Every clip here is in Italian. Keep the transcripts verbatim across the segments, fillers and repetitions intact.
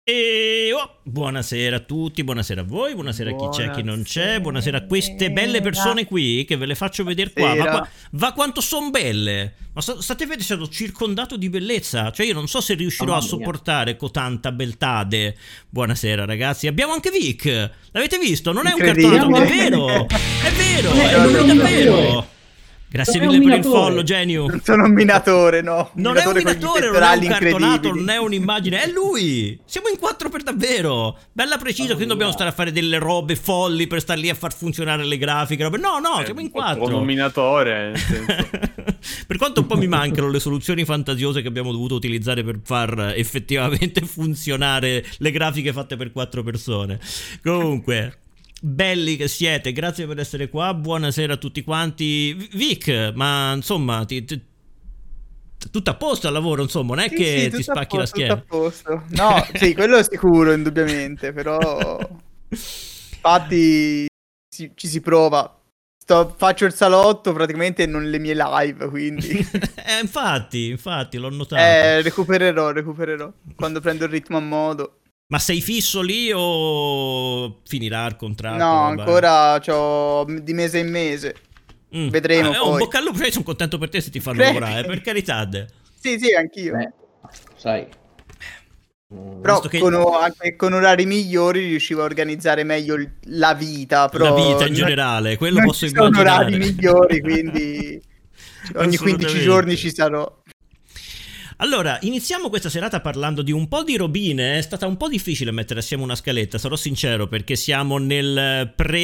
E oh, buonasera a tutti, buonasera a voi, buonasera a chi c'è, chi non c'è, buonasera a queste belle persone qui che ve le faccio vedere qua. Va, qua, Sera. va quanto sono belle! Ma sta- state vedendo, sono circondato di bellezza. Cioè io non so se riuscirò a Mamma mia. sopportare cotanta beltade. Buonasera ragazzi, abbiamo anche Vic. L'avete visto? Non è un Incredibile. cartonato, è vero! È vero, Non è- è non è lui un davvero! minatore. Grazie Non è un mille per il minatore. follow, Genio. Non sono un minatore, no. Non è un con gli minatore, non è pettorali un cartonato, incredibili. non è un'immagine, è lui! Siamo in quattro per davvero! Bella precisa, quindi dobbiamo stare a fare delle robe folli per star lì a far funzionare le grafiche. Robe. No, no, siamo in Con un quattro. minatore, nel senso. Per quanto un po' mi mancano le soluzioni fantasiose che abbiamo dovuto utilizzare per far effettivamente funzionare le grafiche fatte per quattro persone. Comunque, belli che siete, grazie per essere qua, buonasera a tutti quanti. Vic, ma insomma, ti, ti- tutto a posto al lavoro, insomma, non è Sì, che sì, ti tutto a spacchi la posto, schiena. tutto a posto. No, sì, quello è sicuro, indubbiamente, però infatti si- ci si prova. Sto- faccio il salotto praticamente non le mie live, quindi eh, infatti, infatti, l'ho notato. eh, recupererò, recupererò quando prendo il ritmo a modo. Ma sei fisso lì o finirà il contratto? No, Vabbè. ancora c'ho di mese in mese. Mm. Vedremo Ah, oh, poi. bocca al lupo, cioè, sono contento per te se ti fanno Credi? lavorare, per carità. de. Sì, sì, anch'io. Beh, sai. Mm, Però Visto che- con, o- anche con orari migliori riuscivo a organizzare meglio il- la vita. Però La vita in non- generale, quello non posso ci sono immaginare. orari migliori, quindi ogni quindici Assolutamente. giorni ci sarò. Allora, iniziamo questa serata parlando di un po' di robine. È stata un po' difficile mettere assieme una scaletta, sarò sincero, perché siamo nel pre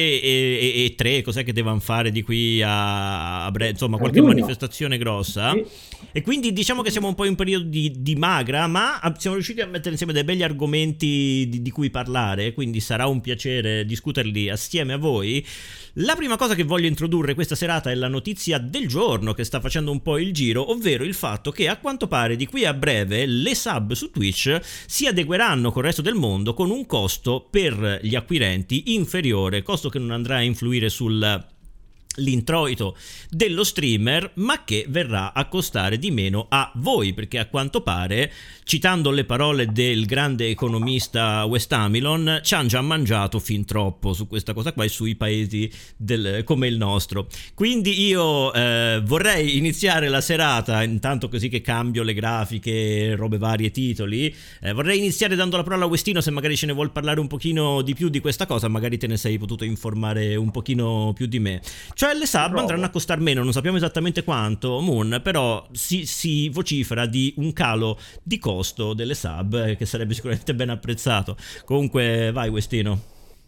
e tre, cos'è che devono fare di qui a, a bre- insomma, A qualche giugno. manifestazione grossa. Sì. E quindi diciamo che siamo un po' in periodo di, di magra, ma siamo riusciti a mettere insieme dei begli argomenti di, di cui parlare, quindi sarà un piacere discuterli assieme a voi. La prima cosa che voglio introdurre questa serata è la notizia del giorno che sta facendo un po' il giro, ovvero il fatto che a quanto pare di qui a breve le sub su Twitch si adegueranno col resto del mondo con un costo per gli acquirenti inferiore, costo che non andrà a influire sul l'introito dello streamer, ma che verrà a costare di meno a voi, perché a quanto pare, citando le parole del grande economista West Hamilton, ci hanno già mangiato fin troppo su questa cosa qua e sui paesi del, come il nostro. Quindi io eh, vorrei iniziare la serata, intanto così che cambio le grafiche, robe varie, titoli, eh, vorrei iniziare dando la parola a Westino, se magari ce ne vuol parlare un pochino di più di questa cosa, magari te ne sei potuto informare un pochino più di me. Cioè le sub Provo. andranno a costare meno, non sappiamo esattamente quanto, Moon, però si, si vocifera di un calo di costo delle sub eh, che sarebbe sicuramente ben apprezzato. Comunque vai Westino.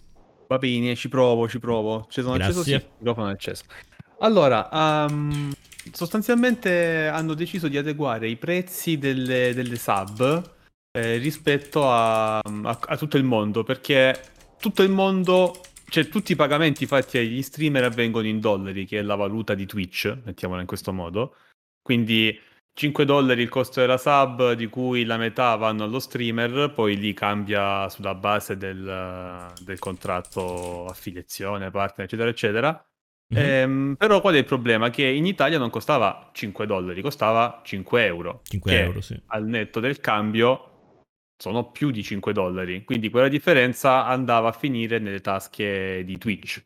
Va bene, ci provo, ci provo. Ci sono acceso? Sì, Grazie. il microfono è acceso. Allora, ehm, sostanzialmente hanno deciso di adeguare i prezzi delle, delle sub eh, rispetto a, a- a tutto il mondo, perché tutto il mondo, cioè tutti i pagamenti fatti agli streamer avvengono in dollari, che è la valuta di Twitch, mettiamola in questo modo. Quindi cinque dollari il costo della sub, di cui la metà vanno allo streamer, poi lì cambia sulla base del, del contratto affiliazione, partner, eccetera, eccetera. Mhm. Ehm, però qual è il problema? Che in Italia non costava cinque dollari, costava cinque euro. cinque che euro, sì. al netto del cambio sono più di cinque dollari. Quindi quella differenza andava a finire nelle tasche di Twitch.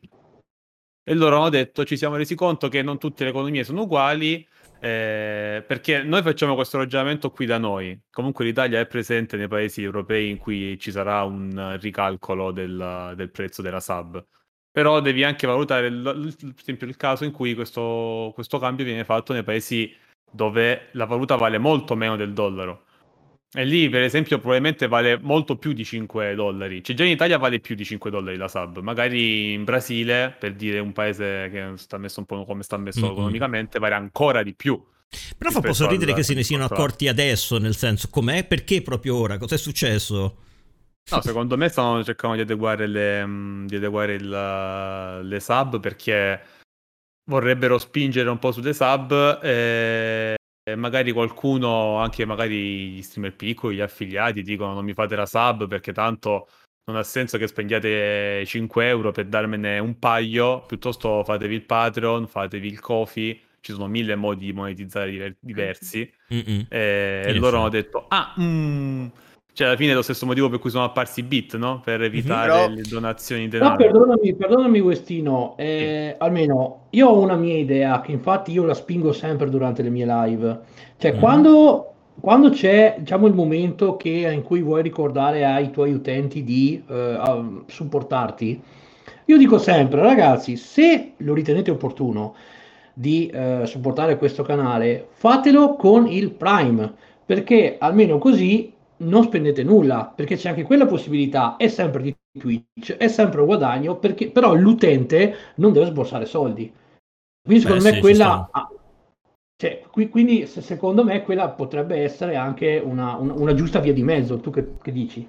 E loro hanno detto, ci siamo resi conto che non tutte le economie sono uguali, eh, perché noi facciamo questo ragionamento qui da noi. Comunque l'Italia è presente nei paesi europei in cui ci sarà un ricalcolo del, del prezzo della sub. Però devi anche valutare, il, il- per esempio, il caso in cui questo, questo cambio viene fatto nei paesi dove la valuta vale molto meno del dollaro. E lì, per esempio, probabilmente vale molto più di cinque dollari. Cioè, già in Italia vale più di cinque dollari la sub. Magari in Brasile, per dire un paese che sta messo un po' come sta messo Mm-mm. economicamente, vale ancora di più. Però fa un po' rispetto sorridere al- che se ne siano contratto. accorti adesso, nel senso, com'è? Perché proprio ora? Cos'è successo? No, secondo me stanno cercando di adeguare le, mh, di adeguare il- le sub, perché vorrebbero spingere un po' sulle sub e e magari qualcuno, anche magari gli streamer piccoli, gli affiliati, dicono non mi fate la sub perché tanto non ha senso che spendiate cinque euro per darmene un paio, piuttosto fatevi il Patreon, fatevi il Ko-fi, ci sono mille modi di monetizzare diver- diversi. Mm-mm. E In loro hanno effetti. detto, ah, mm, Cioè, alla fine è lo stesso motivo per cui sono apparsi i bit, no? Per evitare Però- le donazioni di No, denaro. perdonami, perdonami Westino, eh, almeno io ho una mia idea che infatti io la spingo sempre durante le mie live. Cioè, Mhm. quando, quando c'è, diciamo, il momento che, in cui vuoi ricordare ai tuoi utenti di eh, a- supportarti, io dico sempre, ragazzi, se lo ritenete opportuno di eh, supportare questo canale, fatelo con il Prime, perché almeno così non spendete nulla, perché c'è anche quella possibilità, è sempre di Twitch, è sempre un guadagno, perché però l'utente non deve sborsare soldi. Quindi Beh, secondo me sì, ci sta. quella, ah, cioè, qui- quindi se- secondo me quella potrebbe essere anche una, una- una giusta via di mezzo. Tu che, che dici?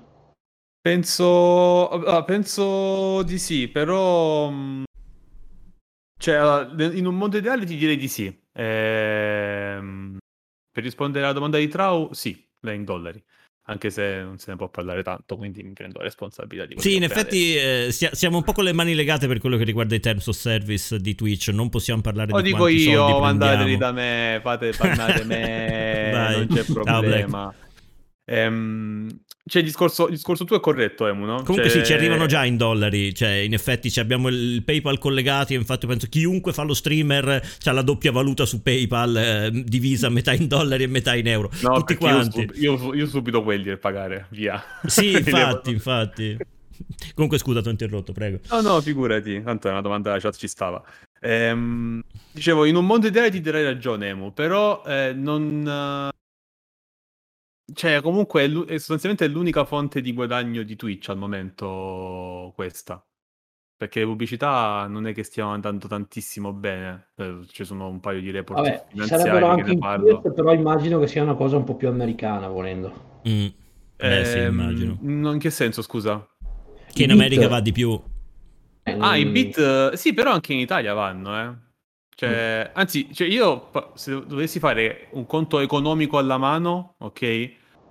Penso, ah, penso di sì, però mh, cioè, allora, in un mondo ideale ti direi di sì. Ehm, per rispondere alla domanda di Trau, sì, lei in dollari, anche se non se ne può parlare tanto, quindi mi prendo la responsabilità di quello Sì, che in ho appena detto. effetti eh, sia- siamo un po' con le mani legate per quello che riguarda i terms of service di Twitch. Non possiamo parlare Lo di dico quanti soldi io, mandateli prendiamo. da me, fate, pannate me, Vai, non c'è ciao Black. problema. Ehm, cioè, il discorso, il discorso tuo è corretto, Emu, no? Comunque sì, ci arrivano Cioè, già in dollari, cioè in effetti ci abbiamo il PayPal collegati, infatti penso chiunque fa lo streamer ha la doppia valuta su PayPal, eh, divisa metà in dollari e metà in euro, no, tutti perché io, quanti. sub- io, io subito quelli per pagare, via. Sì, Mi devo- infatti, infatti. Comunque scusa, ti ho interrotto, prego. No, no, figurati, tanto è una domanda della chat ci stava. Ehm, dicevo, in un mondo ideale ti darei ragione, Emu, però eh, non... eh, Cioè, comunque, è l'u- è sostanzialmente è l'unica fonte di guadagno di Twitch al momento questa. Perché le pubblicità non è che stiano andando tantissimo bene. Eh, ci sono un paio di report Vabbè, ci sarebbero finanziari che anche ne in parlo. Pierce, però immagino che sia una cosa un po' più americana, volendo. Mm. Eh sì, Ehm, immagino. no, in che senso, scusa? Che I in bit, America va di più. eh, Ah, i non- bit, eh, sì, però anche in Italia vanno, eh. Cioè, anzi, cioè io pa- se dovessi fare un conto economico alla mano, ok?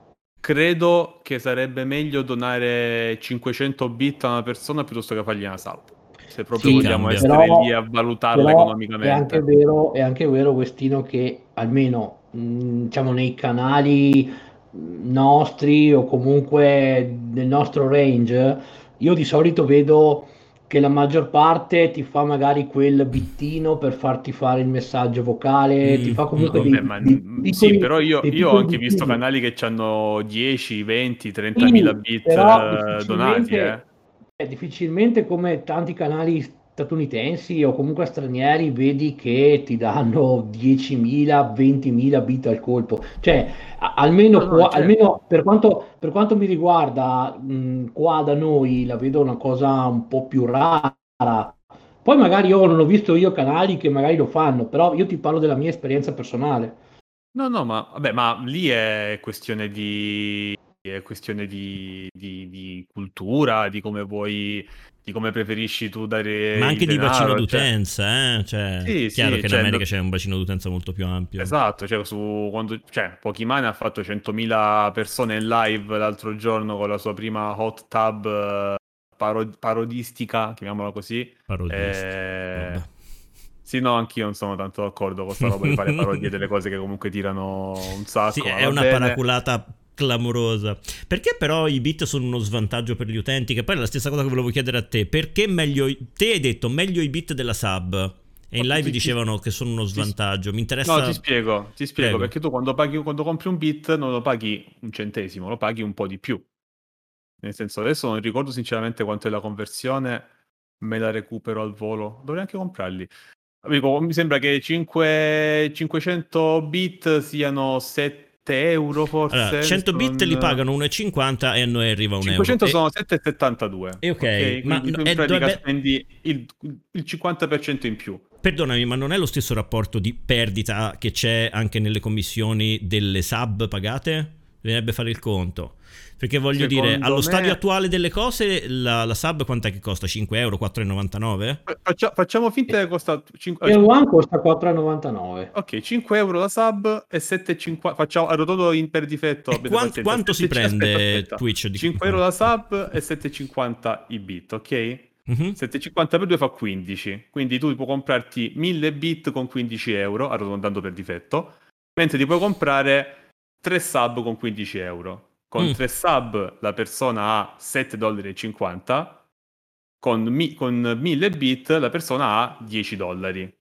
Credo che sarebbe meglio donare cinquecento bit a una persona piuttosto che fargli una sub. Se proprio Chi Sì, vogliamo cambia? essere lì però, a valutarla però è anche economicamente. vero, è anche vero, Questino, che almeno mh, diciamo nei canali mh, nostri o comunque nel nostro range, io di solito vedo che la maggior parte ti fa magari quel bittino per farti fare il messaggio vocale, ti Mm, fa mm, comunque mm. dei, Vabbè, ma dei mm, sì, piccoli, però io, dei io ho piccoli anche visto bittini. canali che hanno dieci, venti, trentamila Sì, bit però eh, donati, difficilmente, eh. eh, difficilmente come tanti canali statunitensi o comunque stranieri vedi che ti danno diecimila, ventimila bit al colpo. Cioè, a- No, almeno, no, qua- certo. almeno per quanto, per quanto mi riguarda, mh, qua da noi la vedo una cosa un po' più rara. Poi magari io non ho visto io canali che magari lo fanno, però io ti parlo della mia esperienza personale. No, no, ma vabbè, ma lì è questione di è questione di, di- di cultura, di come vuoi, di come preferisci tu Ma dare il anche di bacino denaro, cioè. d'utenza, eh? Cioè, Sì, chiaro sì, che in cioè, America no- c'è un bacino d'utenza molto più ampio. esatto, cioè, su, quando, cioè, Pokimane ha fatto centomila persone in live l'altro giorno con la sua prima hot tub eh, paro- parodistica, chiamiamola così. Parodisti. Eh, Vabbè. Sì, no, anch'io non sono tanto d'accordo con sta roba di fare parodie delle cose che comunque tirano un Sì, sacco, ma è va una bene. paraculata clamorosa. Perché però i bit sono uno svantaggio per gli utenti? Che poi è la stessa cosa che volevo chiedere a te. Perché meglio... i- Te hai detto meglio i bit della sub. E in live Ti- ti- dicevano che sono uno ti- svantaggio. Mi interessa... No, ti spiego, ti spiego, Prego. perché tu quando paghi, quando compri un bit non lo paghi un centesimo, lo paghi un po' di più. Nel senso, adesso non ricordo sinceramente quanto è la conversione, me la recupero al volo. Dovrei anche comprarli. Amico, mi sembra che cinque cinquecento bit siano sette euro Allora, forse. cento Adesso bit li non... pagano uno e cinquanta e a noi arriva un euro. cinquecento E, sono sette virgola settantadue, e ok, ok? ma Quindi no- tu in e pratica dovrebbe... spendi il, il cinquanta per cento in più. Perdonami, ma non è lo stesso rapporto di perdita che c'è anche nelle commissioni delle sub pagate? Bisognerebbe fare il conto. Perché voglio dire, Secondo allo me- stadio attuale delle cose, la, la sub quant'è che costa? cinque euro, quattro virgola novantanove? Faccia- facciamo finta che costa cinque, E One costa quattro virgola novantanove. ok, cinque euro la sub e sette virgola cinquanta. Facciamo arrotondo in per difetto. E Abbiate quan- pazienza. quanto si sette- prende aspetta, aspetta. Twitch di- cinque euro la sub e sette virgola cinquanta i bit, ok? Mhm. sette virgola cinquanta per due fa quindici. Quindi tu puoi comprarti mille bit con quindici euro, arrotondando per difetto, mentre ti puoi comprare tre sub con quindici euro. Con Mm. tre sub la persona ha sette dollari e cinquanta, con, mi- con mille bit la persona ha dieci dollari.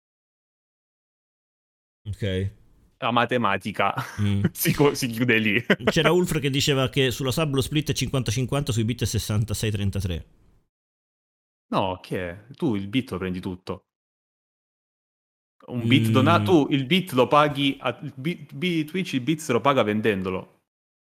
Ok. La matematica Mm. si, co- si chiude lì. C'era Ulfr che diceva che sulla sub lo split è cinquanta cinquanta, sui bit è sessantasei trentatré. No, che è? Tu il bit lo prendi tutto. Un bit Mm. donato, tu il bit lo paghi, a, il bit, bit- Twitch il bit lo paga vendendolo.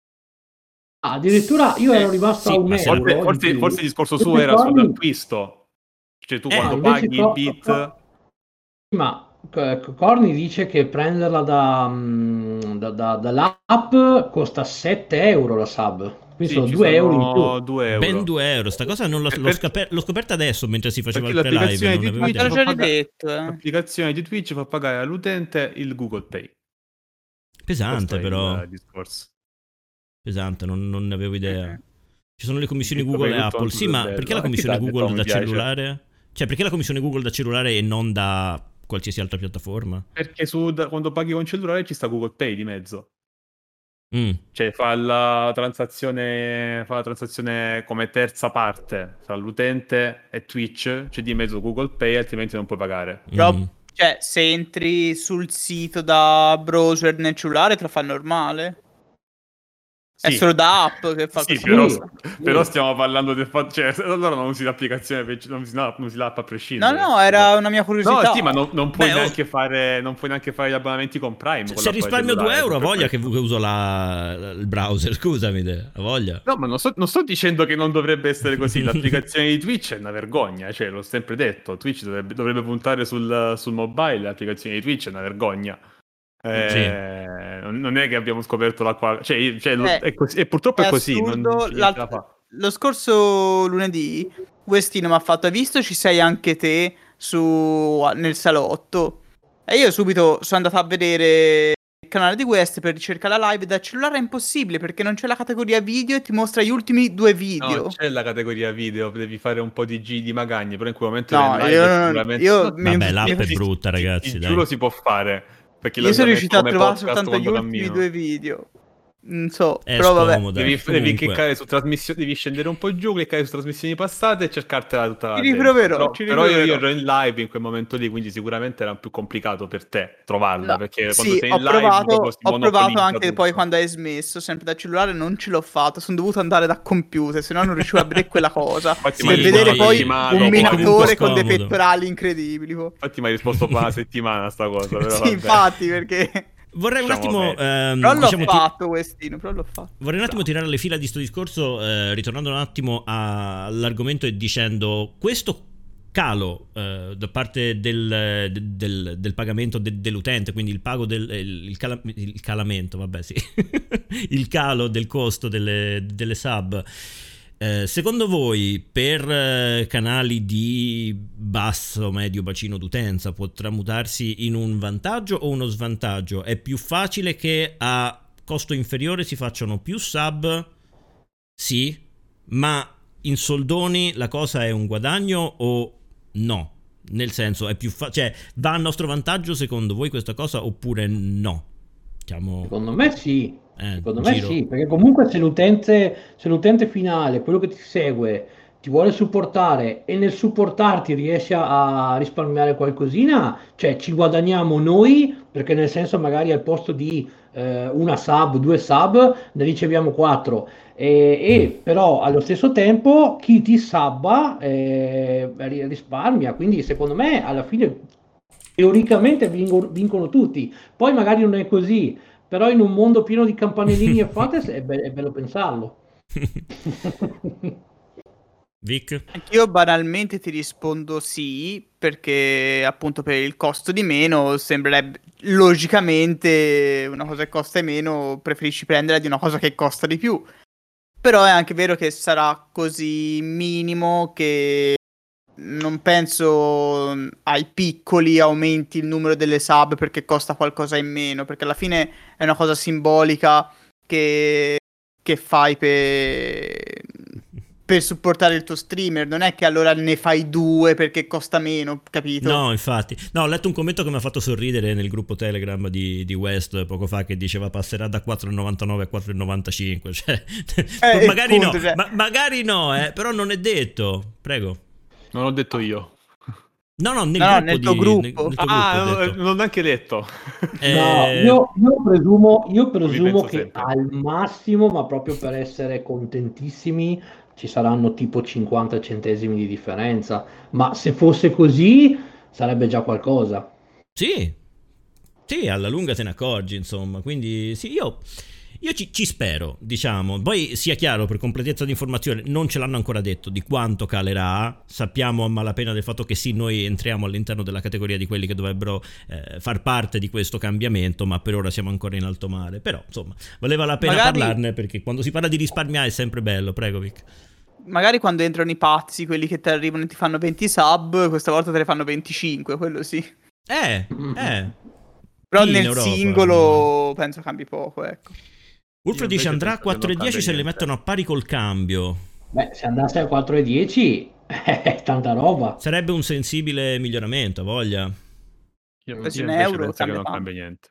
Ah, addirittura io ero rimasto Sì, a un ma se- euro. Forse, di forse, più. forse il discorso Invece suo era Corny- sull'acquisto. Cioè tu Eh, quando no, invece paghi il Co- bit... Co- Ma C- Corny dice che prenderla da, mm, da- da- dall'app costa sette euro la sub, quindi Sì, sono ci due euro in sono più. due euro. Ben due euro. Sta cosa non l'ho, Eh, l'ho, per- scaper- l'ho scoperta adesso mentre si faceva Perché il pre-live. l'applicazione Non di avevo Ma te l'ho idea. già Paga- detto, eh. L'applicazione di Twitch fa pagare all'utente il Google Pay. Pesante, Questo è però. il discorso. Pesante, non, non ne avevo idea. Ci sono le commissioni Tutto Google e per tutto Apple. un Sì, ma bello. perché la Eh, commissione chi t'ha detto, Google mi da piace? cellulare? Cioè, perché la commissione Google da cellulare e non da qualsiasi altra piattaforma? Perché su, da- quando paghi con cellulare ci sta Google Pay di mezzo. Mm. Cioè fa la transazione, fa la transazione come terza parte tra l'utente e Twitch, c'è di mezzo Google Pay, altrimenti non puoi pagare. Però, Mm. cioè, se entri sul sito da browser nel cellulare te lo fa normale. È Sì. solo da app che fa Sì, così. però, Sì. però stiamo parlando del fatto, cioè, allora non usi l'applicazione, per- non usi, no, non usi l'app a No, prescindere. no, era una mia curiosità. No, sì, ma non, non puoi Beh, oh. neanche fare, non puoi neanche fare gli abbonamenti con Prime. Se, con se l'app risparmio due cellulare, euro, a per voglia che, questo. che uso la, il browser. Scusami, te, a voglia. No, ma non sto, non sto dicendo che non dovrebbe essere così. L'applicazione di Twitch è una vergogna, cioè, l'ho sempre detto. Twitch dovrebbe, dovrebbe puntare sul, sul mobile, l'applicazione di Twitch è una vergogna. Eh, non- non è che abbiamo scoperto l'acqua, cioè, cioè, lo- Eh, è così- e purtroppo è, È così. Non, assurdo. c'è niente l'alt- da fare. Lo scorso lunedì, Westino mi ha fatto: hai visto, ci sei anche te su... nel salotto? E io subito sono andato a vedere il canale di West per ricercare la live. Da cellulare è impossibile perché non c'è la categoria video e ti mostra gli ultimi due video. No, c'è la categoria video, devi fare un po' di G di magagne, però in quel momento No, nel io live non- sicuramente... io No, mi- Vabbè, l'app mi- è ti- brutta, ti- ragazzi, ti dai. giuro si può fare. Perché Io lo sono usa riuscito a come trovare podcast soltanto gli quando ultimi cammino. due video. Non so, È però vabbè. scomoda. Devi, devi Comunque. cliccare su trasmissioni, devi scendere un po' giù, cliccare su trasmissioni passate e cercartela tutta la Ci dentro. riproverò, Però, ci però io, io riproverò. ero in live in quel momento lì, quindi sicuramente era più complicato per te trovarla, No, perché quando sì, sei ho in live provato, dopo si ho provato monopolizza anche tutto. poi quando hai smesso, sempre da cellulare non ce l'ho fatto, sono dovuto andare da computer, se no non riuscivo a vedere quella cosa. Infatti mi per hai vedere risposto poi una un settimana dopo, minatore comunque con dei scomodo. pettorali incredibili. po. Infatti mi hai risposto qua una settimana a sta cosa, però Sì, vabbè. infatti, perché... Vorrei un Diciamo attimo. bene. ehm, Però l'ho diciamo, ti- fatto, Westino, però l'ho fatto. Vorrei un attimo tirare le fila di sto discorso, eh, ritornando un attimo a- all'argomento e dicendo questo calo eh, da parte del, del- del pagamento de- dell'utente, quindi il pago del il, il cala- il calamento, vabbè sì, il calo del costo delle, delle sub. Eh, secondo voi per eh, canali di basso medio bacino d'utenza può tramutarsi in un vantaggio o uno svantaggio? È più facile che a costo inferiore si facciano più sub? Sì, ma in soldoni la cosa è un guadagno o no? Nel senso, è più fa- cioè va a nostro vantaggio secondo voi questa cosa oppure no? Diciamo, Secondo me sì. eh, Secondo me giro. sì, perché comunque se l'utente, se l'utente finale, quello che ti segue, ti vuole supportare e nel supportarti riesce a a risparmiare qualcosina, cioè ci guadagniamo noi, perché nel senso magari al posto di eh, una sub, due sub, ne riceviamo quattro. E, e però allo stesso tempo chi ti sabba eh, ri- risparmia, quindi secondo me alla fine teoricamente vincono, vincono tutti. Poi magari non è così, però in un mondo pieno di campanellini e fate è, be- è bello pensarlo. Vic? Anch'io banalmente ti rispondo sì, perché appunto per il costo di meno sembrerebbe logicamente una cosa che costa di meno, preferisci prenderla di una cosa che costa di più. Però è anche vero che sarà così minimo che non penso ai piccoli aumenti il numero delle sub perché costa qualcosa in meno, perché alla fine è una cosa simbolica che, che fai per, per supportare il tuo streamer, non è che allora ne fai due perché costa meno, capito? No, infatti. No, ho letto un commento che mi ha fatto sorridere nel gruppo Telegram di, di West poco fa, che diceva passerà da quattro virgola novantanove a quattro virgola novantacinque. Cioè, Eh, magari punto, no, cioè. ma, magari no, eh, però non è detto. Prego. Non l'ho detto io. No, no, nel No, gruppo nel tuo di, gruppo. nel- nel tuo Ah, gruppo ho non, detto. non l'ho neanche letto. Eh, No, io, io presumo, io presumo penso che sempre. al massimo, ma proprio per essere contentissimi, ci saranno tipo cinquanta centesimi di differenza. Ma se fosse così, sarebbe già qualcosa. Sì, sì, alla lunga te ne accorgi, insomma. Quindi sì, io, io ci, ci spero, diciamo. Poi sia chiaro, per completezza di informazione, non ce l'hanno ancora detto di quanto calerà. Sappiamo a malapena del fatto che sì, noi entriamo all'interno della categoria di quelli che dovrebbero eh, far parte di questo cambiamento, ma per ora siamo ancora in alto mare. Però, insomma, valeva la pena Magari- parlarne, perché quando si parla di risparmiare è sempre bello. Prego, Vic. Magari quando entrano i pazzi, quelli che ti arrivano e ti fanno venti sub, questa volta te ne fanno venticinque, quello sì. Eh, Mm. eh. Però Sì, in nel Europa, singolo penso cambi poco, ecco. Wolf Io dice invece andrà a penso che quattro e non dieci cambia se le niente. mettono a pari col cambio. Beh, se andasse a quattro e dieci, è tanta roba. Sarebbe un sensibile miglioramento, a voglia. Io, Preso io in invece euro, penso che cambia non tanto. cambia niente.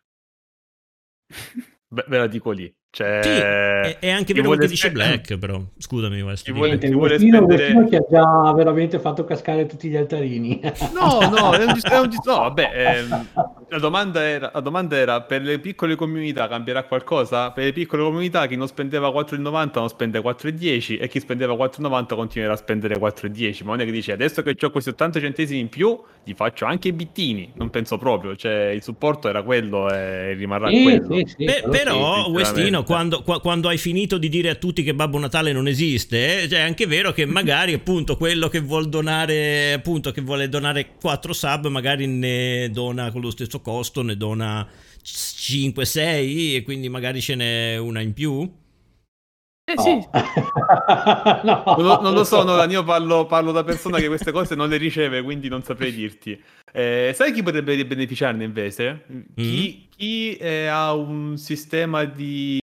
Beh, ve la dico lì. Cioè, Sì, è, è anche chi vero quel che vuole dice spe- Black, però. Scusami, West. Chi dimmi. vuole- Niente, chi vuole Agostino, spendere- Agostino che ha già veramente fatto cascare tutti gli altarini. No, no, è un dis- è un dis- no, vabbè, ehm, la domanda era, la domanda era, per le piccole comunità cambierà qualcosa? Per le piccole comunità chi non spendeva quattro virgola novanta non spende quattro virgola dieci e chi spendeva quattro virgola novanta continuerà a spendere quattro virgola dieci, ma non è che dice adesso che ho questi ottanta centesimi in più gli faccio anche i bittini, non penso proprio, cioè il supporto era quello e rimarrà Sì, quello. sì, sì, Beh, quello però, sì. Westino, sinceramente. quando, qua- quando hai finito di dire a tutti che Babbo Natale non esiste, eh, cioè, è anche vero che magari appunto quello che vuol donare, appunto che vuole donare quattro sub, magari ne dona con lo stesso costo, ne dona cinque sei e quindi magari ce n'è una in più. Eh No. sì, No. Non lo, non lo so, Nolan, io parlo, parlo da persona che queste cose non le riceve, quindi non saprei dirti. Eh, sai chi potrebbe beneficiarne invece? Chi, chi eh, ha un sistema di...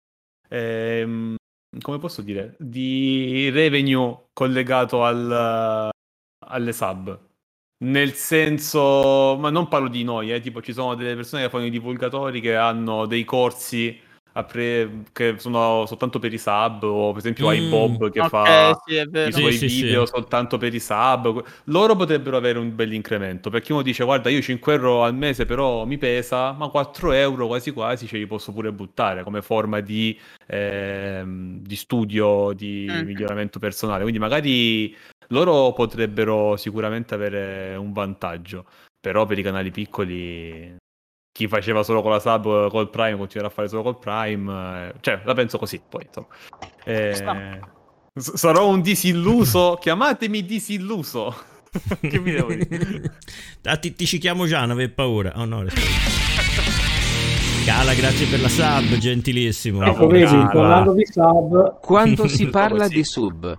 ehm, come posso dire? Di revenue collegato al, alle sub. Nel senso, ma non parlo di noi, eh, tipo ci sono delle persone che fanno i divulgatori che hanno dei corsi a pre- che sono soltanto per i sub, o per esempio Mm. iBob che ok, fa sì, è vero. i Sì, suoi sì, video sì. soltanto per i sub. Loro potrebbero avere un bel incremento, perché uno dice guarda io cinque euro al mese però mi pesa, ma quattro euro quasi quasi ce li posso pure buttare come forma di, ehm, di studio, di Mm. miglioramento personale, quindi magari loro potrebbero sicuramente avere un vantaggio, però per i canali piccoli chi faceva solo con la sub col Prime continuerà a fare solo col Prime, eh, cioè la penso così poi insomma. Eh, s- sarò un disilluso, chiamatemi disilluso. Che mi devo dire? Ah, ti, ti ci chiamo già, non avevi paura. Oh no, aspetta. Cala, grazie per la sub, gentilissimo. Bravo, Ecco, vedi, brava. parlando di sub, Quando si parla Così. di sub,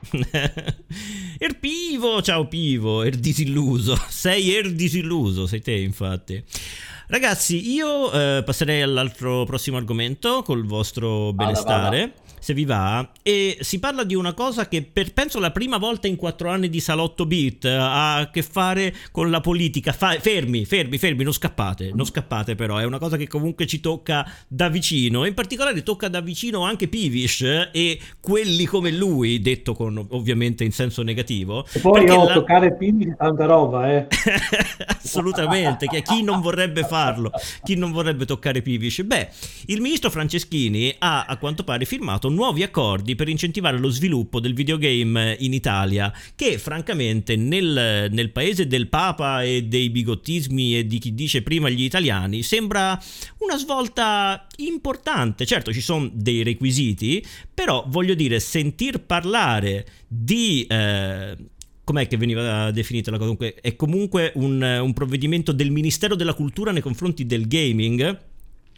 Er Pivo, ciao Pivo, er disilluso. Sei er disilluso, sei te infatti. Ragazzi, io eh, passerei all'altro prossimo argomento col vostro benestare, vada. se vi va, e si parla di una cosa che per penso la prima volta in quattro anni di Salotto Beat ha a che fare con la politica. Fa- fermi, fermi, fermi, non scappate, non scappate però, è una cosa che comunque ci tocca da vicino, in particolare tocca da vicino anche Pivish e quelli come lui, detto con ovviamente in senso negativo. e poi perché no, la- toccare pini di tanta roba, eh. Assolutamente, che chi non vorrebbe farlo, chi non vorrebbe toccare Pivish? Beh, il ministro Franceschini ha a quanto pare firmato nuovi accordi per incentivare lo sviluppo del videogame in Italia, che francamente nel, nel paese del Papa e dei bigottismi e di chi dice prima gli italiani sembra una svolta importante. Certo, ci sono dei requisiti, però voglio dire, sentir parlare di... Eh, com'è che veniva definita la cosa? Comunque, è comunque un, un provvedimento del Ministero della Cultura nei confronti del gaming.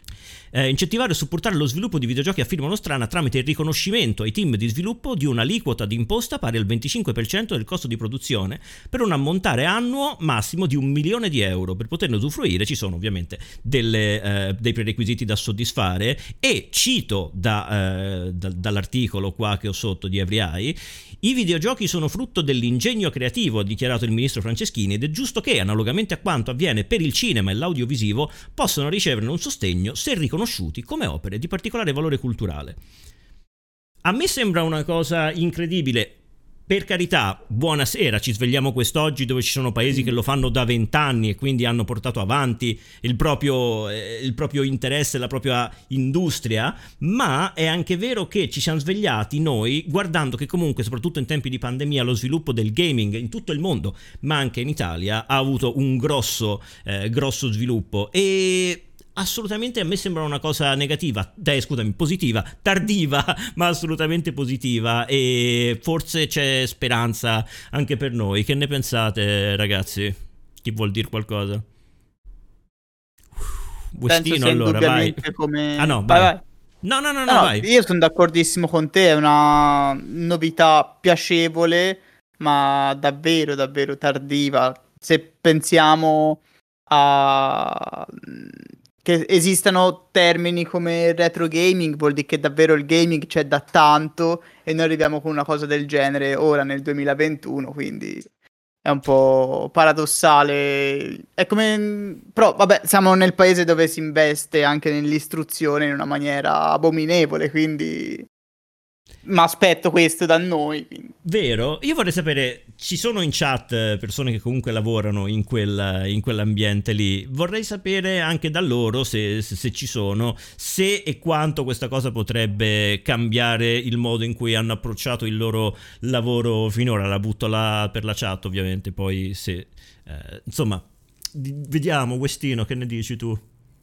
eh, incentivare e supportare lo sviluppo di videogiochi a firma nostrana tramite il riconoscimento ai team di sviluppo di un'aliquota d'imposta pari al venticinque per cento del costo di produzione per un ammontare annuo massimo di un milione di euro. Per poterne usufruire ci sono ovviamente delle, eh, dei prerequisiti da soddisfare, e cito da, eh, da, dall'articolo qua che ho sotto di Every Eye: i videogiochi sono frutto dell'ingegno creativo, ha dichiarato il ministro Franceschini, ed è giusto che, analogamente a quanto avviene per il cinema e l'audiovisivo, possano ricevere un sostegno se riconosciuti come opere di particolare valore culturale. A me sembra una cosa incredibile. Per carità, buonasera, ci svegliamo quest'oggi dove ci sono paesi che lo fanno da vent'anni e quindi hanno portato avanti il proprio, eh, il proprio interesse, la propria industria, ma è anche vero che ci siamo svegliati noi guardando che comunque, soprattutto in tempi di pandemia, lo sviluppo del gaming in tutto il mondo, ma anche in Italia, ha avuto un grosso, eh, grosso sviluppo, e assolutamente a me sembra una cosa negativa, dai, scusami, positiva, tardiva, ma assolutamente positiva, e forse c'è speranza anche per noi. Che ne pensate, ragazzi? Chi vuol dire qualcosa? Westino, allora, vai. Come... Ah no, vai, vai. vai. No, no, no, no, no, no, vai. Io sono d'accordissimo con te, è una novità piacevole, ma davvero, davvero tardiva. Se pensiamo a... che esistano termini come retro gaming, vuol dire che davvero il gaming c'è da tanto e noi arriviamo con una cosa del genere ora nel duemilaventuno, quindi è un po' paradossale. È come... però vabbè, siamo nel paese dove si investe anche nell'istruzione in una maniera abominevole, quindi ma aspetto questo da noi, quindi. Vero? Io vorrei sapere, ci sono in chat persone che comunque lavorano in, quel, in quell'ambiente lì, vorrei sapere anche da loro, se, se, se ci sono, se e quanto questa cosa potrebbe cambiare il modo in cui hanno approcciato il loro lavoro finora. La butto là per la chat ovviamente, poi se... Eh, insomma, d- vediamo, Westino, che ne dici tu?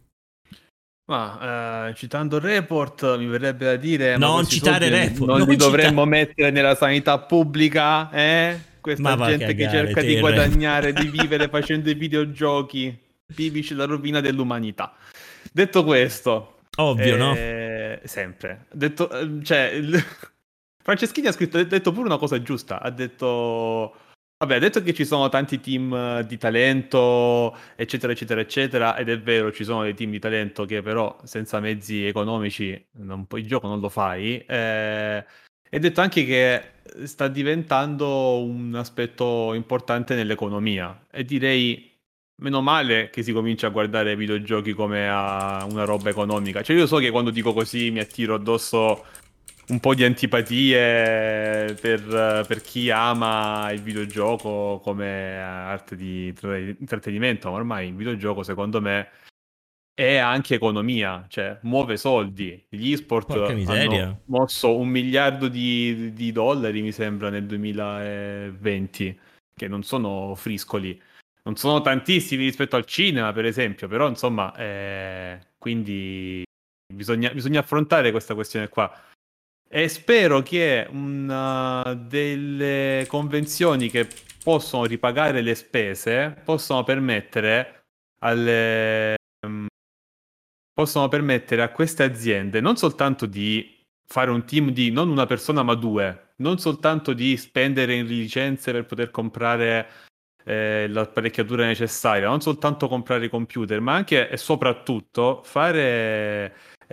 Ma eh, citando il report mi verrebbe da dire: non ma citare report, non, non li cita- dovremmo mettere nella sanità pubblica, eh? Questa Ma gente che cerca di te, guadagnare, di vivere facendo i videogiochi, vivici la rovina dell'umanità. Detto questo, ovvio, eh, no? Sempre detto, cioè, il... Franceschini ha scritto, ha detto pure una cosa giusta. Ha detto: vabbè, ha detto che ci sono tanti team di talento, eccetera, eccetera, eccetera, ed è vero, ci sono dei team di talento che però senza mezzi economici non, poi il gioco non lo fai. Eh, e ha detto anche che sta diventando un aspetto importante nell'economia, e direi meno male che si comincia a guardare ai videogiochi come a una roba economica. Cioè io so che quando dico così mi attiro addosso un po' di antipatie per, per chi ama il videogioco come arte di intrattenimento, ma ormai il videogioco secondo me è anche economia, cioè muove soldi. Gli e-sport hanno mosso un miliardo di, di dollari, mi sembra, nel duemilaventi, che non sono friscoli, non sono tantissimi rispetto al cinema, per esempio, però insomma, eh, quindi bisogna, bisogna affrontare questa questione qua. E spero che una delle convenzioni che possono ripagare le spese possano permettere alle um, possono permettere a queste aziende non soltanto di fare un team di non una persona ma due, non soltanto di spendere in licenze per poter comprare eh, l'apparecchiatura necessaria, non soltanto comprare i computer, ma anche e soprattutto fare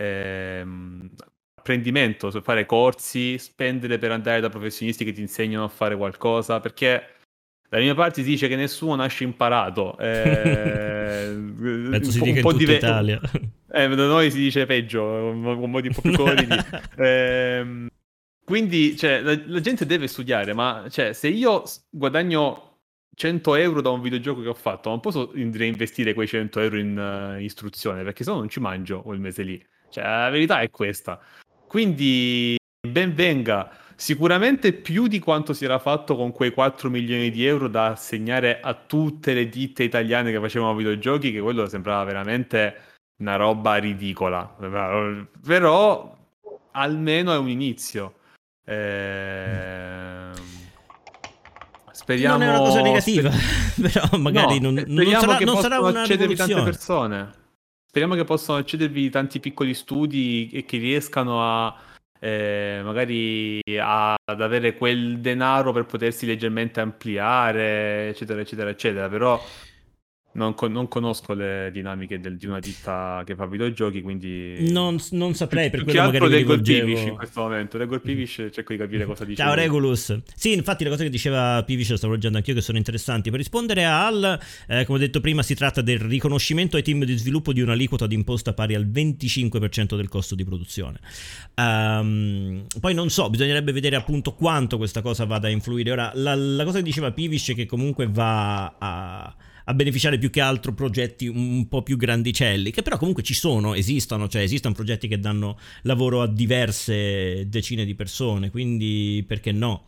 ehm, apprendimento, fare corsi, spendere per andare da professionisti che ti insegnano a fare qualcosa, perché dalle mie parti si dice che nessuno nasce imparato. Eh, Penso si dica in tutta dive- Italia. Eh, da noi si dice peggio, con modi un po' più coloriti. eh, quindi, cioè, la, la gente deve studiare, ma cioè, se io guadagno cento euro da un videogioco che ho fatto, non posso reinvestire quei cento euro in uh, istruzione, perché sennò non ci mangio quel mese lì. Cioè, la verità è questa. Quindi, ben venga. Sicuramente più di quanto si era fatto con quei quattro milioni di euro da assegnare a tutte le ditte italiane che facevano videogiochi, che quello sembrava veramente una roba ridicola. Però almeno è un inizio. Eh... Speriamo... Non è una cosa negativa, Sper... però magari no, non, speriamo non sarà, che non sarà una accedere rivoluzione. tante persone. speriamo che possano accedervi tanti piccoli studi e che riescano a eh, magari a- ad avere quel denaro per potersi leggermente ampliare, eccetera, eccetera, eccetera. Però non, con- non conosco le dinamiche del- di una ditta che fa videogiochi, quindi Non, non saprei, per più che quello altro magari mi leggo il Pivish in rivolgevo. questo momento. Leggo il Pivish e cerco di capire cosa dice Ciao lui. Regulus. Sì, infatti le cose che diceva Pivish le stavo leggendo anch'io, che sono interessanti. Per rispondere a Al, eh, come ho detto prima, si tratta del riconoscimento ai team di sviluppo di un'aliquota d'imposta pari al venticinque per cento del costo di produzione. Um, poi non so, bisognerebbe vedere appunto quanto questa cosa vada a influire. Ora, la, la cosa che diceva Pivish è che comunque va a... a beneficiare più che altro progetti un po' più grandicelli, che però comunque ci sono, esistono, cioè esistono progetti che danno lavoro a diverse decine di persone, quindi perché no?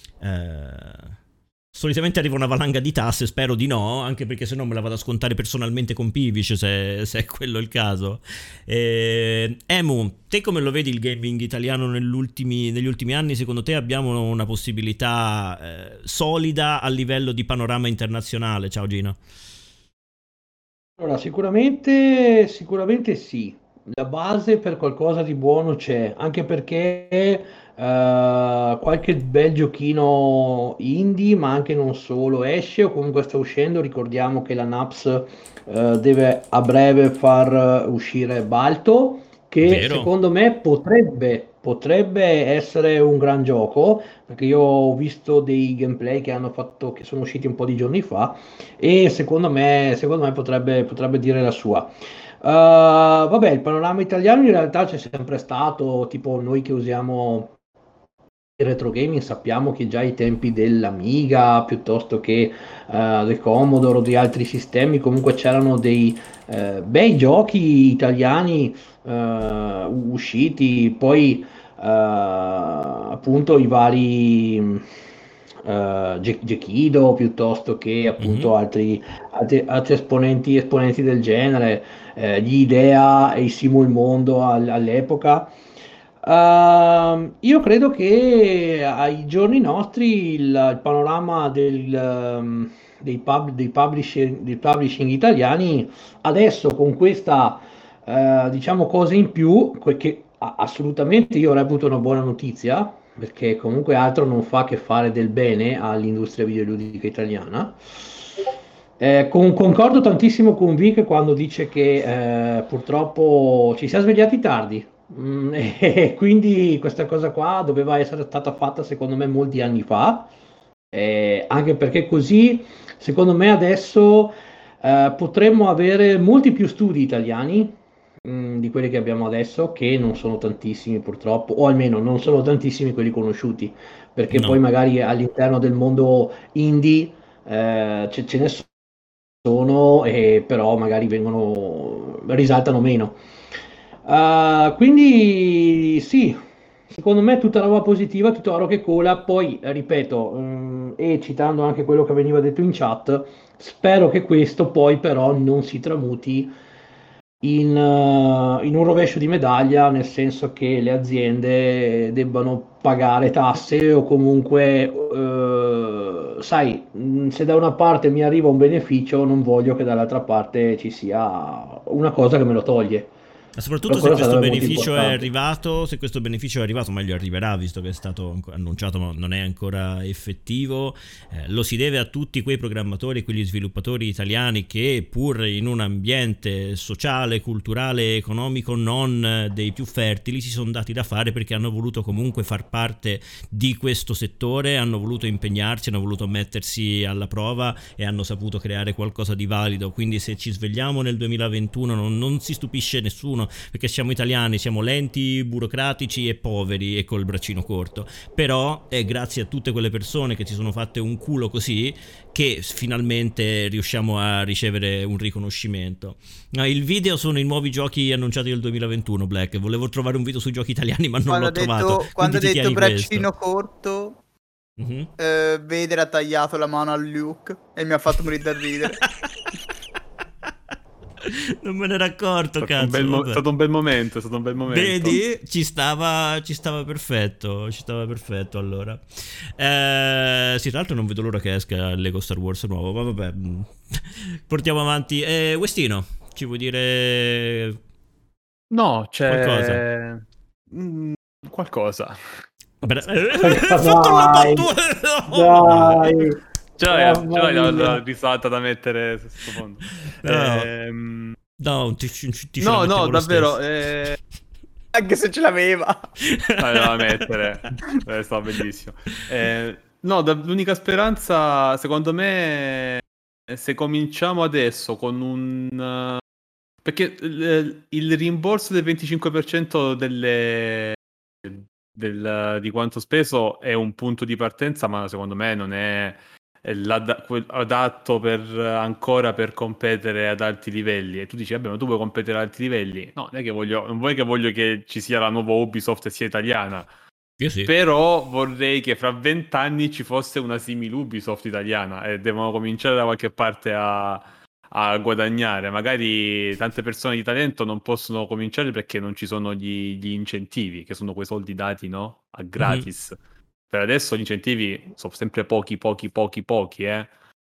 Eh, solitamente arriva una valanga di tasse, spero di no, anche perché se no me la vado a scontare personalmente con Pivish, se, se è quello il caso. Eh, Emu, te come lo vedi il gaming italiano negli ultimi, negli ultimi anni? Secondo te abbiamo una possibilità eh, solida a livello di panorama internazionale? Ciao Gino. Allora, sicuramente, sicuramente sì, la base per qualcosa di buono c'è, anche perché eh, qualche bel giochino indie, ma anche non solo, esce o comunque sta uscendo. Ricordiamo che la Naps eh, deve a breve far uscire Balto, che Vero? secondo me potrebbe, potrebbe essere un gran gioco, perché io ho visto dei gameplay che hanno fatto, che sono usciti un po' di giorni fa e secondo me, secondo me potrebbe, potrebbe dire la sua. Uh, vabbè, il panorama italiano in realtà c'è sempre stato, tipo noi che usiamo il retro gaming sappiamo che già ai tempi dell'Amiga piuttosto che uh, del Commodore o di altri sistemi comunque c'erano dei uh, bei giochi italiani uh, usciti, poi uh, appunto i vari uh, Gekido piuttosto che appunto Mhm. altri, altri, altri esponenti, esponenti del genere, eh, gli Idea e i Simul Mondo al- all'epoca. Ehm, io credo che ai giorni nostri il, il panorama del, ehm, dei, pub- dei publisher- dei publishing italiani adesso con questa eh, diciamo cosa in più, que- che a- assolutamente io reputo una buona notizia, perché comunque altro non fa che fare del bene all'industria videoludica italiana. Eh, con- concordo tantissimo con Vic quando dice che eh, purtroppo ci siamo svegliati tardi. Mm, e quindi questa cosa qua doveva essere stata fatta secondo me molti anni fa, eh, anche perché così secondo me adesso eh, potremmo avere molti più studi italiani mm, di quelli che abbiamo adesso, che non sono tantissimi purtroppo, o almeno non sono tantissimi quelli conosciuti, perché poi No. magari all'interno del mondo indie eh, ce, ce ne sono, e però magari vengono, risaltano meno. Uh, quindi sì, secondo me tutta roba positiva, tutto oro che cola. Poi eh, ripeto, mm, e citando anche quello che veniva detto in chat, spero che questo poi però non si tramuti in, eh, in un rovescio di medaglia, nel senso che le aziende debbano pagare tasse o comunque, eh, sai, mh, se da una parte mi arriva un beneficio, non voglio che dall'altra parte ci sia una cosa che me lo toglie. Ma soprattutto se Quello questo sarebbe molto beneficio è importante. arrivato, se questo beneficio è arrivato, meglio arriverà, visto che è stato anco- annunciato ma non è ancora effettivo, eh, lo si deve a tutti quei programmatori, quegli sviluppatori italiani che pur in un ambiente sociale, culturale, economico non eh, dei più fertili, si sono dati da fare perché hanno voluto comunque far parte di questo settore, hanno voluto impegnarsi, hanno voluto mettersi alla prova e hanno saputo creare qualcosa di valido. Quindi se ci svegliamo nel duemilaventuno non, non si stupisce nessuno, perché siamo italiani, siamo lenti, burocratici e poveri e col braccino corto, però è grazie a tutte quelle persone che si sono fatte un culo così che finalmente riusciamo a ricevere un riconoscimento. No, il video sono i nuovi giochi annunciati del duemilaventuno, Black. Volevo trovare un video sui giochi italiani ma non Quando l'ho ha detto, trovato, quando ha quindi ti detto tieni braccino questo. corto, Mhm. eh, Vader ha tagliato la mano a Luke e mi ha fatto morire da ridere. Non me ne ero accorto, È stato, un bel cazzo. mo- è Vabbè. stato un bel momento, è stato un bel momento. Vedi? Ci stava, ci stava perfetto. Ci stava perfetto allora. Eh, sì, tra l'altro non vedo l'ora che esca il Lego Star Wars nuovo. Ma vabbè, portiamo avanti. Eh, Westino, Ci vuoi dire No, c'è qualcosa? Mm, qualcosa. Vabbè, hai fatto la Dai, battuta! dai. Ce l'hai, ce Mamma l'hai la, mia. la risata da mettere sottofondo. No. Ehm, No, ti, ti, ti ce no, la no, mettevo lo davvero. stesso. Eh... Anche se ce l'aveva. Dai, da mettere. Eh, sta bellissimo. Eh, no, da- l'unica speranza, secondo me, è se cominciamo adesso con un... eh, perché il, il rimborso del venticinque per cento delle, del- di quanto speso è un punto di partenza, ma secondo me non è è l'ada- quel- adatto per ancora per competere ad alti livelli. E tu dici, vabbè, ma tu vuoi competere ad alti livelli? No, non è che voglio, non vuoi che voglio che ci sia la nuova Ubisoft e sia italiana. Io sì. Però vorrei che fra vent'anni ci fosse una simile Ubisoft italiana e devono cominciare da qualche parte a, a guadagnare. Magari tante persone di talento non possono cominciare perché non ci sono gli, gli incentivi, che sono quei soldi dati, no? A gratis. Per adesso gli incentivi sono sempre pochi, pochi, pochi, pochi, eh.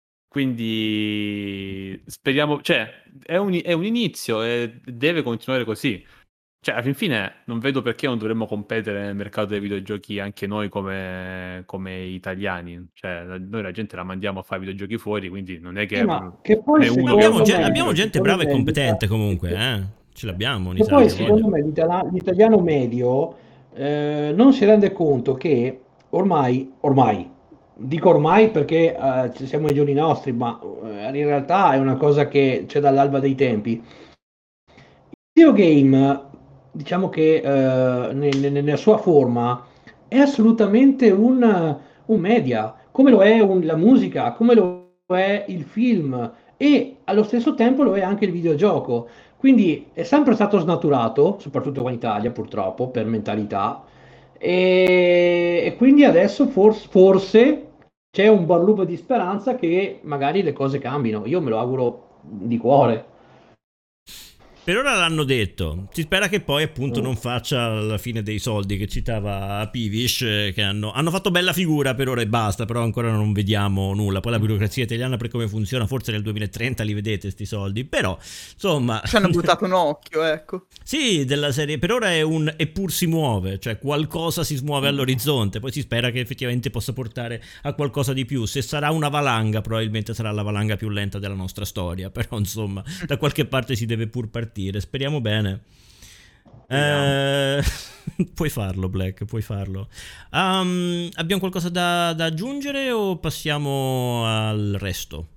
Quindi speriamo, cioè, è un, è un inizio e deve continuare così. Cioè, alla fin fine non vedo perché non dovremmo competere nel mercato dei videogiochi anche noi come, come italiani. Cioè, la- noi la gente la mandiamo a fare videogiochi fuori, quindi non è che Sì, ma che poi ne uno Ma abbiamo, secondo gen- me, abbiamo gente secondo brava e me competente l'ita- comunque, eh? Ce l'abbiamo in che poi Italia, secondo voglio. me l'itala- l'italiano medio eh, non si rende conto che ormai, ormai, dico ormai perché eh, ci siamo ai giorni nostri, ma eh, in realtà è una cosa che c'è dall'alba dei tempi. Il videogame, diciamo che eh, ne- ne- nella sua forma è assolutamente un, un media, come lo è un- la musica, come lo è il film e allo stesso tempo lo è anche il videogioco. Quindi è sempre stato snaturato, soprattutto qua in Italia purtroppo, per mentalità. E, e quindi adesso forse, forse c'è un barlume di speranza che magari le cose cambino. Io me lo auguro di cuore. Per ora l'hanno detto, si spera che poi appunto Mm. non faccia la fine dei soldi che citava Pivish, eh, che hanno, hanno fatto bella figura per ora e basta, però ancora non vediamo nulla. Poi la burocrazia italiana per come funziona, forse nel duemilatrenta li vedete sti soldi, però insomma... Ci hanno buttato un occhio, ecco. Sì, della serie, per ora è un eppur si muove, cioè qualcosa si smuove all'orizzonte, poi si spera che effettivamente possa portare a qualcosa di più. Se sarà una valanga, probabilmente sarà la valanga più lenta della nostra storia, però insomma, da qualche parte si deve pur partire. Speriamo bene. Eh, puoi farlo, Black, puoi farlo. Um, abbiamo qualcosa da, da aggiungere o passiamo al resto?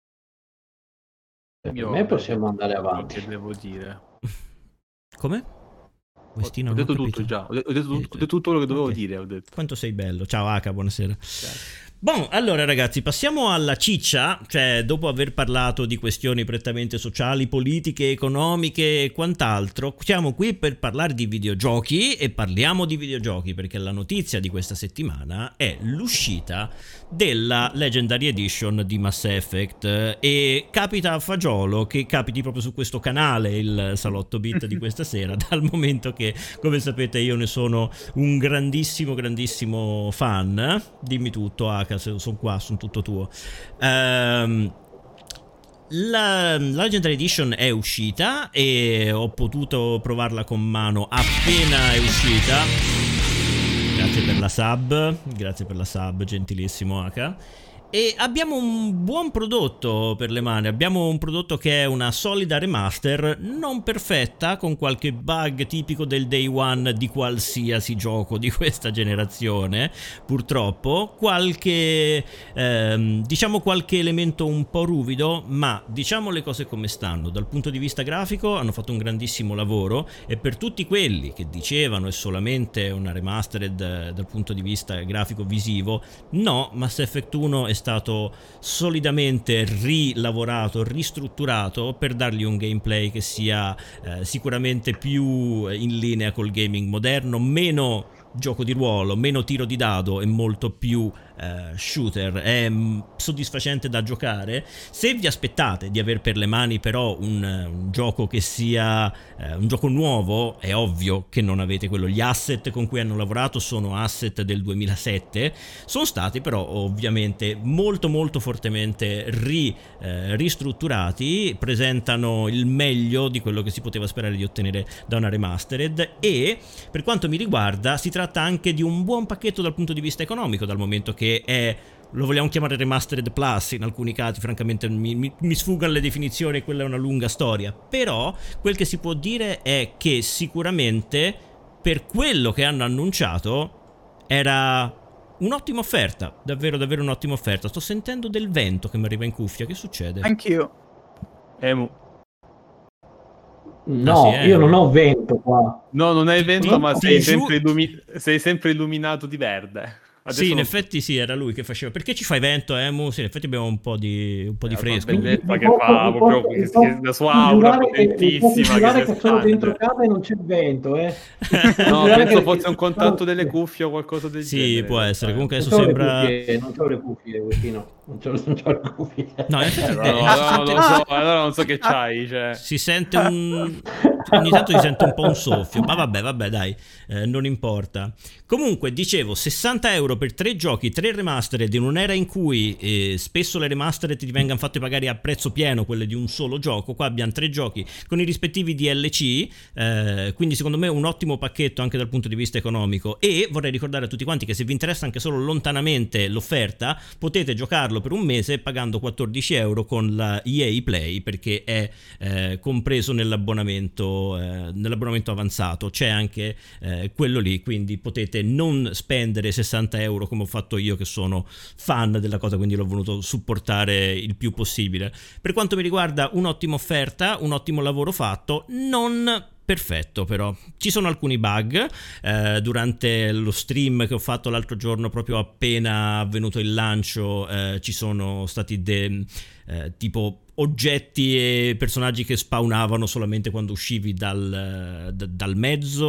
Per Io me possiamo andare quello avanti. che devo dire. Come? Ho, Westina, ho non ho detto capito. tutto già, ho detto, ho detto Eh, tutto, ho detto tutto quello che dovevo ok. dire, ho detto. Quanto sei bello. Ciao Aka, buonasera. Bon, allora ragazzi, passiamo alla ciccia, cioè dopo aver parlato di questioni prettamente sociali, politiche, economiche e quant'altro, siamo qui per parlare di videogiochi e parliamo di videogiochi perché la notizia di questa settimana è l'uscita della Legendary Edition di Mass Effect e capita a fagiolo che capiti proprio su questo canale il salotto bit di questa sera, dal momento che, come sapete, io ne sono un grandissimo, grandissimo fan. Dimmi tutto, Aka, sono qua, sono tutto tuo. Ehm... La, la Legendary Edition è uscita e ho potuto provarla con mano appena è uscita. Grazie per la sub, grazie per la sub, gentilissimo Aka. E abbiamo un buon prodotto per le mani, abbiamo un prodotto che è una solida remaster, non perfetta, con qualche bug tipico del day one di qualsiasi gioco di questa generazione, purtroppo, qualche, ehm, diciamo qualche elemento un po' ruvido, ma diciamo le cose come stanno. Dal punto di vista grafico hanno fatto un grandissimo lavoro e per tutti quelli che dicevano è solamente una remastered eh, dal punto di vista grafico visivo, no, Mass Effect uno è stato solidamente rilavorato, ristrutturato per dargli un gameplay che sia eh, sicuramente più in linea col gaming moderno, meno gioco di ruolo, meno tiro di dado e molto più uh, shooter, è um, soddisfacente da giocare. Se vi aspettate di aver per le mani però un, un gioco che sia uh, un gioco nuovo, è ovvio che non avete quello. Gli asset con cui hanno lavorato sono asset del duemilasette, sono stati però ovviamente molto molto fortemente ri, uh, ristrutturati, presentano il meglio di quello che si poteva sperare di ottenere da una remastered, e per quanto mi riguarda si tratta anche di un buon pacchetto dal punto di vista economico, dal momento che è, lo vogliamo chiamare Remastered Plus in alcuni casi, francamente mi, mi, mi sfuggono le definizioni, quella è una lunga storia, però quel che si può dire è che sicuramente per quello che hanno annunciato era un'ottima offerta, davvero davvero un'ottima offerta. Sto sentendo del vento che mi arriva in cuffia, che succede? Anch'io. Emu. No, Ah, sì, eh. io non ho vento qua. No, non hai vento, Ti- ma ti sei giu- sempre, illumi- sei sempre illuminato di verde. Adesso Sì, in non- effetti sì, era lui che faceva. Perché ci fai vento, Emu? Sì, in effetti abbiamo un po' di, un po' di Eh, fresco. vabbè, bellezza Vi che posso- fa, vi proprio posso- che- vi posso che- la sua aura giurare che- vi posso potentissima giurare che che si sono espande. dentro casa e non c'è vento, eh. No, Giurare penso che- fosse un contatto no, delle cuffie o qualcosa del Sì, genere. può essere. Eh. Comunque Non adesso c'ho le sembra... cuffie, non c'ho le cuffie, Wikino. Non c'ho, non c'ho le cuffie. No, in effetti Eh, no, eh, no, si, no, sente, lo so, allora non so che c'hai, cioè. si sente un... Ogni tanto si sente un po' un soffio, ma vabbè, vabbè, dai, eh, non importa. Comunque, dicevo, sessanta euro per tre giochi, tre remastered, in un'era in cui eh, spesso le remastered ti vengano fatte pagare a prezzo pieno, quelle di un solo gioco. Qua abbiamo tre giochi con i rispettivi D L C, eh, quindi secondo me un ottimo pacchetto anche dal punto di vista economico. E vorrei ricordare a tutti quanti che se vi interessa anche solo lontanamente l'offerta, potete giocarlo per un mese pagando quattordici euro con la E A Play, perché è eh, compreso nell'abbonamento, eh, nell'abbonamento avanzato. C'è anche eh, quello lì, quindi potete non spendere sessanta euro come ho fatto io, che sono fan della cosa, quindi l'ho voluto supportare il più possibile. Per quanto mi riguarda, un'ottima offerta, un ottimo lavoro fatto, non perfetto però. Ci sono alcuni bug, eh, durante lo stream che ho fatto l'altro giorno, proprio appena avvenuto il lancio, eh, ci sono stati de, eh, tipo oggetti e personaggi che spawnavano solamente quando uscivi dal, d- dal mezzo,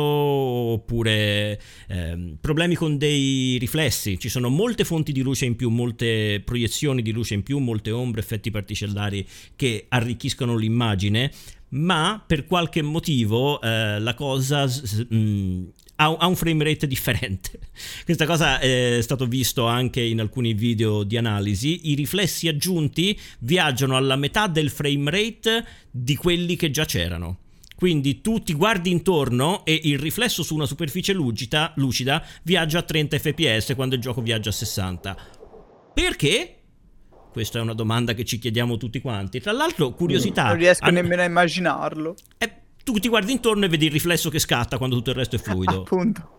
oppure eh, problemi con dei riflessi. Ci sono molte fonti di luce in più, molte proiezioni di luce in più, molte ombre, effetti particellari che arricchiscono l'immagine, ma per qualche motivo eh, la cosa s- mh, ha, ha un frame rate differente. Questa cosa è stato visto anche in alcuni video di analisi. I riflessi aggiunti viaggiano alla metà del frame rate di quelli che già c'erano. Quindi tu ti guardi intorno e il riflesso su una superficie lucida, lucida viaggia a trenta F P S quando il gioco viaggia a sessanta. Perché? Questa è una domanda che ci chiediamo tutti quanti. Tra l'altro, curiosità... Non riesco hanno- nemmeno a immaginarlo. eh, tu ti guardi intorno e vedi il riflesso che scatta quando tutto il resto è fluido. Appunto.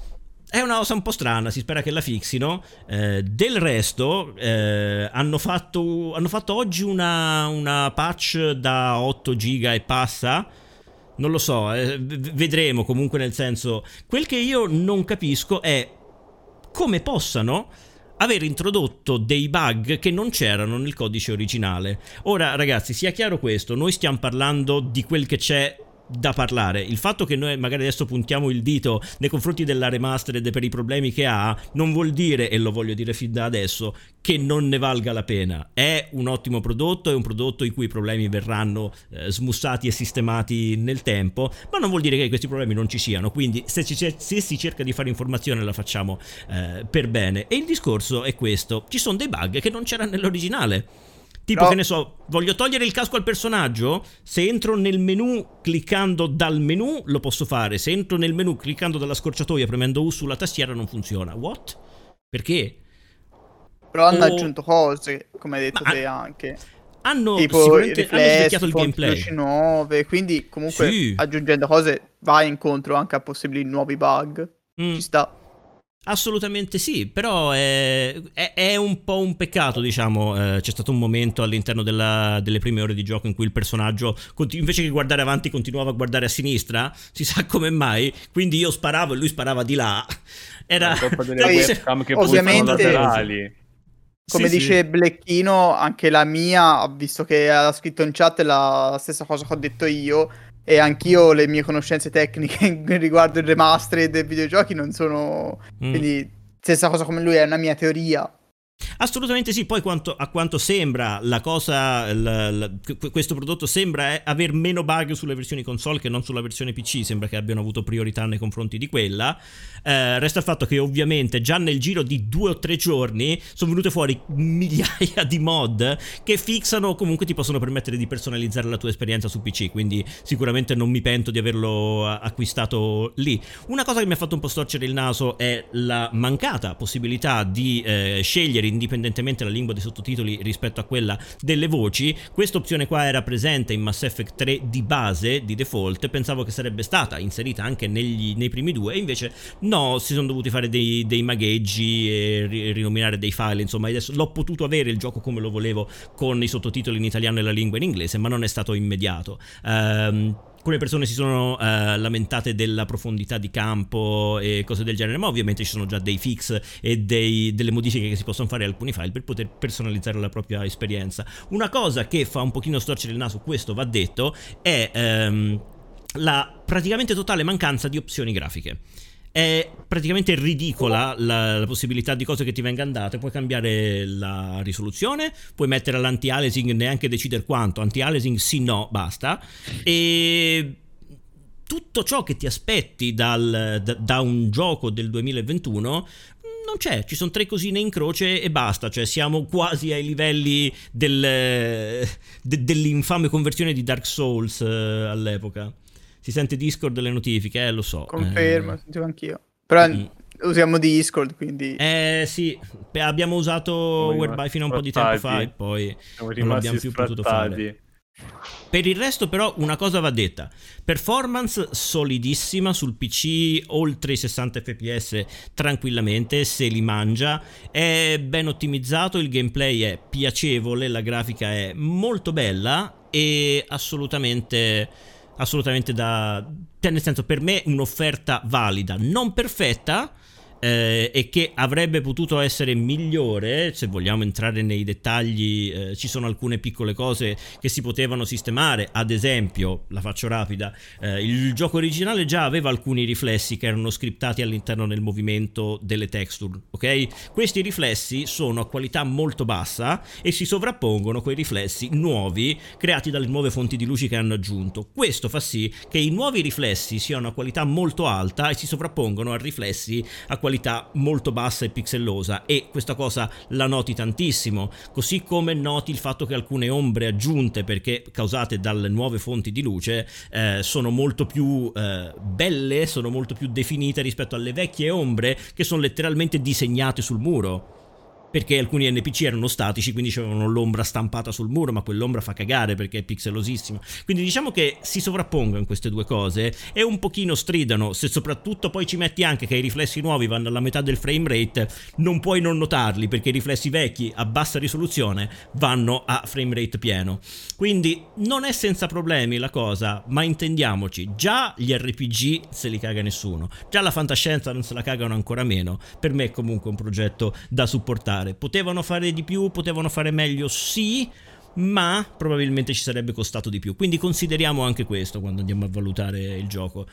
È una cosa un po' strana, si spera che la fixino. Eh, del resto, eh, hanno, fatto, hanno fatto oggi una, una patch da otto giga e passa. Non lo so, eh, v- vedremo. Comunque, nel senso, quel che io non capisco è come possano aver introdotto dei bug che non c'erano nel codice originale. Ora, ragazzi, sia chiaro questo, noi stiamo parlando di quel che c'è da parlare. Il fatto che noi magari adesso puntiamo il dito nei confronti della remastered per i problemi che ha non vuol dire, e lo voglio dire fin da adesso, che non ne valga la pena. È un ottimo prodotto, è un prodotto i cui problemi verranno eh, smussati e sistemati nel tempo, ma non vuol dire che questi problemi non ci siano. Quindi se, ci, se si cerca di fare informazione la facciamo eh, per bene. E il discorso è questo: ci sono dei bug che non c'erano nell'originale. Tipo, No. che ne so, voglio togliere il casco al personaggio? Se entro nel menu cliccando dal menu lo posso fare. Se entro nel menu cliccando dalla scorciatoia premendo U sulla tastiera non funziona. What? Perché? Però hanno O- aggiunto cose, come hai detto Ma- te anche. Hanno Tipo i sicuramente hanno riflessi, svecchiato il fonti gameplay. luci nuove, quindi comunque Sì. aggiungendo cose vai incontro anche a possibili nuovi bug. Mm. Ci sta. Assolutamente sì, però è, è- è un po' un peccato, diciamo. Eh, c'è stato un momento all'interno della- delle prime ore di gioco in cui il personaggio, conti- invece che guardare avanti, continuava a guardare a sinistra, si sa come mai, quindi io sparavo e lui sparava di là. Era... È colpa delle Poi, webcam che ovviamente- puntano laterali. Come Sì, dice sì. Blecchino, anche la mia, visto che ha scritto in chat la stessa cosa che ho detto io, e anch'io le mie conoscenze tecniche riguardo il remastered dei videogiochi non sono... Mm. Quindi stessa cosa come lui è una mia teoria. Assolutamente sì, poi quanto, a quanto sembra la cosa, la, la, questo prodotto sembra aver meno bug sulle versioni console che non sulla versione P C, sembra che abbiano avuto priorità nei confronti di quella. Eh, resta il fatto che ovviamente già nel giro di due o tre giorni sono venute fuori migliaia di mod che fixano o comunque ti possono permettere di personalizzare la tua esperienza su P C, quindi sicuramente non mi pento di averlo acquistato lì. Una cosa che mi ha fatto un po' storcere il naso è la mancata possibilità di eh, scegliere indipendentemente la lingua dei sottotitoli rispetto a quella delle voci. Questa opzione qua era presente in Mass Effect tre di base, di default, pensavo che sarebbe stata inserita anche negli, nei primi due, e invece no, si sono dovuti fare dei, dei magheggi e ri, rinominare dei file, insomma adesso l'ho potuto avere il gioco come lo volevo con i sottotitoli in italiano e la lingua in inglese, ma non è stato immediato. Um, Alcune persone si sono uh, lamentate della profondità di campo e cose del genere, ma ovviamente ci sono già dei fix e dei, delle modifiche che si possono fare a alcuni file per poter personalizzare la propria esperienza. Una cosa che fa un pochino storcere il naso, questo va detto, è um, la praticamente totale mancanza di opzioni grafiche. È praticamente ridicola la, la possibilità di cose che ti vengano date. Puoi cambiare la risoluzione, puoi mettere l'anti-aliasing, neanche decidere quanto, anti-aliasing sì, no, basta. E tutto ciò che ti aspetti dal, da, da un gioco del duemilaventuno non c'è, ci sono tre cosine in croce e basta, cioè siamo quasi ai livelli del, de, dell'infame conversione di Dark Souls eh, all'epoca. Si sente Discord le notifiche, eh, lo so. Confermo, eh. sentivo anch'io. Però Mm. usiamo Discord, quindi... Eh sì, beh, abbiamo usato Siamo Whereby fino a un po' di tempo fa e poi Siamo non l'abbiamo rimasti più potuto fare. sfrattati. Per il resto però una cosa va detta: performance solidissima sul P C, oltre i sessanta F P S tranquillamente, se li mangia, è ben ottimizzato, il gameplay è piacevole, la grafica è molto bella e assolutamente... assolutamente da, cioè nel senso, per me un'offerta valida, non perfetta eh, e che avrebbe potuto essere migliore. Se vogliamo entrare nei dettagli, eh, ci sono alcune piccole cose che si potevano sistemare, ad esempio, la faccio rapida, eh, il gioco originale già aveva alcuni riflessi che erano scriptati all'interno del movimento delle texture, ok? Questi riflessi sono a qualità molto bassa e si sovrappongono con i riflessi nuovi creati dalle nuove fonti di luce che hanno aggiunto. Questo fa sì che i nuovi riflessi siano a qualità molto alta e si sovrappongono a riflessi a qualità molto bassa e pixellosa, e questa cosa la noti tantissimo, così come noti il fatto che alcune ombre aggiunte, perché causate dalle nuove fonti di luce, eh, sono molto più eh, belle, sono molto più definite rispetto alle vecchie ombre che sono letteralmente disegnate sul muro, perché alcuni N P C erano statici, quindi c'erano l'ombra stampata sul muro, ma quell'ombra fa cagare perché è pixelosissima. Quindi diciamo che si sovrappongono queste due cose e un pochino stridano. Se soprattutto poi ci metti anche che i riflessi nuovi vanno alla metà del frame rate, non puoi non notarli, perché i riflessi vecchi a bassa risoluzione vanno a frame rate pieno. Quindi non è senza problemi la cosa, ma intendiamoci, già gli R P G se li caga nessuno, già la fantascienza non se la cagano ancora meno. Per me è comunque un progetto da supportare. Potevano fare di più, potevano fare meglio, sì, ma probabilmente ci sarebbe costato di più. Quindi consideriamo anche questo quando andiamo a valutare il gioco.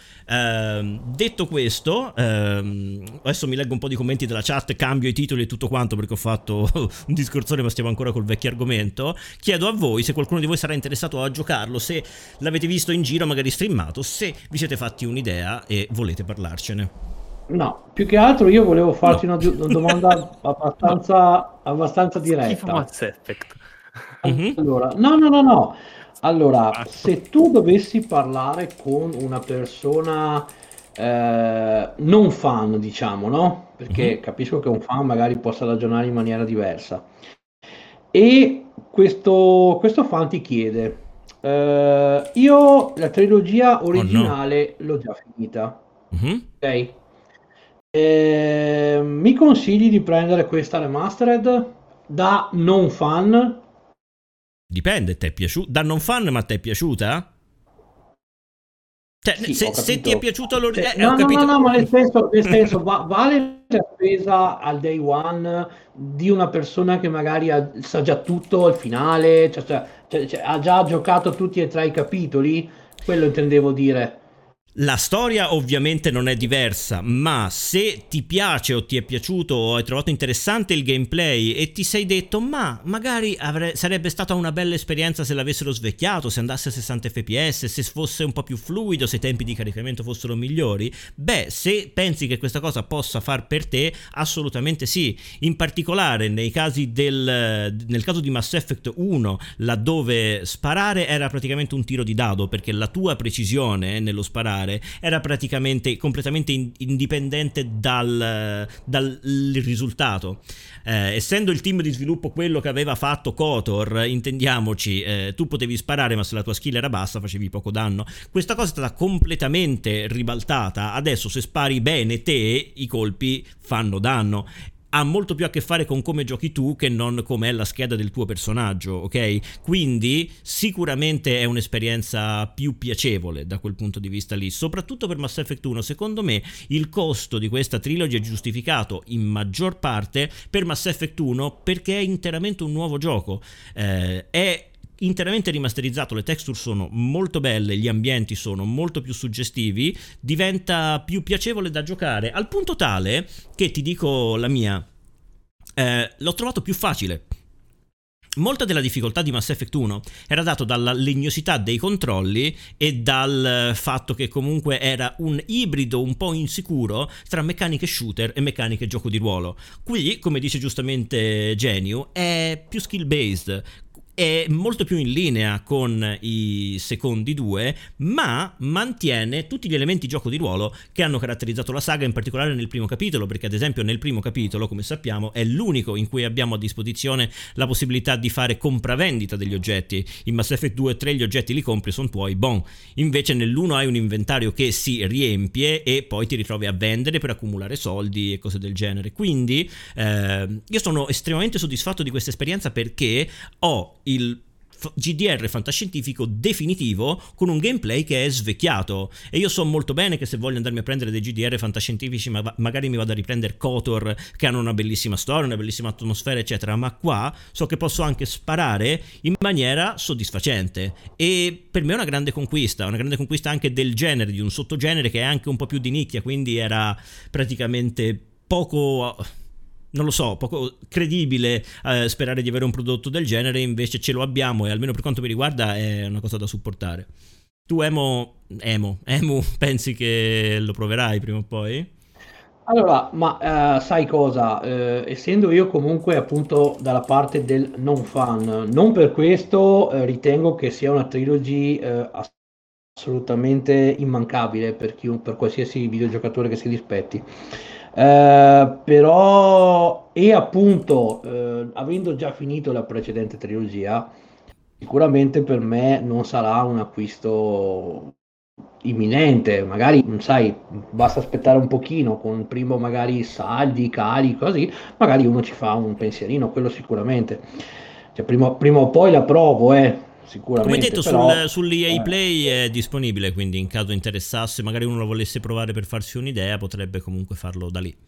Ehm, detto questo, ehm, adesso mi leggo un po' di commenti della chat, cambio i titoli e tutto quanto perché ho fatto un discorsone, ma stiamo ancora col vecchio argomento. Chiedo a voi se qualcuno di voi sarà interessato a giocarlo, se l'avete visto in giro, magari streamato, se vi siete fatti un'idea e volete parlarcene. No, più che altro io volevo farti No. una, una domanda abbastanza, abbastanza Schifo diretta. Mass Effect. Mhm. Allora, no, no, no, no. Allora, se tu dovessi parlare con una persona eh, non fan, diciamo, no? Perché Mhm. capisco che un fan magari possa ragionare in maniera diversa. E questo, questo fan ti chiede, eh, io la trilogia originale l'ho già finita, Mhm. ok? Eh, mi consigli di prendere questa remastered da non fan? Dipende, ti è piaciuta? Da non fan, ma ti è piaciuta? Cioè, Sì, se, ho se ti è capito. piaciuto l'or- Se- eh, no, ho no, capito. no, no, ma nel senso, nel senso va- vale la spesa al day one di una persona che magari ha- sa già tutto al finale, cioè, cioè- cioè- cioè, ha già giocato tutti e tre i capitoli? Quello intendevo dire. La storia ovviamente non è diversa, ma se ti piace o ti è piaciuto o hai trovato interessante il gameplay e ti sei detto ma magari avre- sarebbe stata una bella esperienza se l'avessero svecchiato, se andasse a sessanta effe pi esse, se fosse un po' più fluido, se i tempi di caricamento fossero migliori, beh, se pensi che questa cosa possa far per te, assolutamente sì. In particolare nei casi del nel caso di Mass Effect uno, laddove sparare era praticamente un tiro di dado, perché la tua precisione nello sparare era praticamente completamente in- indipendente dal, dal risultato. Eh, essendo il team di sviluppo quello che aveva fatto KOTOR, intendiamoci, eh, tu potevi sparare ma se la tua skill era bassa facevi poco danno. Questa cosa è stata completamente ribaltata. Adesso se spari bene te i colpi fanno danno. Ha molto più a che fare con come giochi tu che non com'è la scheda del tuo personaggio, ok? Quindi sicuramente è un'esperienza più piacevole da quel punto di vista lì, soprattutto per Mass Effect uno. Secondo me il costo di questa trilogy è giustificato in maggior parte per Mass Effect uno perché è interamente un nuovo gioco, eh, è interamente rimasterizzato, le texture sono molto belle, gli ambienti sono molto più suggestivi, diventa più piacevole da giocare, al punto tale che ti dico la mia, eh, l'ho trovato più facile. Molta della difficoltà di Mass Effect uno era dato dalla legnosità dei controlli e dal fatto che comunque era un ibrido un po' insicuro tra meccaniche shooter e meccaniche gioco di ruolo. Qui, come dice giustamente Geniu, è più skill based, è molto più in linea con i secondi due, ma mantiene tutti gli elementi gioco di ruolo che hanno caratterizzato la saga, in particolare nel primo capitolo, perché ad esempio nel primo capitolo, come sappiamo, è l'unico in cui abbiamo a disposizione la possibilità di fare compravendita degli oggetti. In Mass Effect due e tre gli oggetti li compri, sono tuoi, bon. Invece nell'uno hai un inventario che si riempie e poi ti ritrovi a vendere per accumulare soldi e cose del genere. Quindi eh, io sono estremamente soddisfatto di questa esperienza perché ho il G D R fantascientifico definitivo con un gameplay che è svecchiato, e io so molto bene che se voglio andarmi a prendere dei G D R fantascientifici ma magari mi vado a riprendere KOTOR, che hanno una bellissima storia, una bellissima atmosfera eccetera, ma qua so che posso anche sparare in maniera soddisfacente e per me è una grande conquista, una grande conquista anche del genere, di un sottogenere che è anche un po' più di nicchia, quindi era praticamente poco... non lo so, poco credibile eh, sperare di avere un prodotto del genere, invece ce lo abbiamo e almeno per quanto mi riguarda è una cosa da supportare. Tu Emo, Emo, Emu, pensi che lo proverai prima o poi? Allora, ma eh, sai cosa? Eh, essendo io comunque appunto dalla parte del non fan, non per questo eh, ritengo che sia una trilogy eh, assolutamente immancabile per, chi, per qualsiasi videogiocatore che si rispetti. Eh, però, e appunto, eh, avendo già finito la precedente trilogia, sicuramente per me non sarà un acquisto imminente, magari sai, basta aspettare un pochino con primo magari saldi, cali, così, magari uno ci fa un pensierino, quello sicuramente. Cioè, prima, prima o poi la provo, eh. Sicuramente, come detto, però, sul, sull'E A eh, Play è disponibile, quindi in caso interessasse, magari uno lo volesse provare per farsi un'idea, potrebbe comunque farlo da lì.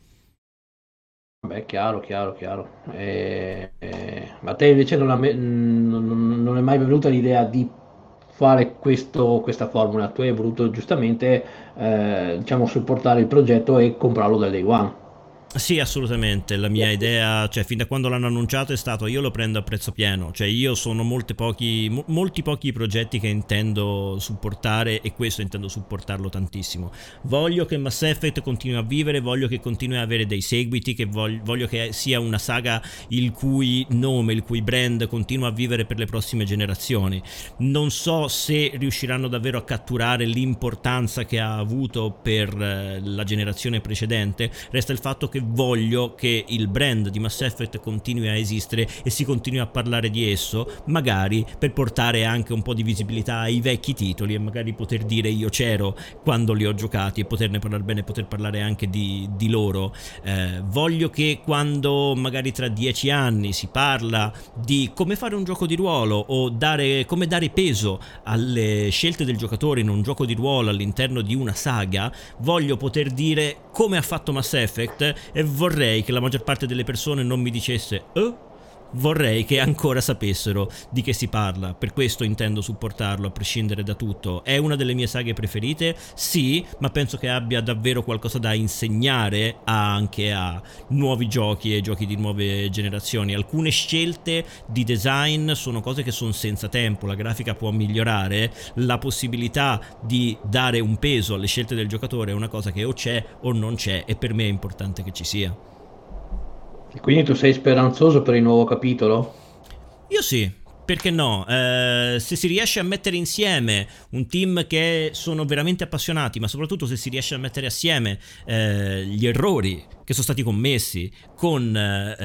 Beh, chiaro, chiaro, chiaro. Eh, eh, ma a te invece non, ha me- non- non è mai venuta l'idea di fare questo, questa formula? Tu hai voluto giustamente, eh, diciamo, supportare il progetto e comprarlo dal day one. Sì, assolutamente, la mia idea, cioè fin da quando l'hanno annunciato è stato io lo prendo a prezzo pieno, cioè io sono molti pochi, mo- molti pochi progetti che intendo supportare e questo intendo supportarlo tantissimo. Voglio che Mass Effect continui a vivere, voglio che continui a avere dei seguiti, che voglio, voglio che sia una saga il cui nome, il cui brand continua a vivere per le prossime generazioni. Non so se riusciranno davvero a catturare l'importanza che ha avuto per eh, la generazione precedente, resta il fatto che voglio che il brand di Mass Effect continui a esistere e si continui a parlare di esso, magari per portare anche un po' di visibilità ai vecchi titoli e magari poter dire io c'ero quando li ho giocati e poterne parlare bene, poter parlare anche di, di loro. Eh, voglio che quando magari tra dieci anni si parla di come fare un gioco di ruolo o dare, come dare peso alle scelte del giocatore in un gioco di ruolo all'interno di una saga, voglio poter dire come ha fatto Mass Effect. E vorrei che la maggior parte delle persone non mi dicesse oh, vorrei che ancora sapessero di che si parla. Per questo intendo supportarlo a prescindere da tutto. È una delle mie saghe preferite, sì, ma penso che abbia davvero qualcosa da insegnare anche a nuovi giochi e giochi di nuove generazioni. Alcune scelte di design sono cose che sono senza tempo, la grafica può migliorare, la possibilità di dare un peso alle scelte del giocatore è una cosa che o c'è o non c'è, e per me è importante che ci sia. Quindi tu sei speranzoso per il nuovo capitolo? Io sì, perché no? Eh, se si riesce a mettere insieme un team che sono veramente appassionati, ma soprattutto se si riesce a mettere assieme eh, gli errori che sono stati commessi con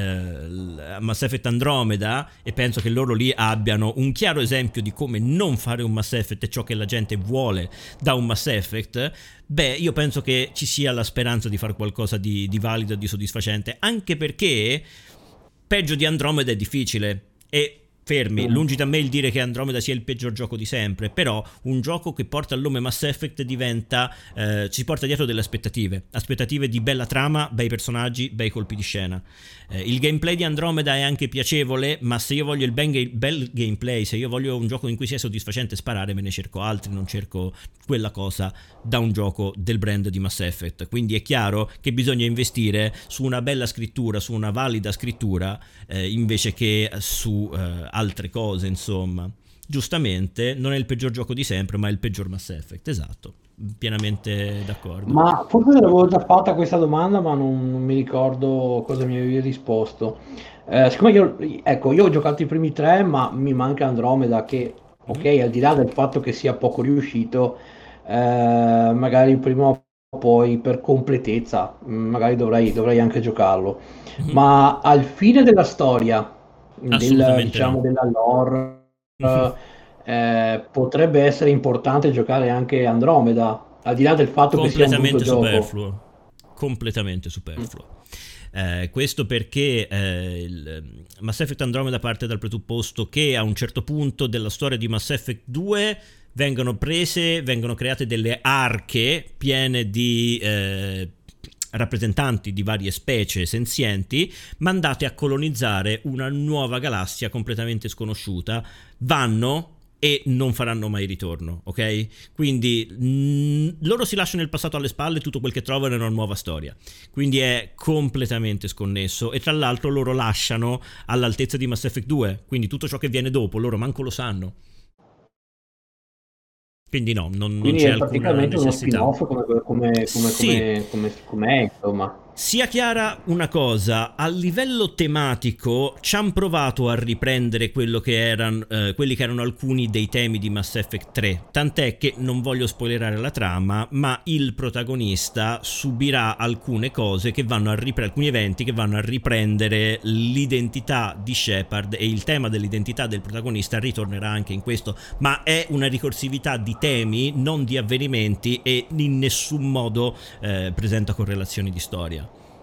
eh, Mass Effect Andromeda, e penso che loro lì abbiano un chiaro esempio di come non fare un Mass Effect e ciò che la gente vuole da un Mass Effect, beh, io penso che ci sia la speranza di fare qualcosa di, di valido e di soddisfacente, anche perché peggio di Andromeda è difficile. E fermi, lungi da me il dire che Andromeda sia il peggior gioco di sempre, però un gioco che porta il nome Mass Effect diventa, eh, ci porta dietro delle aspettative, aspettative di bella trama, bei personaggi, bei colpi di scena. Eh, il gameplay di Andromeda è anche piacevole, ma se io voglio il ben ga- bel gameplay, se io voglio un gioco in cui sia soddisfacente sparare, me ne cerco altri, non cerco quella cosa da un gioco del brand di Mass Effect. Quindi è chiaro che bisogna investire su una bella scrittura, su una valida scrittura, eh, invece che su eh, altre cose, insomma. Giustamente non è il peggior gioco di sempre, ma è il peggior Mass Effect, esatto, pienamente d'accordo. Ma forse l'avevo già fatta questa domanda, ma non, non mi ricordo cosa mi avevi risposto. Eh, siccome io, ecco, io ho giocato i primi tre, ma mi manca Andromeda, che, ok, mm-hmm. al di là del fatto che sia poco riuscito, eh, magari prima o poi per completezza, magari dovrei, dovrei anche giocarlo. Mm-hmm. Ma al fine della storia, del, diciamo no. della lore, mm-hmm. eh, potrebbe essere importante giocare anche Andromeda, al di là del fatto che sia un brutto superfluo, gioco. Completamente superfluo. Mm. Eh, questo perché eh, il Mass Effect Andromeda parte dal presupposto che a un certo punto della storia di Mass Effect due vengono prese, vengono create delle arche piene di eh, rappresentanti di varie specie senzienti, mandate a colonizzare una nuova galassia completamente sconosciuta, vanno e non faranno mai ritorno, ok? Quindi mh, loro si lasciano il passato alle spalle, tutto quel che trovano è una nuova storia, quindi è completamente sconnesso, e tra l'altro loro lasciano all'altezza di Mass Effect due, quindi tutto ciò che viene dopo loro manco lo sanno. Quindi no, non, non c'è alcuna necessità. Quindi è praticamente uno spin-off come, come, come, sì. come, come, come insomma. Sia chiara una cosa, a livello tematico ci hanno provato a riprendere quello che erano, eh, quelli che erano alcuni dei temi di Mass Effect tre, tant'è che non voglio spoilerare la trama, ma il protagonista subirà alcune cose che vanno a riprendere, alcuni eventi che vanno a riprendere l'identità di Shepard, e il tema dell'identità del protagonista ritornerà anche in questo, ma è una ricorsività di temi, non di avvenimenti, e in nessun modo eh, presenta correlazioni di storia.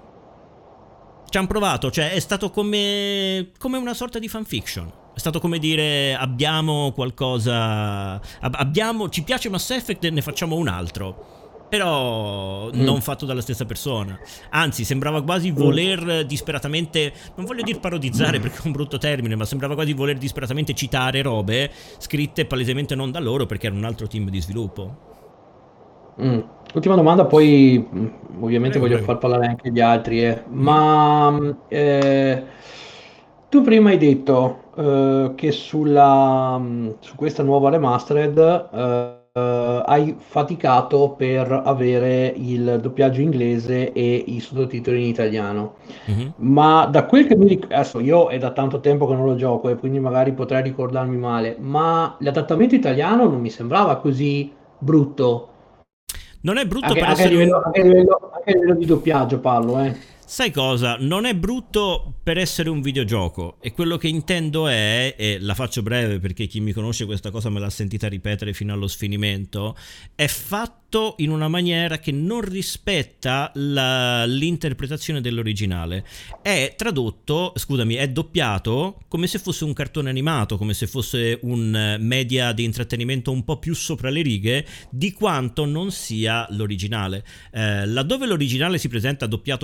Ci hanno provato, cioè è stato come, come una sorta di fanfiction. È stato come dire abbiamo qualcosa, abbiamo, ci piace Mass Effect e ne facciamo un altro, però mm. non fatto dalla stessa persona. Anzi, sembrava quasi voler disperatamente, non voglio dire parodizzare perché è un brutto termine, ma sembrava quasi voler disperatamente citare robe scritte palesemente non da loro, perché era un altro team di sviluppo. Mm. Ultima domanda, poi ovviamente prego, voglio prego. far parlare anche gli altri, eh. ma eh, tu prima hai detto eh, che sulla, su questa nuova remastered eh, eh, hai faticato per avere il doppiaggio inglese e i sottotitoli in italiano, Mm-hmm. ma da quel che mi ricordo, adesso io è da tanto tempo che non lo gioco e quindi magari potrei ricordarmi male, ma l'adattamento italiano non mi sembrava così brutto. Non è brutto Anche, per anche, a essere livello, un... anche, a livello, anche a livello di doppiaggio parlo, eh. Sai cosa? Non è brutto per essere un videogioco, e quello che intendo è, e la faccio breve perché chi mi conosce questa cosa me l'ha sentita ripetere fino allo sfinimento, è fatto in una maniera che non rispetta la, l'interpretazione dell'originale. È tradotto, scusami, è doppiato come se fosse un cartone animato, come se fosse un media di intrattenimento un po' più sopra le righe di quanto non sia l'originale. Eh, laddove l'originale si presenta doppiato come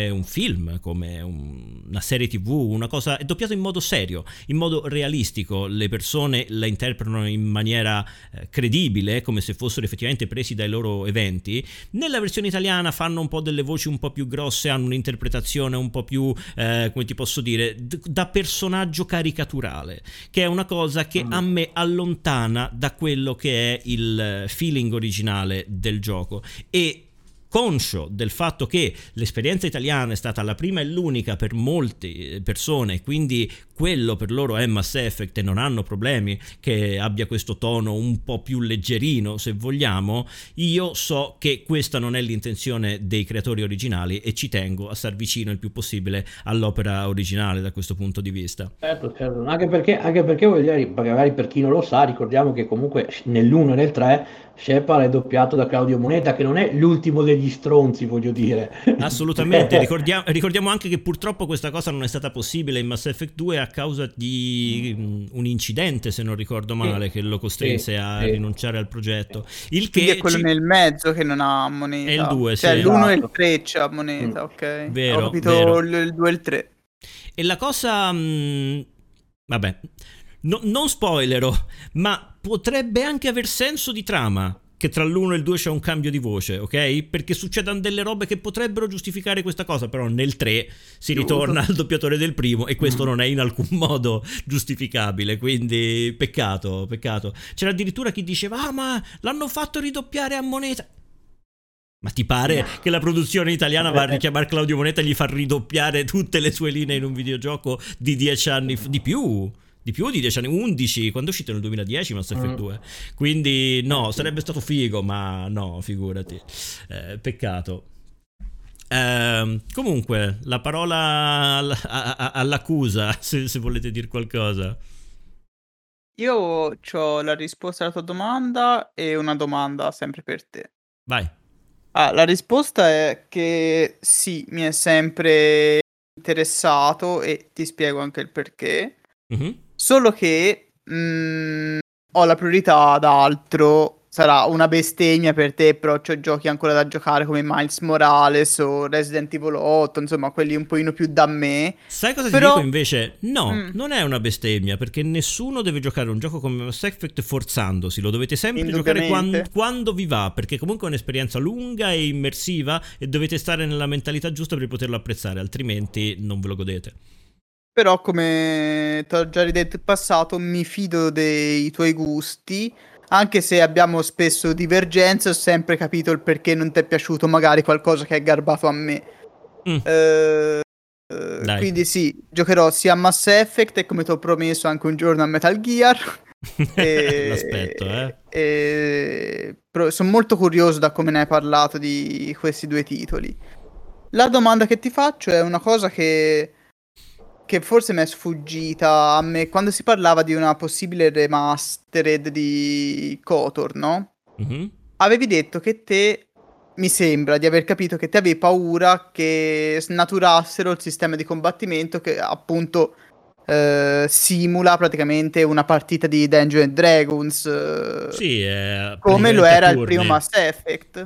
come un film, come un, una serie tv, una cosa, è doppiato in modo serio, in modo realistico, le persone la interpretano in maniera eh, credibile, come se fossero effettivamente presi dai loro eventi. Nella versione italiana fanno un po' delle voci un po' più grosse, hanno un'interpretazione un po' più, eh, come ti posso dire, d- da personaggio caricaturale, che è una cosa che a me allontana da quello che è il feeling originale del gioco. E conscio del fatto che l'esperienza italiana è stata la prima e l'unica per molte persone, quindi quello per loro è Mass Effect e non hanno problemi che abbia questo tono un po' più leggerino, se vogliamo, io so che questa non è l'intenzione dei creatori originali e ci tengo a star vicino il più possibile all'opera originale da questo punto di vista. Certo, certo. Anche perché, anche perché voglio dire, magari per chi non lo sa, ricordiamo che comunque nell'uno e nel tre Shepard è doppiato da Claudio Moneta, che non è l'ultimo degli stronzi, voglio dire. Assolutamente, ricordiamo, ricordiamo anche che purtroppo questa cosa non è stata possibile in Mass Effect due a causa di um, un incidente, se non ricordo male, che lo costrinse sì, a sì. rinunciare al progetto. Il Quindi che è quello ci... nel mezzo che non ha Moneta. È il due, cioè sì. l'uno e il Esatto. tre c'ha Moneta, Mm. ok. Vero, Ho capito vero. il, il due e il tre. E la cosa... mh, vabbè, no- non spoilerò, ma potrebbe anche aver senso di trama che tra l'uno e il due c'è un cambio di voce, ok? Perché succedono delle robe che potrebbero giustificare questa cosa, però nel tre si ritorna al doppiatore del primo e questo non è in alcun modo giustificabile, quindi peccato, peccato. C'era addirittura chi diceva, ah ma l'hanno fatto ridoppiare a Moneta. Ma ti pare che la produzione italiana va a richiamare Claudio Moneta e gli fa ridoppiare tutte le sue linee in un videogioco di dieci anni f- di più? Di più di dieci anni, undici, quando è uscito nel duemiladieci Mass Effect due. Quindi no, sarebbe stato figo, ma no, figurati. Eh, peccato. Eh, comunque, la parola all- a- a- all'accusa, se, se volete dire qualcosa. Io ho la risposta alla tua domanda e una domanda sempre per te. Vai. Ah, la risposta è che sì, mi è sempre interessato e ti spiego anche il perché. Mhm. Solo che mh, ho la priorità ad altro. Sarà una bestemmia per te, però c'ho giochi ancora da giocare come Miles Morales o Resident Evil otto, insomma, quelli un pochino più da me. Sai cosa Però- ti dico invece? No, Mm. non è una bestemmia, perché nessuno deve giocare un gioco come Mass Effect forzandosi, lo dovete sempre giocare quan- Indubbiamente. quando vi va, perché comunque è un'esperienza lunga e immersiva e dovete stare nella mentalità giusta per poterlo apprezzare, altrimenti non ve lo godete. Però, come ti ho già ridetto in passato, mi fido dei tuoi gusti. Anche se abbiamo spesso divergenze, ho sempre capito il perché non ti è piaciuto magari qualcosa che è garbato a me. Mm. Eh, eh, Dai. quindi sì, giocherò sia a Mass Effect e come ti ho promesso anche un giorno a Metal Gear. E- L'aspetto, eh. e- però sono molto curioso da come ne hai parlato di questi due titoli. La domanda che ti faccio è una cosa che, che forse mi è sfuggita a me quando si parlava di una possibile remastered di KOTOR, no? Mhm. Avevi detto che te, mi sembra di aver capito che te avevi paura che snaturassero il sistema di combattimento che appunto eh, simula praticamente una partita di Dungeons and Dragons, eh, Sì, è come lo praticamente era a il turni. primo Mass Effect.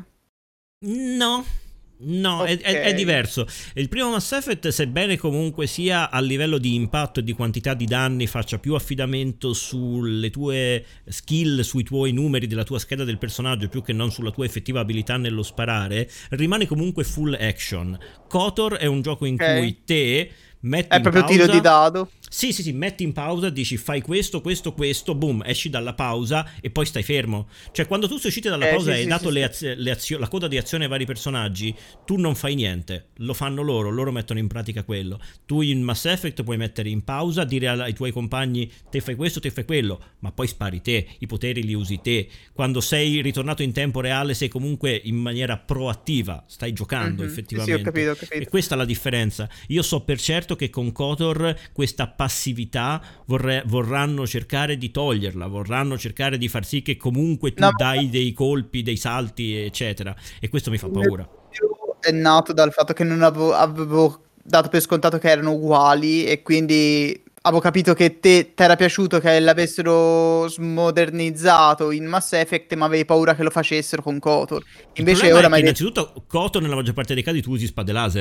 No, no, è, è- è Ok. diverso. Il primo Mass Effect, sebbene comunque sia a livello di impatto e di quantità di danni, faccia più affidamento sulle tue skill, sui tuoi numeri della tua scheda del personaggio, più che non sulla tua effettiva abilità nello sparare, rimane comunque full action. KOTOR è un gioco in Ok. cui te metti È in proprio pausa, tiro di dado. Sì, sì, sì, metti in pausa, dici fai questo, questo, questo, boom, esci dalla pausa e poi stai fermo. Cioè, quando tu sei uscito dalla Eh, pausa sì, e hai sì, dato sì, le sì. azio- le azio- la coda di azione ai vari personaggi, tu non fai niente, lo fanno loro, loro mettono in pratica quello. Tu in Mass Effect puoi mettere in pausa, dire ai tuoi compagni te fai questo, te fai quello, ma poi spari te, i poteri li usi te. Quando sei ritornato in tempo reale sei comunque in maniera proattiva, stai giocando Mhm. Sì, sì, effettivamente. ho capito, ho capito. E questa è la differenza. Io so per certo che con KOTOR questa passività vorre- vorranno cercare di toglierla, vorranno cercare di far sì che comunque tu No, dai dei colpi, dei salti, eccetera. E questo mi fa paura. È nato dal fatto che non avevo, avevo dato per scontato che erano uguali e quindi avevo capito che te ti era piaciuto che l'avessero smodernizzato in Mass Effect, ma avevi paura che lo facessero con KOTOR. Il Invece problema ora è mi che hai detto innanzitutto KOTOR nella maggior parte dei casi tu usi spade laser.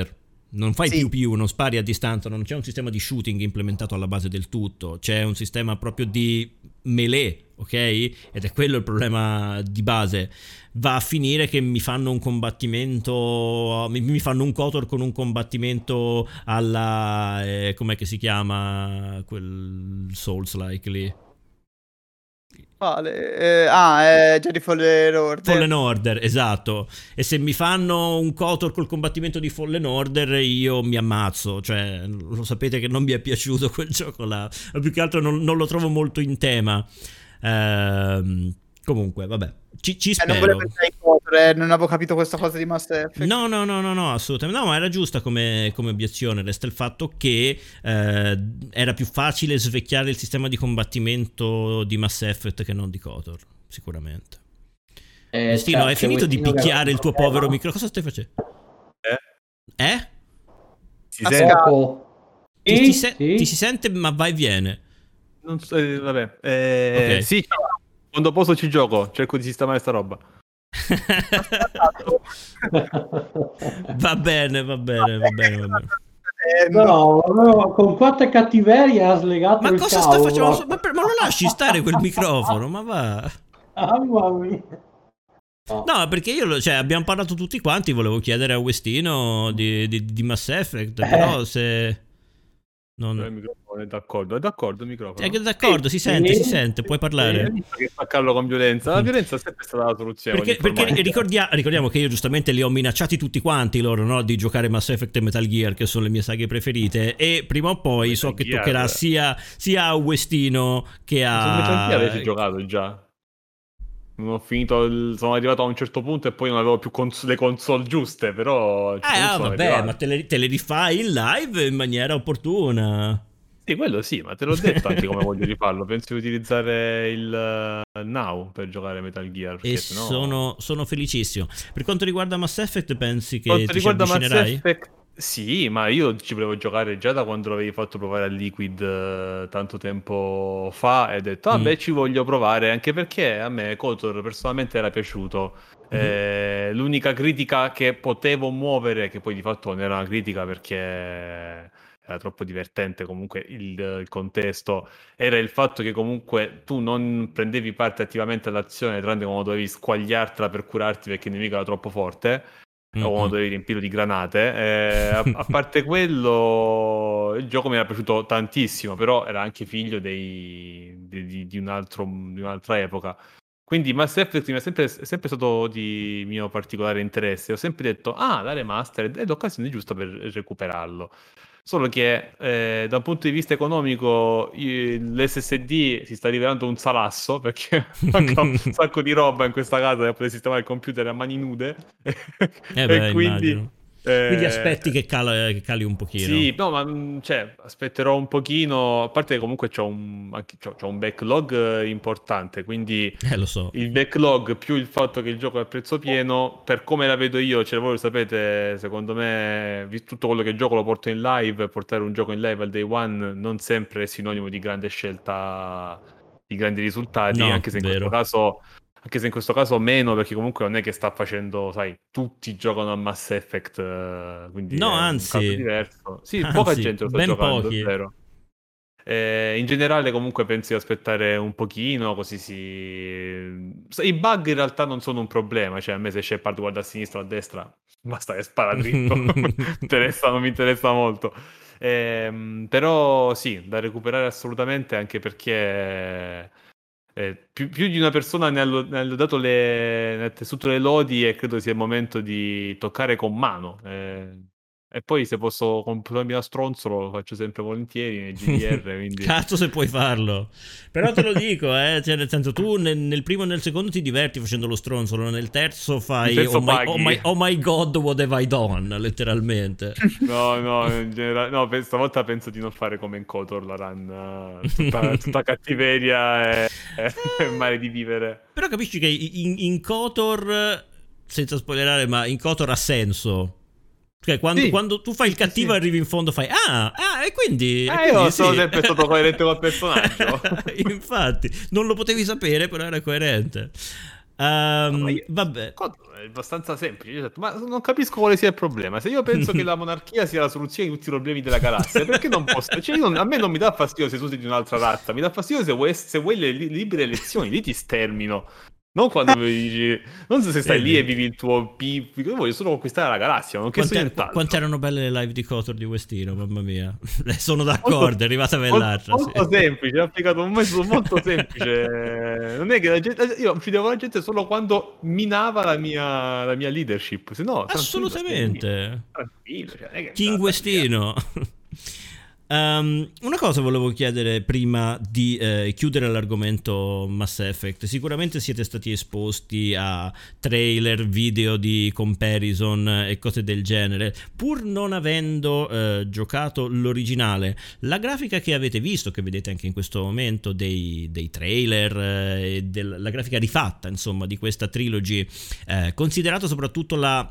Non fai Sì. più più, non spari a distanza, non c'è un sistema di shooting implementato alla base del tutto, c'è un sistema proprio di melee, ok? Ed è quello il problema di base. Va a finire che mi fanno un combattimento, mi, mi fanno un KOTOR con un combattimento alla, eh, com'è che si chiama quel Souls-like lì? Quale? Eh, ah, è Jedi Fallen Order. Fallen Order, esatto. E se mi fanno un KOTOR col combattimento di Fallen Order, io mi ammazzo. Cioè, lo sapete che non mi è piaciuto quel gioco là. Ma più che altro non, non lo trovo molto in tema. Ehm, comunque, vabbè, ci, ci Eh, non spero. volevo entrare in KOTOR, eh, non avevo capito questa cosa di Mass Effect. No, no, no, no, no, assolutamente. No, ma era giusta come, come obiezione. Resta il fatto che eh, era più facile svecchiare il sistema di combattimento di Mass Effect che non di KOTOR, sicuramente. Eh, Destino, c'è- hai c'è finito di Westino che picchiare ha il tuo un problema. povero micro? Cosa stai facendo? Eh? Eh? Si Ah, sente? Poco. Ti, Sì, ti se- sì. ti si sente, ma va e viene. Non so, eh, vabbè. Eh, Ok. Sì, quando posso ci gioco, cerco di sistemare sta roba. Va bene, va bene, va bene, va bene. Eh, no. No, no, con quanta cattiveria ha slegato Ma il cosa cavo. sta facendo? Ma, per- ma lo lasci stare quel microfono? Ma va. Ah, mamma mia. No. No, perché io, lo- cioè, abbiamo parlato tutti quanti, volevo chiedere a Westino di, di, di Mass Effect, Eh. però se... Non... Il microfono è d'accordo, è d'accordo il microfono. È che d'accordo, si sente, Sì. si sente, puoi Eh, parlare. che spaccarlo con violenza. La violenza è sempre stata la soluzione. Perché, con perché l'informatica. ricordia- ricordiamo che io giustamente li ho minacciati tutti quanti loro, no? Di giocare Mass Effect e Metal Gear, che sono le mie saghe preferite, e prima o poi Metal so che Gear. toccherà sia, sia a Westino che Su a... Metal Gear avessi giocato già. Non ho finito, il- sono arrivato a un certo punto e poi non avevo più cons- le console giuste, però... a un certo Eh, punto ah, sono vabbè, arrivato. ma te le, te le rifai in live in maniera opportuna. Sì, quello sì, ma te l'ho detto anche come voglio rifarlo. Penso di utilizzare il uh, Now per giocare Metal Gear. Perché E sennò... sono, sono felicissimo. Per quanto riguarda Mass Effect, pensi che Quanto ti ci riguarda Mass avvicinerai? Effect, sì, ma io ci volevo giocare già da quando l'avevi fatto provare a Liquid eh, tanto tempo fa e ho detto, ah Mm. beh, ci voglio provare, anche perché a me KOTOR personalmente era piaciuto. Mhm. Eh, l'unica critica che potevo muovere, che poi di fatto non era una critica perché era troppo divertente comunque il, il contesto, era il fatto che comunque tu non prendevi parte attivamente all'azione, tranne quando dovevi squagliartela per curarti perché il nemico era troppo forte o quando Mm-mm. dovevi riempirlo di granate. Eh, a, a parte quello, il gioco mi era piaciuto tantissimo, però era anche figlio dei, di, di- di un altro, di un'altra epoca. Quindi Mass Effect mi è sempre, è sempre stato di mio particolare interesse. Ho sempre detto, ah, la remastered è l'occasione giusta per recuperarlo. Solo che eh, da un punto di vista economico i- l'S S D si sta rivelando un salasso perché manca un sacco di roba in questa casa per poter sistemare il computer a mani nude. Eh beh, e quindi, immagino. eh, Quindi aspetti che, cala- che cali un pochino. sì, no, ma mh, cioè, aspetterò un pochino. A parte che comunque c'ho un, anche- c'ho, c'ho un backlog eh, importante, quindi Eh, lo so. il backlog più il fatto che il gioco è a prezzo pieno, per come la vedo io, cioè voi lo sapete, secondo me, visto tutto quello che gioco lo porto in live, portare un gioco in live al day one non sempre è sinonimo di grande scelta, di grandi risultati, No, anche se in vero. questo caso, anche se in questo caso meno, perché comunque non è che sta facendo, sai, tutti giocano a Mass Effect, eh, quindi No, è un anzi. caso diverso. Sì, Anzi, poca gente lo sta ben giocando, pochi. è vero. Eh, in generale comunque penso di aspettare un pochino, così si... I bug in realtà non sono un problema, cioè a me se Shepard guarda a sinistra o a destra, basta che spara dritto, interessa, non mi interessa molto. Ehm, però sì, da recuperare assolutamente, anche perché eh, più, più di una persona ne ha, lo- ne ha dato le, ne ha tessuto le lodi e credo sia il momento di toccare con mano. eh. E poi se posso comprarmi a stronzolo lo faccio sempre volentieri nei G D R, quindi... Cazzo se puoi farlo. Però te lo dico, eh, cioè nel senso tu nel, nel primo e nel secondo ti diverti facendo lo stronzolo, nel terzo fai Nel terzo oh, my, paghi. oh, my, oh my god what have I done, letteralmente. No, no, in generale, no, pe- stavolta penso di non fare come in KOTOR, la run, eh, tutta, tutta cattiveria e, e male di vivere. Però capisci che in, in KOTOR, senza spoilerare, ma in KOTOR ha senso. Cioè, quando, Sì, quando tu fai il sì, cattivo sì. arrivi in fondo fai ah, ah e quindi, e Eh, quindi io sono sì. sempre stato coerente col personaggio. Infatti non lo potevi sapere, però era coerente. Um, Ma io- vabbè. È abbastanza semplice. Io ho detto, ma non capisco quale sia il problema. Se io penso che la monarchia sia la soluzione di tutti i problemi della galassia, perché non posso? Cioè, io non- a me non mi dà fastidio se tu sei di un'altra razza, mi dà fastidio se vuoi, se vuoi le li- libere elezioni, lì ti stermino. Non quando mi dici, non so se stai lì e vivi il tuo P. Io voglio solo conquistare la galassia, non chiesto Quante, nient'altro. quante erano belle le live di Kotor di Westino, mamma mia. Sono d'accordo, è arrivata bell'altra. Molto, molto Sì. semplice, ha applicato un metodo molto semplice. Non è che la gente, io uccidevo la gente solo quando minava la mia, la mia leadership, se no tranquillo, Assolutamente. tranquillo, cioè, non è che King Westino. Um, una cosa volevo chiedere prima di eh, chiudere l'argomento Mass Effect. Sicuramente siete stati esposti a trailer, video di comparison e cose del genere. Pur non avendo eh, giocato l'originale, la grafica che avete visto, che vedete anche in questo momento dei, dei trailer eh, e del, la grafica rifatta insomma di questa trilogy, eh, considerato soprattutto la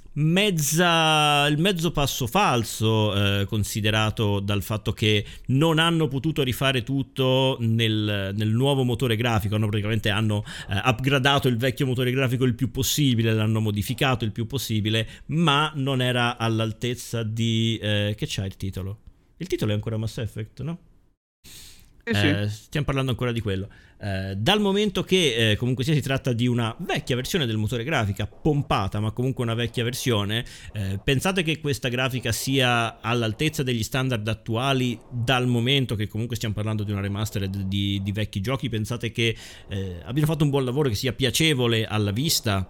mezza il mezzo passo falso, eh, considerato dal fatto che non hanno potuto rifare tutto nel, nel nuovo motore grafico, hanno praticamente hanno eh, upgradato il vecchio motore grafico il più possibile, l'hanno modificato il più possibile, ma non era all'altezza di eh, che c'ha il titolo? Il titolo è ancora Mass Effect, no? Sì, sì. Eh, stiamo parlando ancora di quello. Eh, dal momento che eh, comunque sia si tratta di una vecchia versione del motore grafica, pompata, ma comunque una vecchia versione, eh, pensate che questa grafica sia all'altezza degli standard attuali, dal momento che comunque stiamo parlando di una remastered di, di vecchi giochi? Pensate che eh, abbiano fatto un buon lavoro, che sia piacevole alla vista?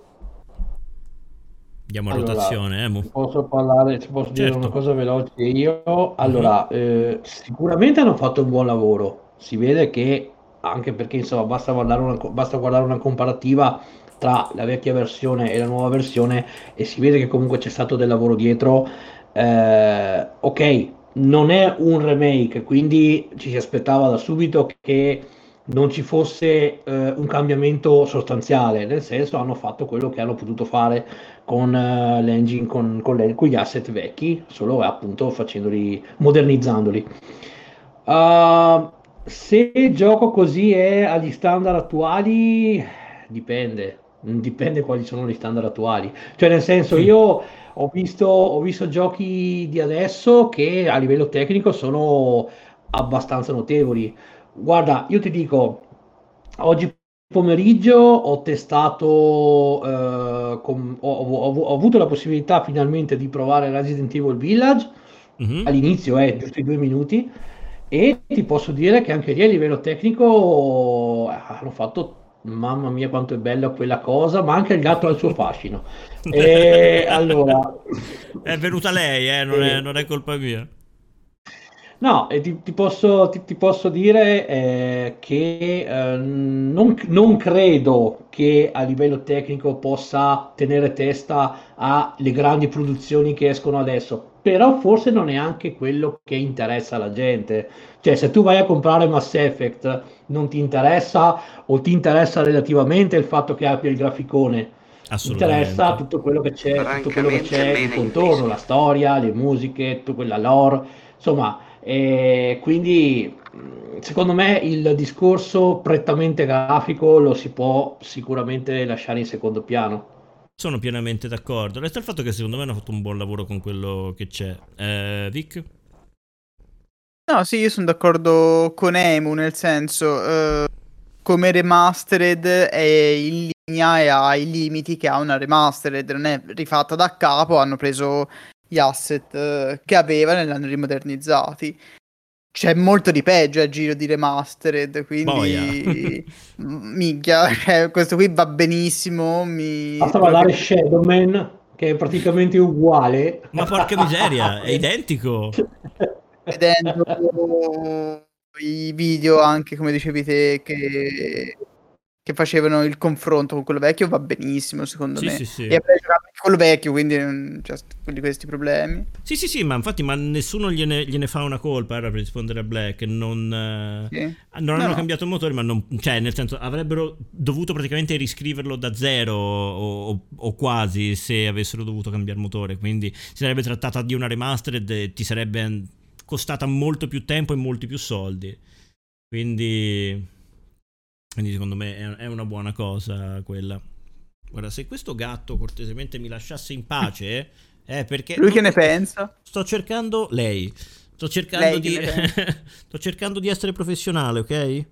Andiamo a Allora, rotazione, eh, Mu? se posso parlare, se posso dire Certo. una cosa veloce io. Allora, eh, sicuramente hanno fatto un buon lavoro. Si vede che, anche perché insomma basta guardare una, co- basta guardare una comparativa tra la vecchia versione e la nuova versione e si vede che comunque c'è stato del lavoro dietro. Eh, ok, non è un remake, quindi ci si aspettava da subito che non ci fosse eh, un cambiamento sostanziale, nel senso hanno fatto quello che hanno potuto fare con eh, l'engine, con, con, le- con gli asset vecchi, solo appunto facendoli, modernizzandoli. Uh, se gioco così è agli standard attuali, dipende, dipende quali sono gli standard attuali. Cioè, nel senso, Mm. io ho visto, ho visto giochi di adesso che a livello tecnico sono abbastanza notevoli. Guarda, io ti dico, oggi pomeriggio ho testato, eh, com- ho, ho- ho avuto la possibilità finalmente di provare Resident Evil Village, Mhm. all'inizio è giusto i due minuti, e ti posso dire che anche lì a livello tecnico eh, hanno fatto, mamma mia quanto è bella quella cosa, ma anche il gatto ha il suo fascino. E allora... È venuta lei, eh, non è, Eh, non è colpa mia. No, e ti, ti posso, ti- ti posso dire eh, che eh, non, non credo che a livello tecnico possa tenere testa alle grandi produzioni che escono adesso, però forse non è anche quello che interessa alla gente. Cioè, se tu vai a comprare Mass Effect, non ti interessa o ti interessa relativamente il fatto che abbia il graficone. Interessa Assolutamente. tutto quello che c'è, tutto quello che Francamente c'è bene intorno, inteso. la storia, le musiche, tutta quella lore, insomma. E quindi mh, secondo me il discorso prettamente grafico lo si può sicuramente lasciare in secondo piano. Sono pienamente d'accordo. Resta il fatto che secondo me hanno fatto un buon lavoro con quello che c'è. Eh, Vic? No, sì, io sono d'accordo con Emu, nel senso, eh, come remastered è in linea e ha i limiti che ha una remastered, non è rifatta da capo, hanno preso gli asset eh, che avevano e li hanno rimodernizzati. C'è molto di peggio a giro di remastered, Boia. quindi m- minchia, cioè, questo qui va benissimo, mi Basta quello guardare che- Shadowman, che è praticamente uguale. Ma porca miseria, è identico. vedendo i video anche come dicevi te che, che facevano il confronto con quello vecchio va benissimo secondo Sì, me sì, sì. e avrei giocato anche quello vecchio quindi non c'è st- di questi problemi. Sì, sì, sì, ma infatti ma nessuno gliene, gliene fa una colpa, era per rispondere a Black, non, eh, Sì. non No, hanno no. cambiato il motore, ma non, cioè nel senso avrebbero dovuto praticamente riscriverlo da zero o, o- o quasi se avessero dovuto cambiare motore, quindi si sarebbe trattata di una remastered e ti sarebbe costata molto più tempo e molti più soldi, quindi Quindi secondo me è, è una buona cosa quella. Guarda, se questo gatto cortesemente mi lasciasse in pace, eh, perché Lui che non- ne pensa? sto cercando lei. Sto cercando Lei che di ne sto cercando di essere professionale, ok?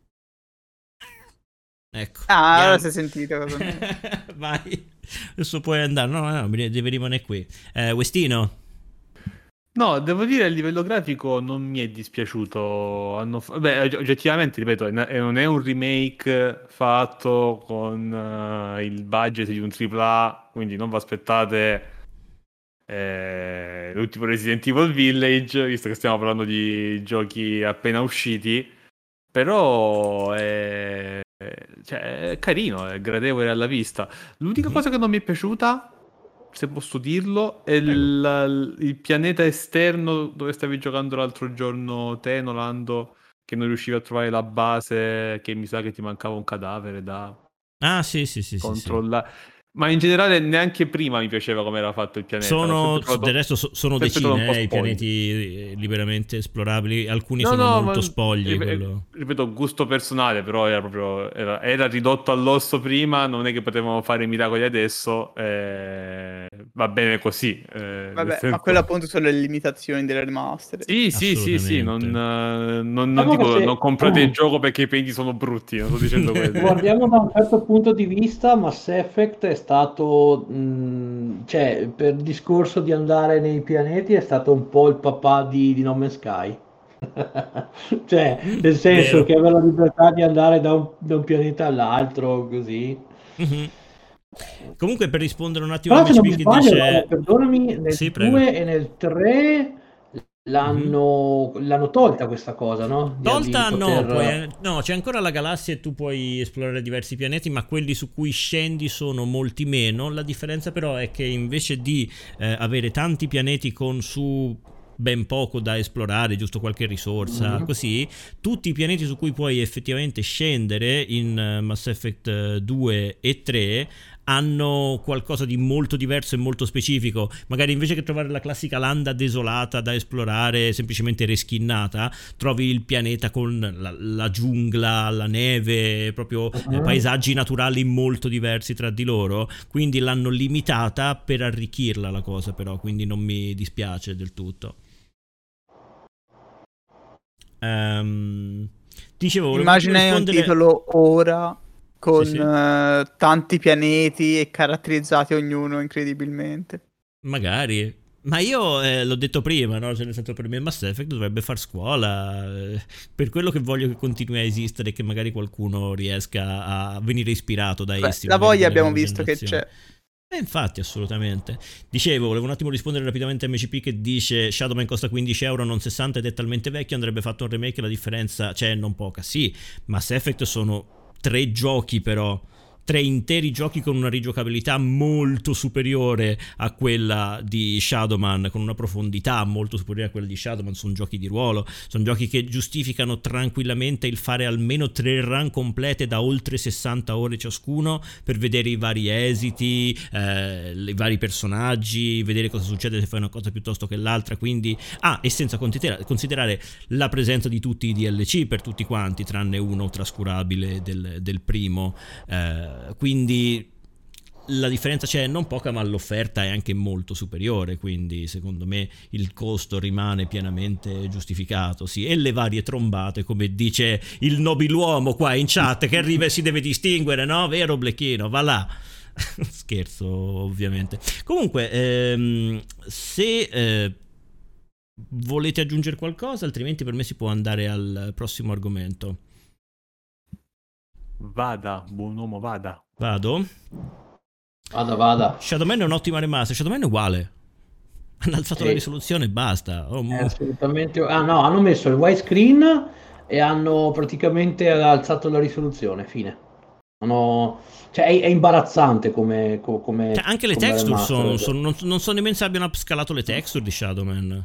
Ecco. Ah, andiamo. allora si è sentito cosa Vai. Adesso puoi andare. No, no, no, deve rimanere qui. Eh, Westino. No, devo dire, a livello grafico non mi è dispiaciuto. Hanno fa- Beh, og- oggettivamente, ripeto, è- è- non è un remake fatto con eh, il budget di un tripla A, quindi non vi aspettate eh, l'ultimo Resident Evil Village, visto che stiamo parlando di giochi appena usciti. Però è, cioè, è carino, è gradevole alla vista. L'unica Mhm. cosa che non mi è piaciuta, se posso dirlo, è il, il pianeta esterno dove stavi giocando l'altro giorno te, Nolando, che non riuscivi a trovare la base, che mi sa che ti mancava un cadavere da Ah, sì, sì, sì, sì, sì. controllare. Ma in generale neanche prima mi piaceva come era fatto il pianeta. L'ho Sono, sempre trovato- del resto so- sono sempre trovato un decine po' eh, i spoiler. pianeti eh, liberamente esplorabili, alcuni No, sono no, molto ma- spogli. rip- Quello. ripeto, gusto personale, però era proprio era, era ridotto all'osso prima, non è che potevamo fare miracoli adesso, eh, va bene così. eh, nel Vabbè, senso- ma quelle appunto sono le limitazioni delle remaster. Sì, sì, sì, sì, non, Assolutamente. eh, non, non Diciamo dico che se- non comprate il gioco perché i painti sono brutti, non sto dicendo Se quello. guardiamo da un certo punto di vista, Mass Effect è stato, mh, cioè, per il discorso di andare nei pianeti, è stato un po' il papà di, di No Man's Sky. Cioè, nel senso Vero. che aveva la libertà di andare da un, da un pianeta all'altro, così. Mhm. Comunque, per rispondere un attimo a Però se non mi M C P che sbaglio, dice... no, perdonami, nel Sì, prego. due e nel tre Mhm. l'hanno l'hanno tolta questa cosa, no? Di, Tolta di no, poter- puoi- no, c'è ancora la galassia e tu puoi esplorare diversi pianeti, ma quelli su cui scendi sono molti meno. La differenza però è che invece di eh, avere tanti pianeti con su ben poco da esplorare, giusto qualche risorsa, Mhm. così, tutti i pianeti su cui puoi effettivamente scendere in eh, Mass Effect eh, due e tre hanno qualcosa di molto diverso e molto specifico. Magari invece che trovare la classica landa desolata da esplorare, semplicemente reskinnata, trovi il pianeta con la, la giungla, la neve, proprio eh, Mhm. paesaggi naturali molto diversi tra di loro. Quindi l'hanno limitata per arricchirla la cosa, però, quindi non mi dispiace del tutto. Ehm, dicevo, volevo Immagina un rispondere... titolo ora con Sì, sì. eh, tanti pianeti e caratterizzati ognuno incredibilmente. Magari, ma io eh, l'ho detto prima, no? Cioè, nel senso, per me Mass Effect dovrebbe far scuola, eh, per quello che voglio che continui a esistere e che magari qualcuno riesca a venire ispirato da Beh, essi. la magari voglia delle abbiamo nuove visto che generazioni. c'è. E infatti, assolutamente. Dicevo, volevo un attimo rispondere rapidamente a M C P che dice Shadowman costa quindici euro, non sessanta ed è talmente vecchio, andrebbe fatto un remake, la differenza c'è non poca. Sì, Mass Effect sono tre giochi però, tre interi giochi con una rigiocabilità molto superiore a quella di Shadowman, con una profondità molto superiore a quella di Shadowman. Sono giochi di ruolo, sono giochi che giustificano tranquillamente il fare almeno tre run complete da oltre sessanta ore ciascuno per vedere i vari esiti, eh, i vari personaggi, vedere cosa succede se fai una cosa piuttosto che l'altra. Quindi, ah, e senza considera- considerare la presenza di tutti i D L C per tutti quanti, tranne uno trascurabile del, del primo. Eh, quindi la differenza c'è non poca, ma l'offerta è anche molto superiore, quindi secondo me il costo rimane pienamente giustificato. Sì, e le varie trombate, come dice il nobiluomo qua in chat, che arriva e si deve distinguere, no? Vero Blecchino? Va là. Scherzo, ovviamente. Comunque, ehm, se eh, volete aggiungere qualcosa, altrimenti per me si può andare al prossimo argomento. Vada, buon uomo, vada. Vado? Vada, vada. Shadowman è un'ottima remaster. Shadowman è uguale. Hanno alzato Sì. la risoluzione e basta. Oh, È mo- assolutamente... Ah no, hanno messo il widescreen e hanno praticamente alzato la risoluzione, fine. Hanno... Cioè è, è imbarazzante come, co- come, Cioè, anche le come texture remaster. sono, sono- non, non so nemmeno se abbiano upscalato le texture di Shadowman.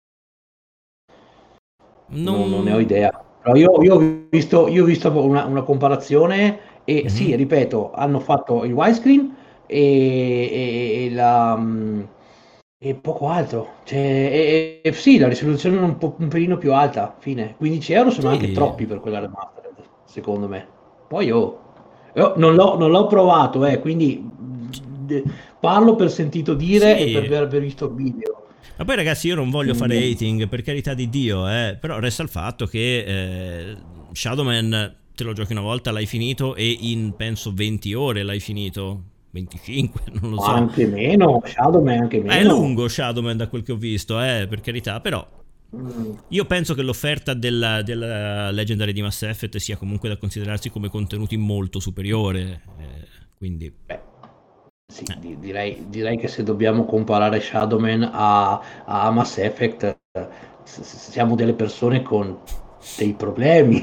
No, non ne ho idea. Però io, io ho visto, io ho visto una, una comparazione e Mhm. sì, ripeto, hanno fatto il widescreen e, e- e la, mm, e poco altro. Cioè, e, e- sì, la risoluzione è un, po', un pelino più alta, fine. quindici euro sono Sì. anche troppi per quella remastered, secondo me. Poi oh, io non l'ho, non l'ho provato, eh, quindi de- parlo per sentito dire e per Sì. aver visto il video. Ma poi ragazzi, io non voglio fare Quindi- hating, per carità di Dio, eh, però resta il fatto che eh, Shadowman te lo giochi una volta, l'hai finito e in penso venti ore l'hai finito, venticinque, non lo so. Anche meno, Shadowman anche meno. È lungo Shadowman da quel che ho visto, eh, per carità, però Mm. io penso che l'offerta della, della Legendary di Mass Effect sia comunque da considerarsi come contenuti molto superiore, eh, quindi... Beh, sì, di- direi, direi che se dobbiamo comparare Shadowman a, a Mass Effect, eh, s- s- siamo delle persone con dei problemi.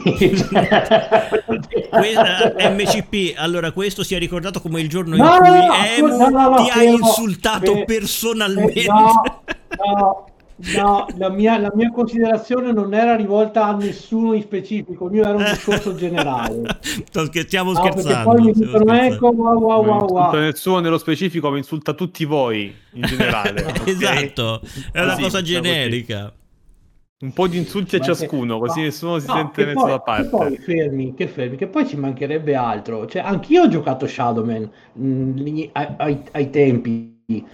Questa- M C P, allora questo sia ricordato come il giorno No, in no, cui no, Emu no, no, no, ti ha fermo, insultato fe- personalmente. fe- no, no, no, la mia, la mia considerazione non era rivolta a nessuno in specifico, il mio era un discorso generale. Sto scher- stiamo No, perché scherzando. poi mi stiamo dicono, scherzando. ecco, wow, wow, Non wow, insulta wow. nessuno nello specifico, ma insulta tutti voi in generale. ok? Esatto, è una Così, cosa diciamo così. generica. Un po' di insulti a Ma che- ciascuno, così no, nessuno si no, sente che messo poi- da che parte. poi fermi, che fermi, che poi ci mancherebbe altro. Cioè, anch'io ho giocato Shadowman mh, lì ai, ai- ai tempi e,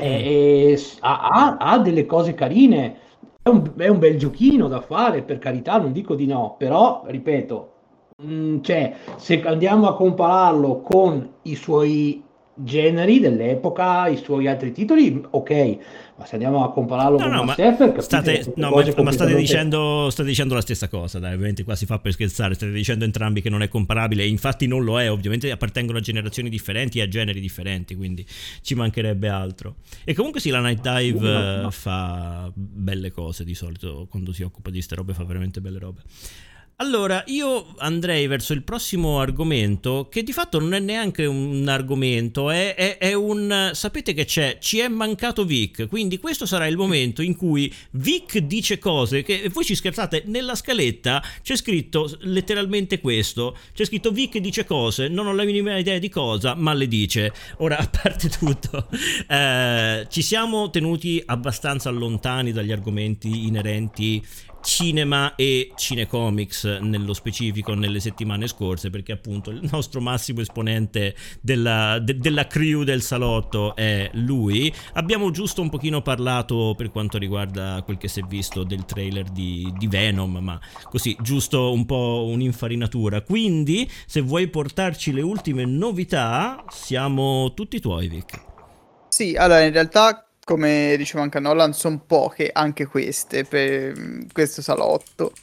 e s- ha, ha- ha delle cose carine. È un, è un bel giochino da fare, per carità, non dico di no, però, ripeto, mh, cioè, se andiamo a compararlo con i suoi generi dell'epoca, i suoi altri titoli, ok, ma se andiamo a compararlo No, con no, Mass ma Effect, capite state, che sono no, cose ma, ma state, completamente- dicendo, state dicendo la stessa cosa, dai, ovviamente qua si fa per scherzare, state dicendo entrambi che non è comparabile, e infatti non lo è, ovviamente appartengono a generazioni differenti e a generi differenti, quindi ci mancherebbe altro. E comunque sì, la Night Dive No, no, no. eh, fa belle cose di solito, quando si occupa di ste robe fa veramente belle robe. Allora, io andrei verso il prossimo argomento, che di fatto non è neanche un argomento, è, è- è un... Sapete che c'è? Ci è mancato Vic, quindi questo sarà il momento in cui Vic dice cose che... Voi ci scherzate, nella scaletta c'è scritto letteralmente questo, c'è scritto Vic dice cose, non ho la minima idea di cosa, ma le dice. Ora, a parte tutto, eh, ci siamo tenuti abbastanza lontani dagli argomenti inerenti cinema e cinecomics nello specifico nelle settimane scorse, perché appunto il nostro massimo esponente della, de- della crew del salotto è lui. Abbiamo giusto un pochino parlato per quanto riguarda quel che si è visto del trailer di, di Venom, ma così giusto un po' un'infarinatura, quindi se vuoi portarci le ultime novità siamo tutti tuoi, Vic. Sì, allora in realtà, come diceva anche Nolan, sono poche anche queste per mm, questo salotto.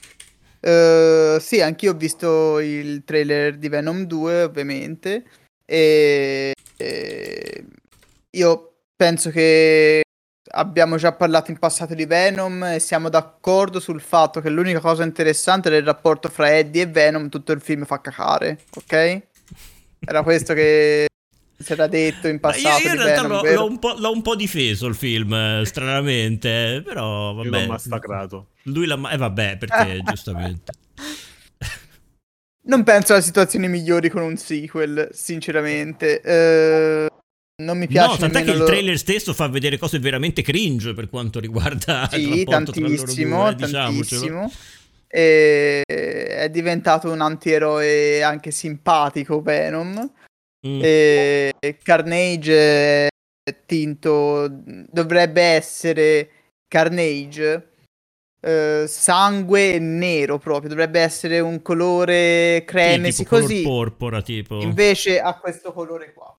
Eh, sì, anch'io ho visto il trailer di Venom due, ovviamente, e, e io penso che abbiamo già parlato in passato di Venom e siamo d'accordo sul fatto che l'unica cosa interessante del rapporto fra Eddie e Venom, tutto il film fa cacare, ok? Era questo che si era detto in Ma io, passato io in di realtà Venom, l'ho, vero? l'ho un po', l'ho un po' difeso il film, eh, stranamente, però Io l'ho vabbè. massacrato. Lui l'ha... ma- Eh vabbè, perché giustamente. Non penso a situazioni migliori con un sequel, sinceramente. Eh, non mi piace No, tant'è che nemmeno il lo- trailer stesso fa vedere cose veramente cringe per quanto riguarda il Sì, rapporto tra loro tantissimo, due, eh, diciamocelo. tantissimo. E è diventato un antieroe anche simpatico, Venom. Mm. E Carnage è tinto, dovrebbe essere Carnage, eh, sangue nero proprio, dovrebbe essere un colore Sì, cremesi tipo color così. porpora, tipo. Invece ha questo colore qua.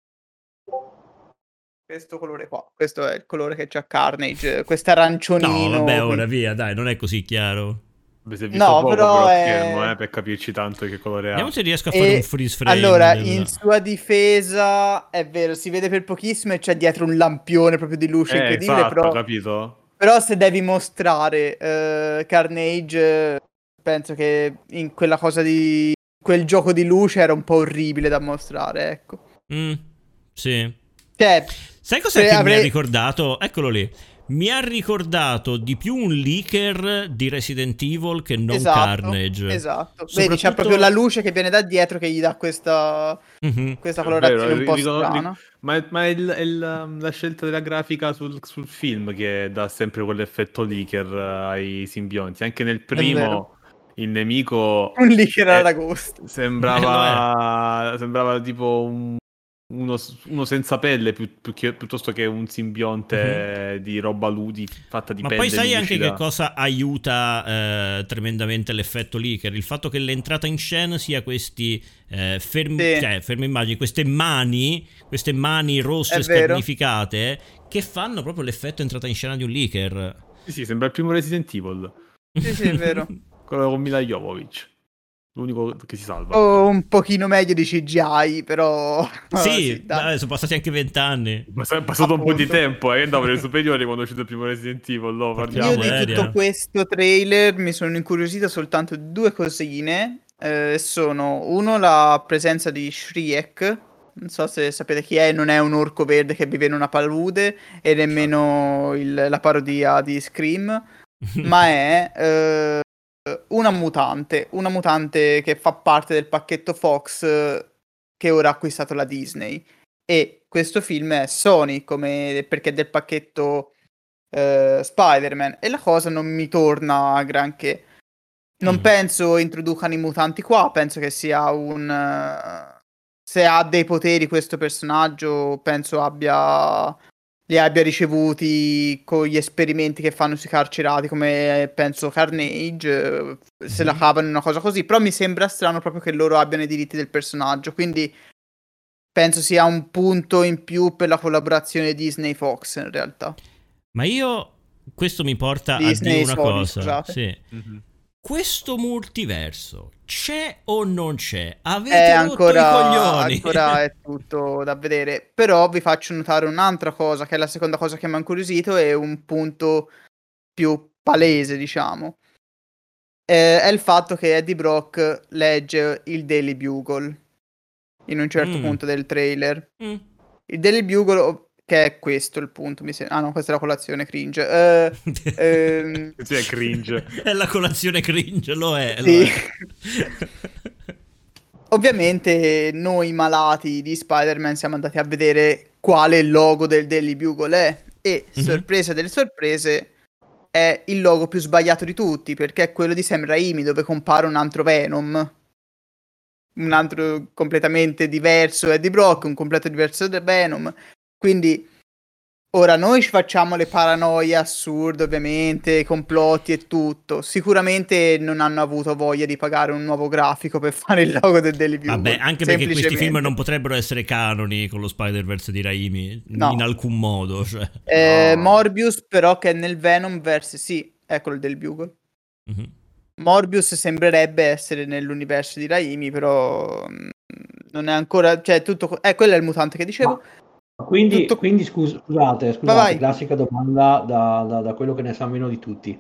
Questo colore qua. Questo è il colore che c'ha Carnage. Questo arancione. No, vabbè, ora via, dai, non è così chiaro. Beh, si è visto No, poco però però è- schermo, eh, per capirci tanto di che colore ha. Vediamo se riesco a fare E un freeze frame. allora, del- in sua difesa, è vero, si vede per pochissimo e c'è dietro un lampione proprio di luce Eh, incredibile, esatto, però, capito? però se devi mostrare eh, Carnage, eh, penso che in quella cosa di... quel gioco di luce era un po' orribile da mostrare, ecco. Mm, sì. Cioè, Sai cos'è se che mi ha avrei- ricordato? Eccolo lì. Mi ha ricordato di più un leaker di Resident Evil che non esatto, Carnage. esatto. Vedi, c'è Soprattutto- proprio la luce che viene da dietro che gli dà questa, Mhm. questa È colorazione vero, un po' ricordo- strana. Ma, è, ma è il- è il, um, la scelta della grafica sul, sul film che dà sempre quell'effetto leaker uh, ai simbionti. Anche nel vero. primo, il nemico Un leaker eh, aragosto. sembrava sembrava tipo un, uno, uno senza pelle più, più che, piuttosto che un simbionte uh-huh. di roba ludi fatta di ma pelle poi sai lucida. anche che cosa aiuta eh, tremendamente l'effetto leaker? Il fatto che l'entrata in scena sia questi eh, fermi, sì. cioè, fermi immagini, queste mani queste mani rosse È vero. scarnificate che fanno proprio l'effetto entrata in scena di un leaker. Sì, sì, sembra il primo Resident Evil. Sì, sì, è vero. Quello con Mila Jovovich. L'unico che si salva. O un pochino meglio di C G I, però... Sì, sì, dai. sono passati anche vent'anni. Ma è passato Appunto. un po' di tempo, eh. Andavo nelle superiori quando è uscito il primo Resident Evil. No, Portiamo Io di aerea. tutto questo trailer mi sono incuriosito soltanto di due cosine. Eh, sono, uno, la presenza di Shriek. Non so se sapete chi è, non è un orco verde che vive in una palude e nemmeno il, la parodia di Scream, ma è eh, una mutante, una mutante che fa parte del pacchetto Fox eh, che ora ha acquistato la Disney. E questo film è Sony, come, perché è del pacchetto eh, Spider-Man, e la cosa non mi torna granché. Non Mm. penso introducano i mutanti qua, penso che sia un... uh, se ha dei poteri questo personaggio, penso abbia li abbia ricevuti con gli esperimenti che fanno sui carcerati, come penso Carnage, eh, se la cavano in una cosa così, però mi sembra strano proprio che loro abbiano i diritti del personaggio, quindi penso sia un punto in più per la collaborazione Disney-Fox in realtà. Ma io, questo mi porta Disney, a dire una Sony, cosa. scusate. Sì. Mm-hmm. Questo multiverso c'è o non c'è? Avete È rotto ancora, i coglioni. ancora è tutto da vedere. Però vi faccio notare un'altra cosa, che è la seconda cosa che mi ha incuriosito, e un punto più palese, diciamo. Eh, è il fatto che Eddie Brock legge il Daily Bugle in un certo Mm. punto del trailer. Mm. Il Daily Bugle, che è questo il punto, mi sembra. Ah no, questa è la colazione cringe. Eh, ehm, Sì, è cringe. È la colazione cringe, lo è. Sì. Lo è. Ovviamente noi malati di Spider-Man siamo andati a vedere quale logo del Daily Bugle è, e Mhm. sorpresa delle sorprese è il logo più sbagliato di tutti, perché è quello di Sam Raimi, dove compare un altro Venom, un altro completamente diverso Eddie Brock, un completo diverso da Venom. Quindi ora noi ci facciamo le paranoie assurde, ovviamente, complotti e tutto. Sicuramente non hanno avuto voglia di pagare un nuovo grafico per fare il logo del Daily Bugle. Vabbè, anche perché questi film semplicemente. non potrebbero essere canoni con lo Spider-Verse di Raimi, No. in alcun modo. Cioè. Eh, No. Morbius, però, che è nel Venomverse, sì, ecco il del Bugle. Mhm. Morbius sembrerebbe essere nell'universo di Raimi, però mh, non è ancora, cioè tutto, eh, quello è il mutante che dicevo. Quindi, Tutto- quindi scus- scusate, scusate, Vai, vai. classica domanda da, da- da quello che ne sa meno di tutti.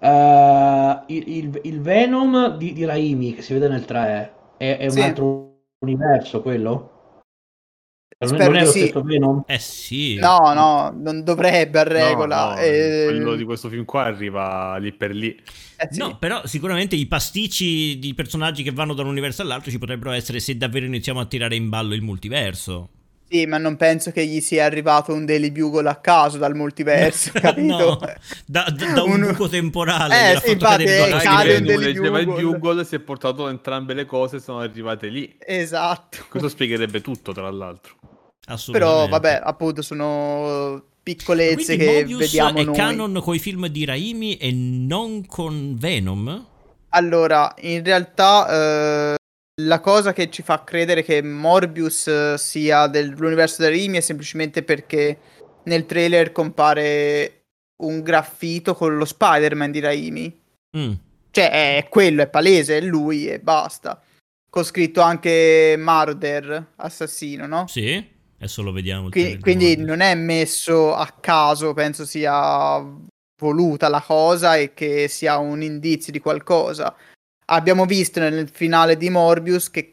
Eh, il, il- il Venom di, di Raimi che si vede nel tre è, è un Sì. altro universo quello? Non, è- Spero non è di lo sì. stesso Venom? Eh sì. No, no, non dovrebbe a No, regola. no, eh, quello di questo film qua arriva lì per lì. eh, sì. No, però sicuramente i pasticci di personaggi che vanno da un universo all'altro ci potrebbero essere se davvero iniziamo a tirare in ballo il multiverso. Sì, ma non penso che gli sia arrivato un Daily Bugle a caso dal multiverso, capito? No, da, da- da un Un- buco temporale. Eh, gliel'ha sì, fatto infatti, cadere eh, dalla cade scrivania. un Venom Daily leggeva il Bugle. Bugle, si è portato entrambe le cose e sono arrivate lì. Esatto. Questo spiegherebbe tutto, tra l'altro. Assolutamente. Però, vabbè, appunto, sono piccolezze Quindi che Mobius vediamo è noi. canon coi film di Raimi e non con Venom? Allora, in realtà, eh, la cosa che ci fa credere che Morbius eh, sia dell'universo di Raimi è semplicemente perché nel trailer compare un graffito con lo Spider-Man di Raimi. Mm. Cioè, è quello, è palese, è lui e basta. Con scritto anche Murder, assassino, no? Sì, adesso lo vediamo. il Qui- trailer di quindi Morbius. non è messo a caso, penso sia voluta la cosa e che sia un indizio di qualcosa. Abbiamo visto nel finale di Morbius che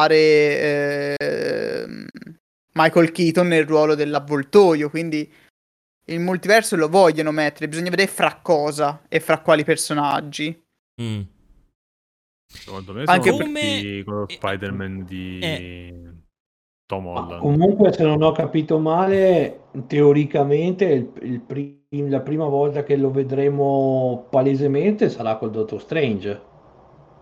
compare ehm, Michael Keaton nel ruolo dell'avvoltoio, quindi il multiverso lo vogliono mettere, bisogna vedere fra cosa e fra quali personaggi. Mm. Secondo me Anche sono come- tutti con lo eh, Spider-Man di eh. Tom Ma Holland. comunque, se non ho capito male, teoricamente il, il pri- la prima volta che lo vedremo palesemente sarà col Doctor Strange.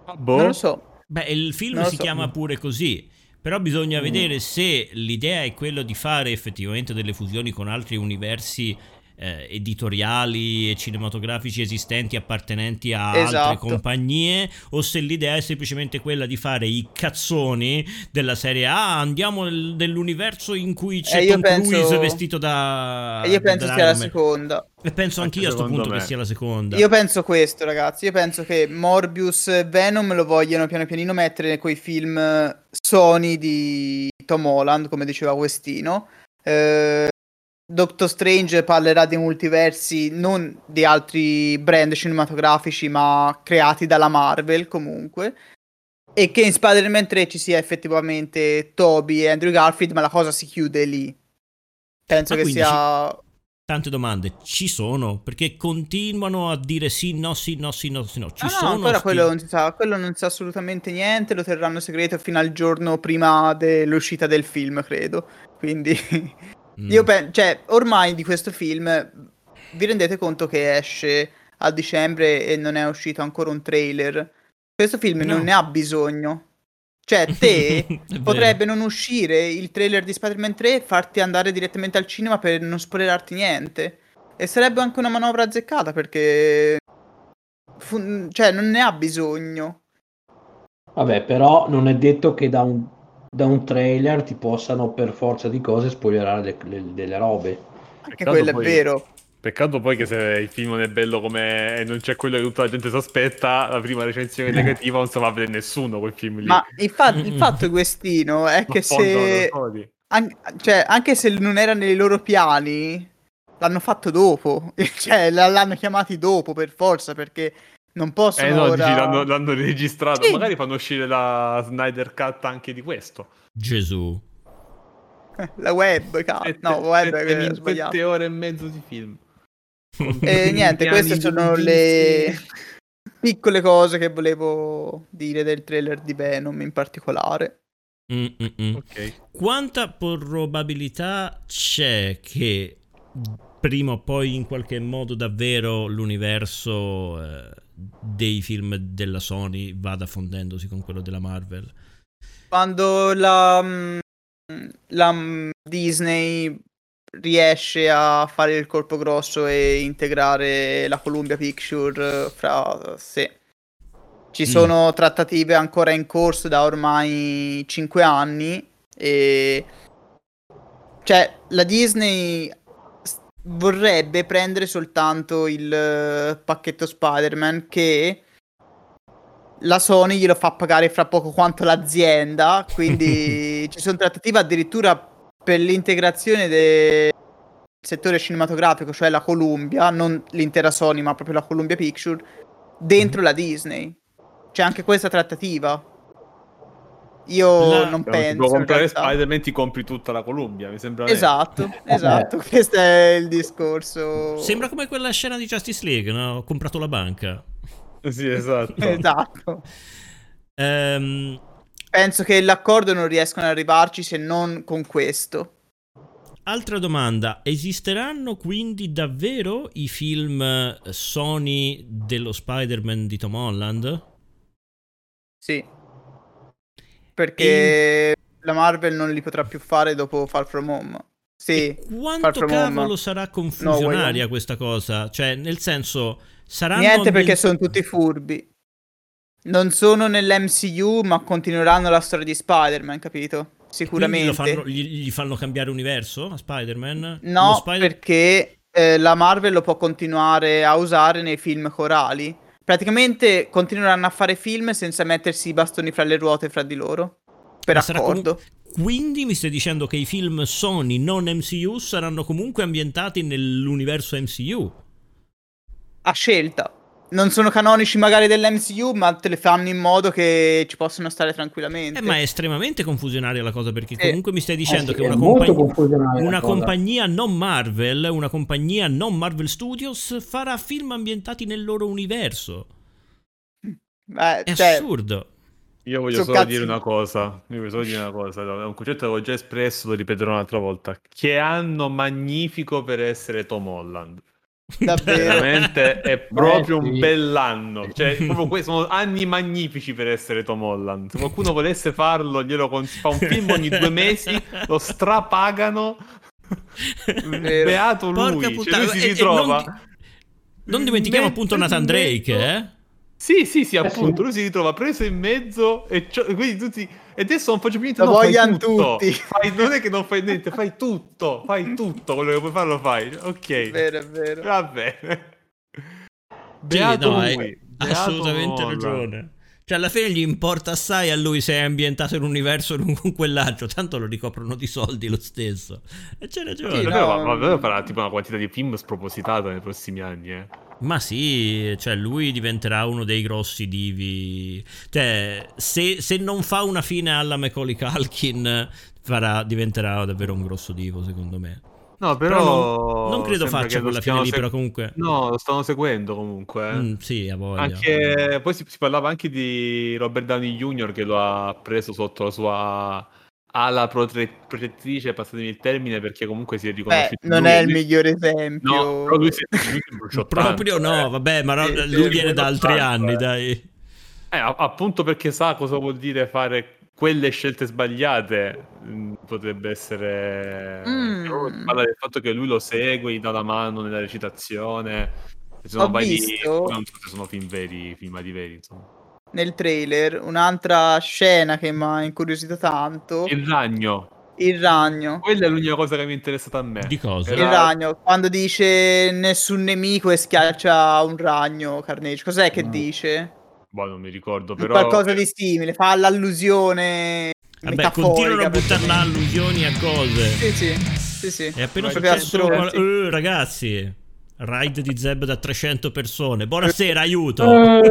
Boh. Non lo so. Beh, il film Non lo si so. chiama pure così. Però bisogna Mm. vedere se l'idea è quella di fare effettivamente delle fusioni con altri universi eh, editoriali e cinematografici esistenti appartenenti a altre Esatto. compagnie, o se l'idea è semplicemente quella di fare i cazzoni della serie ah andiamo nel- nell'universo in cui c'è E io Tom penso- Cruise vestito da E io penso da sia la Iron Man. seconda. E penso Anche anch'io a sto secondo punto me. che sia la seconda. Io penso questo, ragazzi. Io penso che Morbius e Venom lo vogliono piano pianino mettere coi film Sony di Tom Holland, come diceva Westino. Eh, Doctor Strange parlerà di multiversi, non di altri brand cinematografici, ma creati dalla Marvel comunque. E che in Spider-Man tre ci sia effettivamente Tobey e Andrew Garfield, ma la cosa si chiude lì. Penso Ma che quindi sia... Tante domande ci sono, perché continuano a dire sì, no, sì, no, sì, no, sì, no. Ci Ah, no, sono ancora sti- quello non si sa, quello non si sa assolutamente niente, lo terranno segreto fino al giorno prima dell'uscita del film, credo. Quindi Mm. io penso, cioè, ormai di questo film vi rendete conto che esce a dicembre e non è uscito ancora un trailer? Questo film No. non ne ha bisogno. Cioè, te È vero. potrebbe non uscire il trailer di Spider-Man tre e farti andare direttamente al cinema per non spoilerarti niente. E sarebbe anche una manovra azzeccata perché fu- cioè non ne ha bisogno. Vabbè, però non è detto che da un, da un trailer ti possano per forza di cose spoilerare le- le- delle robe. Anche Peccato quello poi- è vero. Peccato poi che se il film non è bello come e non c'è quello che tutta la gente si aspetta, la prima recensione negativa non si va a vedere nessuno quel film lì. Ma il, fa- il fatto, Questino, è che Affondano se da soli. an- cioè, anche se non era nei loro piani, l'hanno fatto dopo. Cioè, l- l'hanno chiamati dopo per forza perché non possono Eh no, ora... dici, l'hanno, l'hanno registrato. Sì. Magari fanno uscire la Snyder Cut anche di questo. Gesù. La web, cazzo. Sette- No, web sette è min- sbagliato. sette ore e mezzo di film. E niente, Piani queste sono lunghissimi. le piccole cose che volevo dire del trailer di Venom in particolare. Mm, mm, mm. Ok. Quanta probabilità c'è che prima o poi in qualche modo davvero l'universo eh, dei film della Sony vada fondendosi con quello della Marvel? Quando la, mm, la mm, Disney riesce a fare il colpo grosso e integrare la Columbia Picture eh, fra sé. Ci Mm. sono trattative ancora in corso da ormai cinque anni e cioè la Disney s- vorrebbe prendere soltanto il eh, pacchetto Spider-Man che la Sony glielo fa pagare fra poco quanto l'azienda, quindi ci sono trattative addirittura per l'integrazione del settore cinematografico, cioè la Columbia, non l'intera Sony ma proprio la Columbia Picture, dentro la Disney. C'è anche questa trattativa. Io La- non Però, se penso puoi in comprare realtà. Spider-Man ti compri tutta la Columbia, mi sembra bene. Esatto, esatto, questo è il discorso. Sembra come quella scena di Justice League, no? Ho comprato la banca. Sì, esatto. Esatto. Ehm, Penso che l'accordo non riescono ad arrivarci se non con questo. altra domanda, esisteranno quindi davvero i film eh, Sony dello Spider-Man di Tom Holland? Sì. Perché la Marvel non li potrà più fare dopo Far From Home. Sì. Far Quanto From cavolo Home. sarà No, confusionaria voglio- questa cosa? Cioè, nel senso, saranno Niente perché ambient- sono tutti furbi. Non sono nell'M C U, ma continueranno la storia di Spider-Man, capito? Quindi Sicuramente. lo fanno- gli, gli fanno cambiare universo a Spider-Man? Lo No, Spider- perché eh, la Marvel lo può continuare a usare nei film corali. Praticamente continueranno a fare film senza mettersi i bastoni fra le ruote fra di loro. Per Ma sarà accordo. comu- Quindi mi stai dicendo che i film Sony non M C U saranno comunque ambientati nell'universo M C U? A scelta. Non sono canonici magari dell'M C U, ma te le fanno in modo che ci possono stare tranquillamente. Eh, ma è estremamente confusionaria la cosa, perché Sì. comunque mi stai dicendo Eh sì, che è una, molto compagnia, confusionaria la una cosa. compagnia non Marvel, una compagnia non Marvel Studios farà film ambientati nel loro universo. Beh, È cioè, assurdo. Io voglio So solo cazzi- dire una cosa. Io voglio solo dire una cosa. È un concetto che avevo già espresso, lo ripeterò un'altra volta. Che anno magnifico per essere Tom Holland. Davvero. Veramente è proprio Eh, sì. un bell'anno. Cioè, proprio que- sono anni magnifici per essere Tom Holland. Se qualcuno volesse farlo, glielo con- fa un film ogni due mesi, lo strapagano. Vero. Beato Porca lui, cioè, puttana, lui si e- e ritrova. non di- Non dimentichiamo in appunto mezzo- Nathan in Drake, mezzo- eh? Sì, sì, sì, Eh, appunto, sì. lui si ritrova preso in mezzo e cio- quindi tutti e adesso non faccio più niente, Lo no, fai vogliano tutto. tutti. Fai- non è che non fai niente, fai tutto, fai tutto, quello che puoi fare lo fai. Ok. È vero, è vero. Va bene. Sì, Beato no, hai lui. Beato assolutamente Holland. ragione. Cioè, alla fine gli importa assai a lui se è ambientato in un universo con quell'altro, tanto lo ricoprono di soldi lo stesso. E c'è ragione. Sì, Davvero, no. ma- ma davvero farà tipo una quantità di film spropositata nei prossimi anni, eh. Ma sì, cioè lui diventerà uno dei grossi divi. Cioè, se, se non fa una fine alla Macaulay Culkin, farà, diventerà davvero un grosso divo, secondo me. No, Però però, non, non credo sembra faccia che lo quella fine stiano lì, seg- però comunque. No, lo stanno seguendo comunque. eh. Mm, sì, a voglia. Anche poi si, si parlava anche di Robert Downey junior che lo ha preso sotto la sua ala prote- protettrice, passatemi il termine, perché comunque si è Beh, riconosciuto. non lui- è il lui- migliore esempio. No, però lui si, lui si bruciò Proprio tanto, no, eh. vabbè, ma no, Sì, lui sì, viene sì, da altri tanto, anni, eh. dai. Eh, a- appunto perché sa cosa vuol dire fare quelle scelte sbagliate, mh, potrebbe essere. Mm. Però si parla del fatto che lui lo segue, gli dà la mano nella recitazione. Se Ho sono vai di. visto- Non so se sono film veri, filmati veri, insomma. Nel trailer un'altra scena che mi ha incuriosito tanto, Il ragno. il ragno. Quella è l'unica cosa che mi è interessata a me. Di cosa? Il Era- ragno, quando dice nessun nemico e schiaccia un ragno, Carnage, cos'è che No. dice? Boh, non mi ricordo, però. Qualcosa di simile, fa l'allusione Vabbè, metaforica. continuano a buttare là praticamente. allusioni a cose. Sì, sì, sì, sì. E appena Proprio a successo, stronzi. eh, ragazzi, raid di Zeb da trecento persone. Buonasera, aiuto.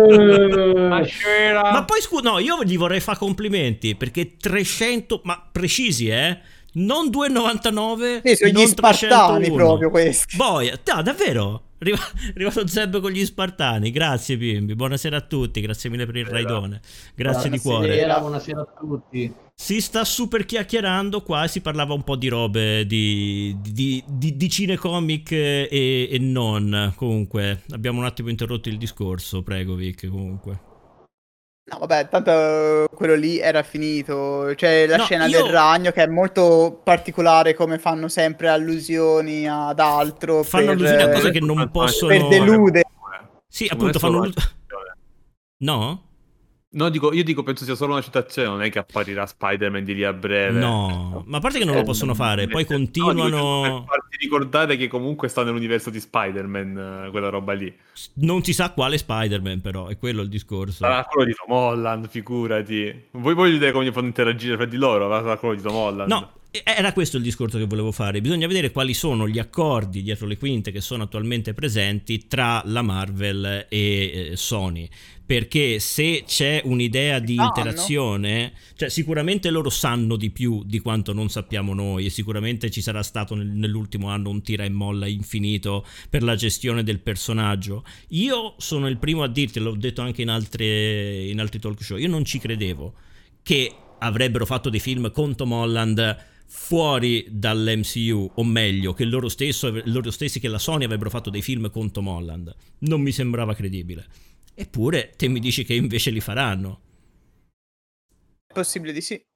Eh, c'era. Ma poi scusa, no, io gli vorrei fare complimenti perché trecento, ma precisi, eh? Non due virgola novantanove, Sì, sono non gli spartani trecentouno. proprio questi. Boia, no, davvero? Arriva- È arrivato Zeb con gli spartani. Grazie, bimbi. Buonasera a tutti. Grazie mille per il raidone. Grazie di cuore. Buonasera, buonasera a tutti. Si sta super chiacchierando qua e si parlava un po' di robe di, di, di, di cinecomic e, e non. Comunque, abbiamo un attimo interrotto il discorso. Prego, Vic. Comunque. No, vabbè, tanto eh, quello lì era finito. C'è la No, scena io- del ragno che è molto particolare, come fanno sempre allusioni ad altro. Fanno per, allusioni a eh, cose che non possono. per deludere. Sì, Secondo me appunto, è fanno solo allusioni. una citazione. No? No, dico, io dico, penso sia solo una citazione, non è che apparirà Spider-Man di lì a breve. No, ma a parte che non lo Eh, possono fare, poi no, dico, continuano. per farti ricordare che comunque sta nell'universo di Spider-Man, eh, quella roba lì. Non si sa quale Spider-Man, però, è quello il discorso. Sarà quello di Tom Holland, figurati. Voi voglio vedere come fanno interagire fra di loro, ma sarà quello di Tom Holland. No, era questo il discorso che volevo fare. Bisogna vedere quali sono gli accordi dietro le quinte che sono attualmente presenti tra la Marvel e eh, Sony. Perché se c'è un'idea di Ah, interazione, cioè sicuramente loro sanno di più di quanto non sappiamo noi e sicuramente ci sarà stato nel- nell'ultimo anno un tira e molla infinito per la gestione del personaggio. Io sono il primo a dirti, l'ho detto anche in, altre, in altri talk show, io non ci credevo che avrebbero fatto dei film con Tom Holland fuori dall'M C U, o meglio che loro, stesso, loro stessi, che la Sony avrebbero fatto dei film con Tom Holland. Non mi sembrava credibile. Eppure te mi dici che invece li faranno. È possibile di sì.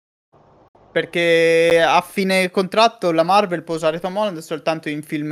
Perché a fine contratto la Marvel può usare Tom Holland soltanto in film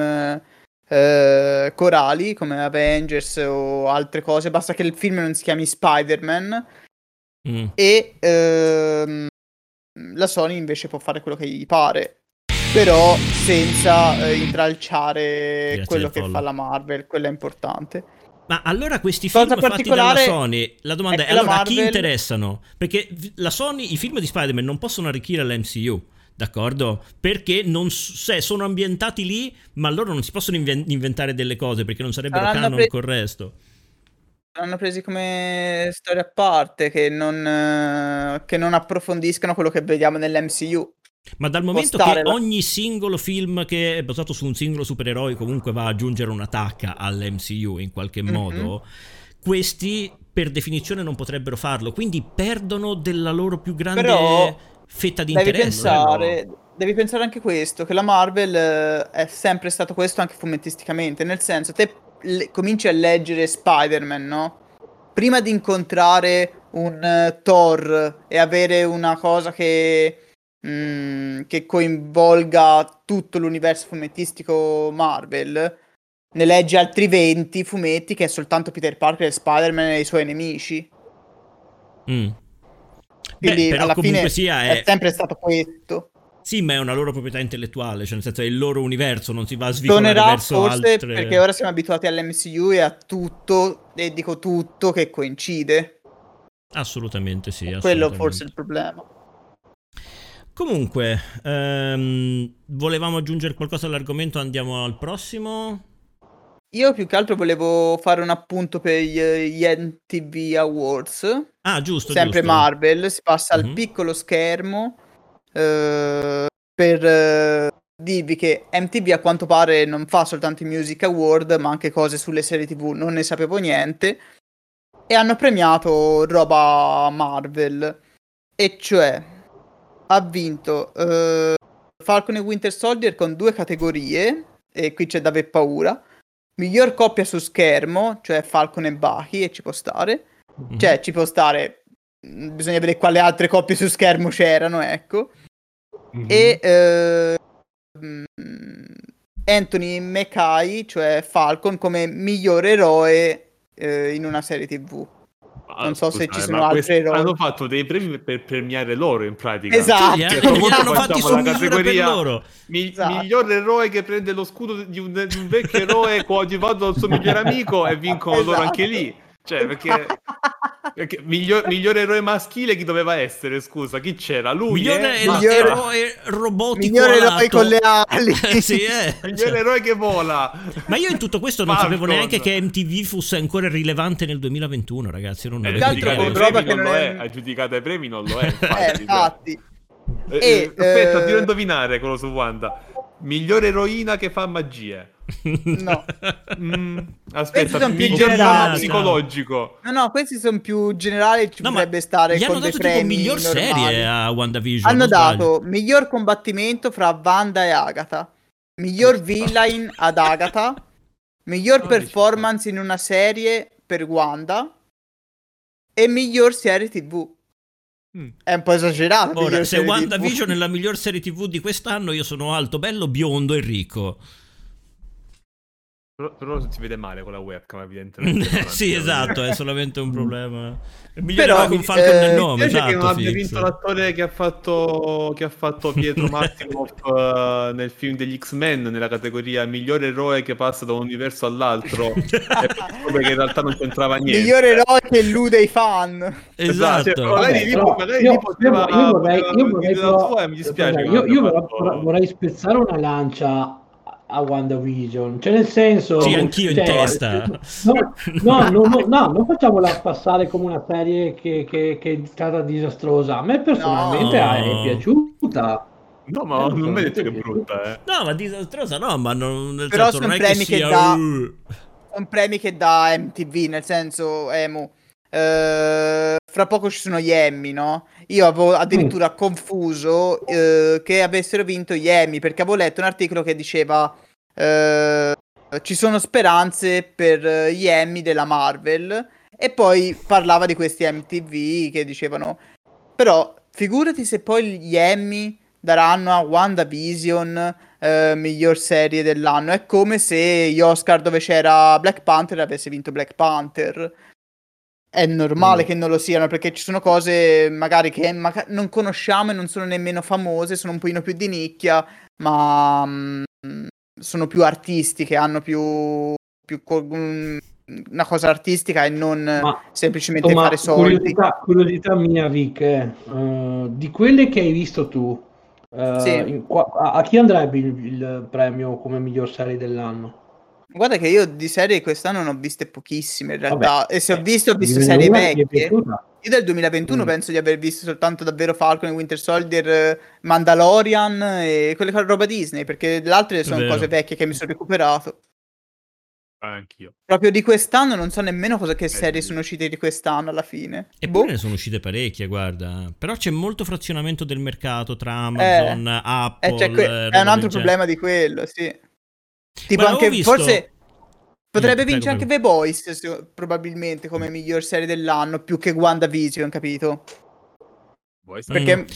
eh, corali come Avengers o altre cose. Basta che il film non si chiami Spider-Man. Mm. E ehm, la Sony invece può fare quello che gli pare, però senza eh, intralciare Grazie quello al che follow. fa la Marvel. Quello è importante. Ma allora questi Cosa film fatti dalla particolare Sony, la domanda è è, che la allora a chi Marvel- interessano? Perché la Sony, i film di Spider-Man non possono arricchire l'M C U, d'accordo? Perché non s- se sono ambientati lì, ma loro non si possono inven- inventare delle cose perché non sarebbero Saranno canon pre- col resto. L'hanno presi come storia a parte, che non, eh, che non approfondiscano quello che vediamo nell'M C U. Ma dal momento stare che là. ogni singolo film che è basato su un singolo supereroe comunque va ad aggiungere una tacca all'M C U in qualche Mhm. modo, questi per definizione non potrebbero farlo, quindi perdono della loro più grande Però fetta di Devi interesse. pensare, devi pensare anche questo, che la Marvel eh, è sempre stato questo anche fumettisticamente, nel senso, te le- cominci a leggere Spider-Man, no? Prima di incontrare un eh, Thor e avere una cosa che, mm, che coinvolga tutto l'universo fumettistico Marvel, ne leggi altri venti fumetti che è soltanto Peter Parker e Spider-Man e i suoi nemici. Mm. Beh, Quindi però alla comunque fine sia è è... sempre stato questo. Sì, ma è una loro proprietà intellettuale, cioè nel senso è il loro universo, non si va a svicolare Tornerà verso forse altre... perché ora siamo abituati all'M C U e a tutto, e dico tutto, che coincide. Assolutamente sì, È quello assolutamente. forse il problema. Comunque, ehm, volevamo aggiungere qualcosa all'argomento, andiamo al prossimo. Io più che altro volevo fare un appunto per gli, gli M T V Awards. Ah, giusto, Sempre giusto. Marvel, si passa al Mhm. piccolo schermo eh, per eh, dirvi che M T V a quanto pare non fa soltanto i Music Award, ma anche cose sulle serie T V, non ne sapevo niente. E hanno premiato roba Marvel. E cioè, ha vinto eh, Falcon e Winter Soldier con due categorie, e qui c'è da aver paura. Miglior coppia su schermo, cioè Falcon e Bucky, e ci può stare. Mhm. Cioè, ci può stare. Mm, Bisogna vedere quale altre coppie su schermo c'erano, ecco. Mhm. E eh, mm, Anthony Mackie, cioè Falcon, come miglior eroe eh, in una serie T V. Ah, Non so se scusate, ci sono ma altri questi eroi. hanno fatto dei premi per premiare loro in pratica. Esatto. Sì, Cioè, eh, proprio li Comunque hanno fatti facciamo su la misura per categoria loro. mi- Esatto. miglior eroe che prende lo scudo di un, di un vecchio eroe coadiuvato dal suo migliore amico e vincono loro anche Esatto. lì. Cioè, perché, perché miglior, miglior eroe maschile chi doveva essere? Scusa, chi c'era? Lui, Migliore eh? ero- Basta. Migliore- eroe robotico Miglior eroe alato. con le ali. Sì, eh. Miglior Cioè. eroe che vola. Ma io in tutto questo non Falcon. sapevo neanche che M T V fosse ancora rilevante nel duemilaventuno, ragazzi. Io non ne Eh, avevo Tanto idea. con aggiudicato ai roba premi che non non lo è- è. Aggiudicato ai premi non lo è. Eh, Infatti, infatti. Eh, E, eh, aspetta, eh, ti a indovinare quello su Wanda. Miglior eroina che fa magie. No. Mm, Questi aspetta, sono più miglior generali. dramma psicologico. No, no, questi sono più generali, ci No, ma potrebbe stare gli hanno con dei dato tipo premi miglior normali. serie a WandaVision. Hanno non sbaglio. dato miglior combattimento fra Wanda e Agatha, miglior villain ad Agatha, miglior Ah, performance in una serie per Wanda e miglior serie T V. Mm. È un po' esagerato. Ora, miglior se serie T V. WandaVision è la miglior serie T V di quest'anno, io sono alto, bello, biondo e ricco. Però, però si vede male con la webcam, evidentemente. Sì, esatto, è solamente un problema. Il migliore Però, eroe con Falcon eh, nel mi nome, Piace esatto. che non abbia Fix. vinto l'attore che ha fatto, che ha fatto Pietro Maximoff eh, nel film degli X-Men nella categoria miglior eroe che passa da un universo all'altro e che in realtà non c'entrava niente. miglior eroe che illude i fan. Esatto. Cioè, magari Vabbè, lì, però magari io, lì poteva, io- io vorrei, poteva io vorrei dire la però- sua e mi dispiace vabbè, che io, non io abbia vorrei, fatto- vorrei spezzare una lancia a WandaVision, cioè nel senso, Sì, anch'io in cioè, testa. no, no, no, no, no, non facciamola passare come una serie che, che, che è stata disastrosa. A me personalmente No. è piaciuta. No, ma Eh, non mi hai detto che è personalmente brutta, eh. No, ma disastrosa no, ma non, nel Però senso sono non è che premi che sia... dà- uh, Sono premi che dà M T V, nel senso, Emu. eh, fra poco ci sono gli Emmy, no? Io avevo addirittura confuso eh, che avessero vinto gli Emmy, perché avevo letto un articolo che diceva eh, ci sono speranze per eh, gli Emmy della Marvel, e poi parlava di questi M T V che dicevano, però figurati se poi gli Emmy daranno a WandaVision eh, miglior serie dell'anno. È come se gli Oscar dove c'era Black Panther avesse vinto Black Panther. È normale Mm. che non lo siano, perché ci sono cose magari che maga- non conosciamo e non sono nemmeno famose, sono un pochino più di nicchia, ma mm, sono più artistiche, hanno più, più co- mm, una cosa artistica e non Ma, semplicemente insomma, fare soldi. curiosità, curiosità mia, Vic, eh, eh, di quelle che hai visto tu, eh, Sì. in qua- a, a chi andrebbe il, il premio come miglior serie dell'anno? Guarda che io di serie quest'anno ne ho viste pochissime in realtà, Vabbè, e se ho visto, ho devi visto vedere serie una che ti è vecchie. piaciuta. Io del duemilaventuno Mm. penso di aver visto soltanto davvero Falcon e Winter Soldier, eh, Mandalorian e quelle co- roba Disney, perché le altre sono vero. cose vecchie che mi sono recuperato. Anch'io. Proprio di quest'anno non so nemmeno cosa che Eh, serie sì. sono uscite di quest'anno alla fine. Eppure Boh. ne sono uscite parecchie, guarda. Però c'è molto frazionamento del mercato tra Amazon, Eh, Apple, eh, cioè, que- eh, è un roba altro del genere. problema di quello, sì. Tipo Guarda, ho anche, visto... forse potrebbe Mm, prego, vincere prego. anche The Boys, se- probabilmente, come miglior serie dell'anno, più che WandaVision, capito? Vuoi Perché, Mm.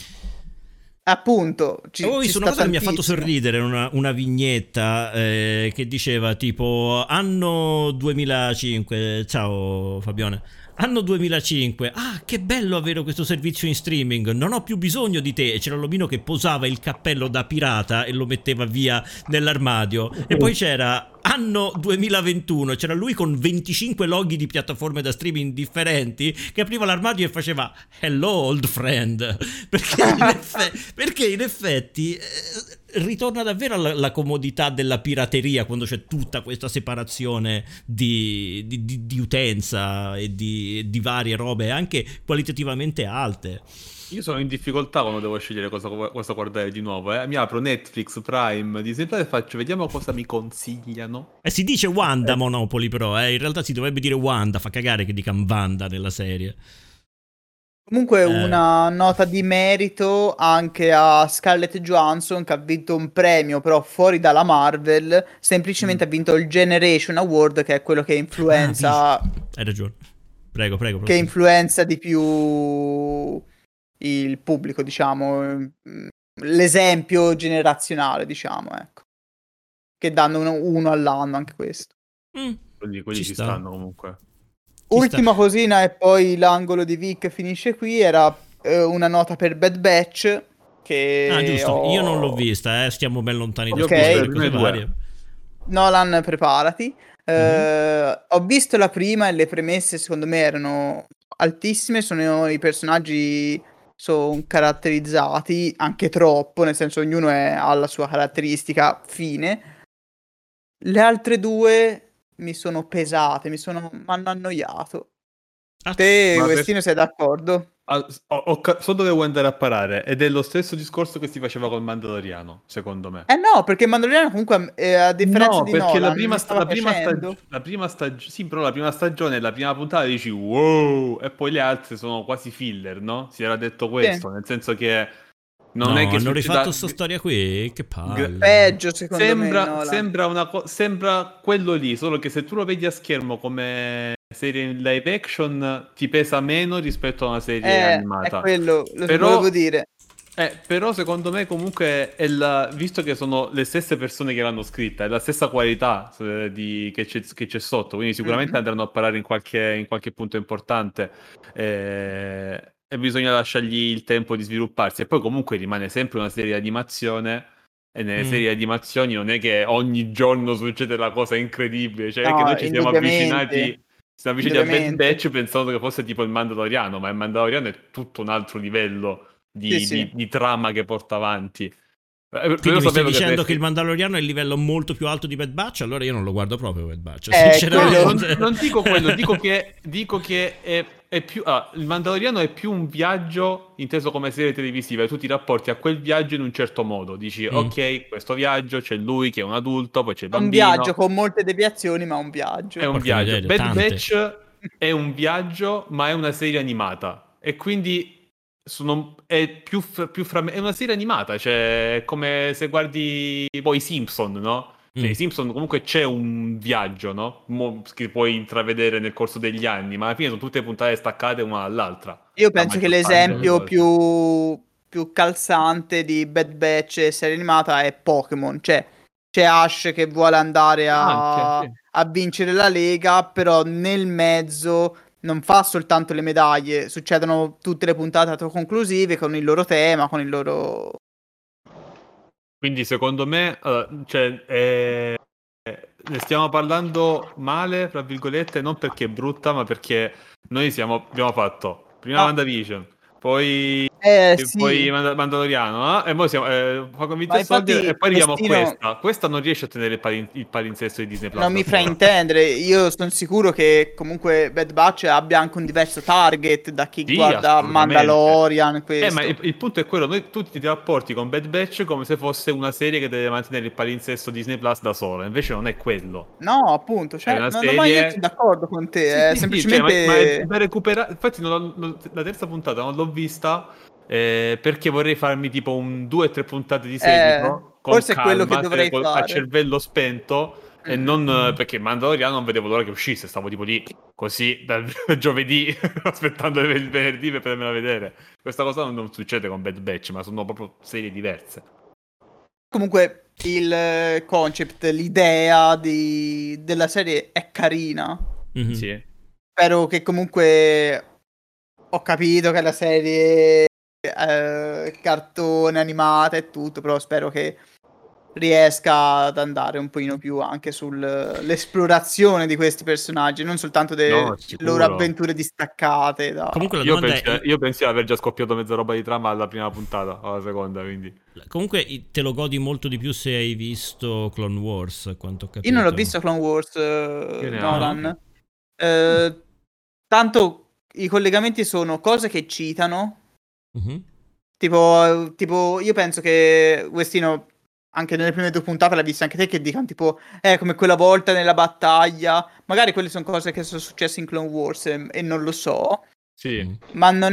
appunto, ci, Avevo ci visto una sta cosa che mi ha fatto tantissimo. sorridere, una, una vignetta eh, che diceva tipo anno duemilacinque, ciao Fabione, anno duemilacinque, ah che bello avere questo servizio in streaming, non ho più bisogno di te, e c'era l'omino che posava il cappello da pirata e lo metteva via nell'armadio, e poi c'era anno duemilaventuno, c'era lui con venticinque loghi di piattaforme da streaming differenti che apriva l'armadio e faceva hello old friend, perché in, effe- perché in effetti eh, ritorna davvero alla, alla comodità della pirateria quando c'è tutta questa separazione di, di, di, di utenza e di, di varie robe anche qualitativamente alte. Io sono in difficoltà quando devo scegliere cosa, cosa guardare di nuovo. Eh. Mi apro Netflix, Prime, Disney Plus e faccio vediamo cosa mi consigliano. E si dice Wanda Monopoly però, eh. In realtà si dovrebbe dire Wanda, fa cagare che dicano Wanda nella serie. Comunque Eh. una nota di merito anche a Scarlett Johansson, che ha vinto un premio però fuori dalla Marvel, semplicemente Mm. ha vinto il Generation Award, che è quello che Ah, influenza, hai ragione. Prego, prego. che prosegui. influenza di più il pubblico, diciamo, l'esempio generazionale, diciamo, ecco, che danno uno, uno all'anno anche questo. Mm, Quindi quelli ci ci sta. stanno comunque. Ci Ultima sta. cosina e poi l'angolo di Vic finisce qui, era eh, una nota per Bad Batch che Ah, giusto, ho... io non l'ho vista, eh. Stiamo ben lontani Io ho da Ok. visto spoiler le e cose prime due. varie. Nolan, preparati. Eh, Mhm. Ho visto la prima e le premesse secondo me erano altissime, sono i personaggi sono caratterizzati anche troppo, nel senso ognuno è, ha la sua caratteristica fine. Le altre due mi sono pesate, mi sono mi hanno annoiato. Ah, Te, Ma per- Questino, sei d'accordo? Ah, ho- ho ca- so dove vuoi andare a parare ed è lo stesso discorso che si faceva col Mandaloriano, secondo me. Eh no, perché Mandaloriano comunque, eh, a differenza No, di perché la Nolan, prima, mi sta- stava la prima piacendo. stagione, la prima stagione, sì, però la prima stagione, la prima puntata dici wow, e poi le altre sono quasi filler, no? Si era detto questo, nel senso che non no, è che hanno rifatto succeda... sta storia qui, che G- palle. Peggio, secondo me, Sembra, Nolan. sembra, una co- sembra quello lì, solo che se tu lo vedi a schermo come serie in live action ti pesa meno rispetto a una serie Eh, animata. è quello, lo Però- volevo dire. Eh, però secondo me comunque è la- visto che sono le stesse persone che l'hanno scritta, è la stessa qualità eh, di- che, c'è, che c'è sotto, quindi sicuramente Mhm. andranno a parare in qualche, in qualche punto importante eh, e bisogna lasciargli il tempo di svilupparsi. E poi comunque rimane sempre una serie di animazione e nelle Mm. serie di animazioni non è che ogni giorno succede la cosa incredibile, cioè è No, che noi ci siamo indubbiamente. avvicinati... Siamo avvicinati a Bad Indubbiamente. Batch pensando che fosse tipo il Mandaloriano, ma il Mandaloriano è tutto un altro livello di, Sì, sì. di- di trama che porta avanti. Eh, Quindi però mi stai sapevo dicendo saresti- che il Mandaloriano è il livello molto più alto di Bad Batch? Allora io non lo guardo proprio Bad Batch, Eh, No, sinceramente. non, non dico quello, dico che, dico che è, è più... ah, il Mandaloriano è più un viaggio inteso come serie televisiva e tu ti rapporti a quel viaggio in un certo modo. Dici, Mm. ok, questo viaggio, c'è lui che è un adulto, poi c'è il È un bambino. viaggio con molte deviazioni, ma un viaggio. È un Porca viaggio. miseria, Bad tante. Batch è un viaggio, ma è una serie animata. E quindi sono, è più, f- più fra- è una serie animata. Cioè, è come se guardi poi i Simpson, no? Cioè, Mm. i Simpson comunque c'è un viaggio, no? Mo- che puoi intravedere nel corso degli anni, ma alla fine sono tutte puntate staccate una dall'altra. Io La penso che maggior parte delle l'esempio volte. più, più calzante di Bad Batch e serie animata è Pokémon. Cioè, c'è Ash che vuole andare a, Anche, sì. a vincere la Lega, però nel mezzo non fa soltanto le medaglie, succedono tutte le puntate autoconclusive con il loro tema, con il loro... Quindi secondo me, allora, cioè, eh, eh, ne stiamo parlando male, tra virgolette, non perché è brutta, ma perché noi siamo, abbiamo fatto prima No. WandaVision, poi Eh, e sì. poi Mand- Mandaloriano, eh? E poi siamo eh, fa con Winter Ma Soldier infatti, e poi arriviamo a Destino- questa. Questa non riesce a tenere il, palin- il palinsesto di Disney Plus. Non da mi sola. fraintendere, io sono sicuro che comunque Bad Batch abbia anche un diverso target da chi Sì, guarda assolutamente. Mandalorian, Eh, questo. ma il, il punto è quello, noi tutti ti rapporti con Bad Batch come se fosse una serie che deve mantenere il palinsesto Disney Plus da sola, invece non è quello. No, appunto, cioè, È una no, no, ma io serie- sono d'accordo con te, Sì, è sì, sì, semplicemente... cioè, ma, ma è da recuperare. Infatti, non l'ho- non- la terza puntata non l'ho vista eh, perché vorrei farmi tipo un due o tre puntate di seguito con forse è quello calma, che dovrei col- a fare. cervello spento. E Mm. non eh, perché Mandaloriano non vedevo l'ora che uscisse, stavo tipo lì così dal giovedì aspettando il venerdì per potermela vedere. Questa cosa non, non succede con Bad Batch, ma sono proprio serie diverse. Comunque il eh, concept, l'idea di- della serie è carina. Mhm. Sì. Spero che comunque ho capito che la serie eh, cartone animata e tutto, però spero che riesca ad andare un pochino più anche sull'esplorazione di questi personaggi, non soltanto delle No, sicuro. loro avventure distaccate. Da... Comunque la Io domanda penso, è... io penso di aver già scoppiato mezza roba di trama alla prima puntata, o alla seconda, quindi. Comunque i- te lo godi molto di più se hai visto Clone Wars, a quanto ho capito. Io non l'ho visto Clone Wars, eh, Io neanche. Nolan. Eh, tanto i collegamenti sono cose che citano. Mhm. Tipo, tipo, io penso che Westino, anche nelle prime due puntate, l'hai vista anche te, che dicano tipo, eh, come quella volta nella battaglia. Magari quelle sono cose che sono successe in Clone Wars e, e non lo so. Sì. Mm. Ma non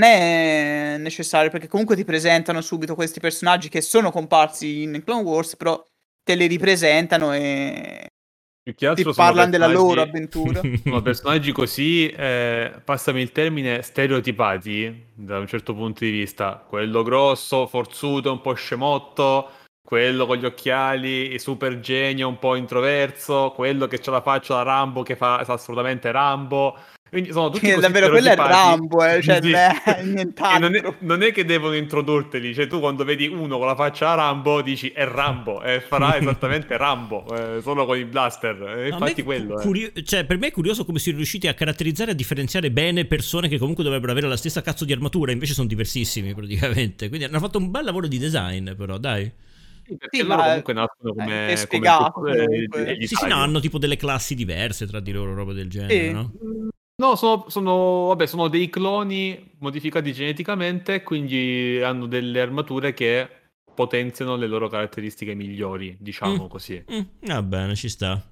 è necessario, perché comunque ti presentano subito questi personaggi che sono comparsi in Clone Wars, però te li ripresentano e Più che ti altro sono parlano della personaggi- loro avventura. Sono personaggi così, eh, passami il termine, stereotipati da un certo punto di vista. Quello grosso, forzuto, un po' scemotto, quello con gli occhiali, super genio, un po' introverso, quello che c'ha la faccia da Rambo che fa fa assolutamente Rambo. Quindi sono tutti Sì, così davvero, quello è stereotipati. Rambo, eh, cioè Sì. non è E nient'altro. non è, non è che devono introdurteli, cioè tu quando vedi uno con la faccia da Rambo dici è Rambo e farà esattamente Rambo, eh, solo con i blaster. E No, a me infatti cu- quello è. curio- cioè, per me è curioso come siano riusciti a caratterizzare e a differenziare bene persone che comunque dovrebbero avere la stessa cazzo di armatura, invece sono diversissimi praticamente. Quindi hanno fatto un bel lavoro di design, però, dai. Sì, perché Sì, loro ma comunque nascono come, è come spiegato gruppo, eh, comunque. degli Sì, sì, no, Italiani. hanno tipo delle classi diverse tra di loro, roba del genere, Sì. no? No, sono, sono, vabbè, sono dei cloni modificati geneticamente, quindi hanno delle armature che potenziano le loro caratteristiche migliori, diciamo Mm. così. Mm, va bene, ci sta.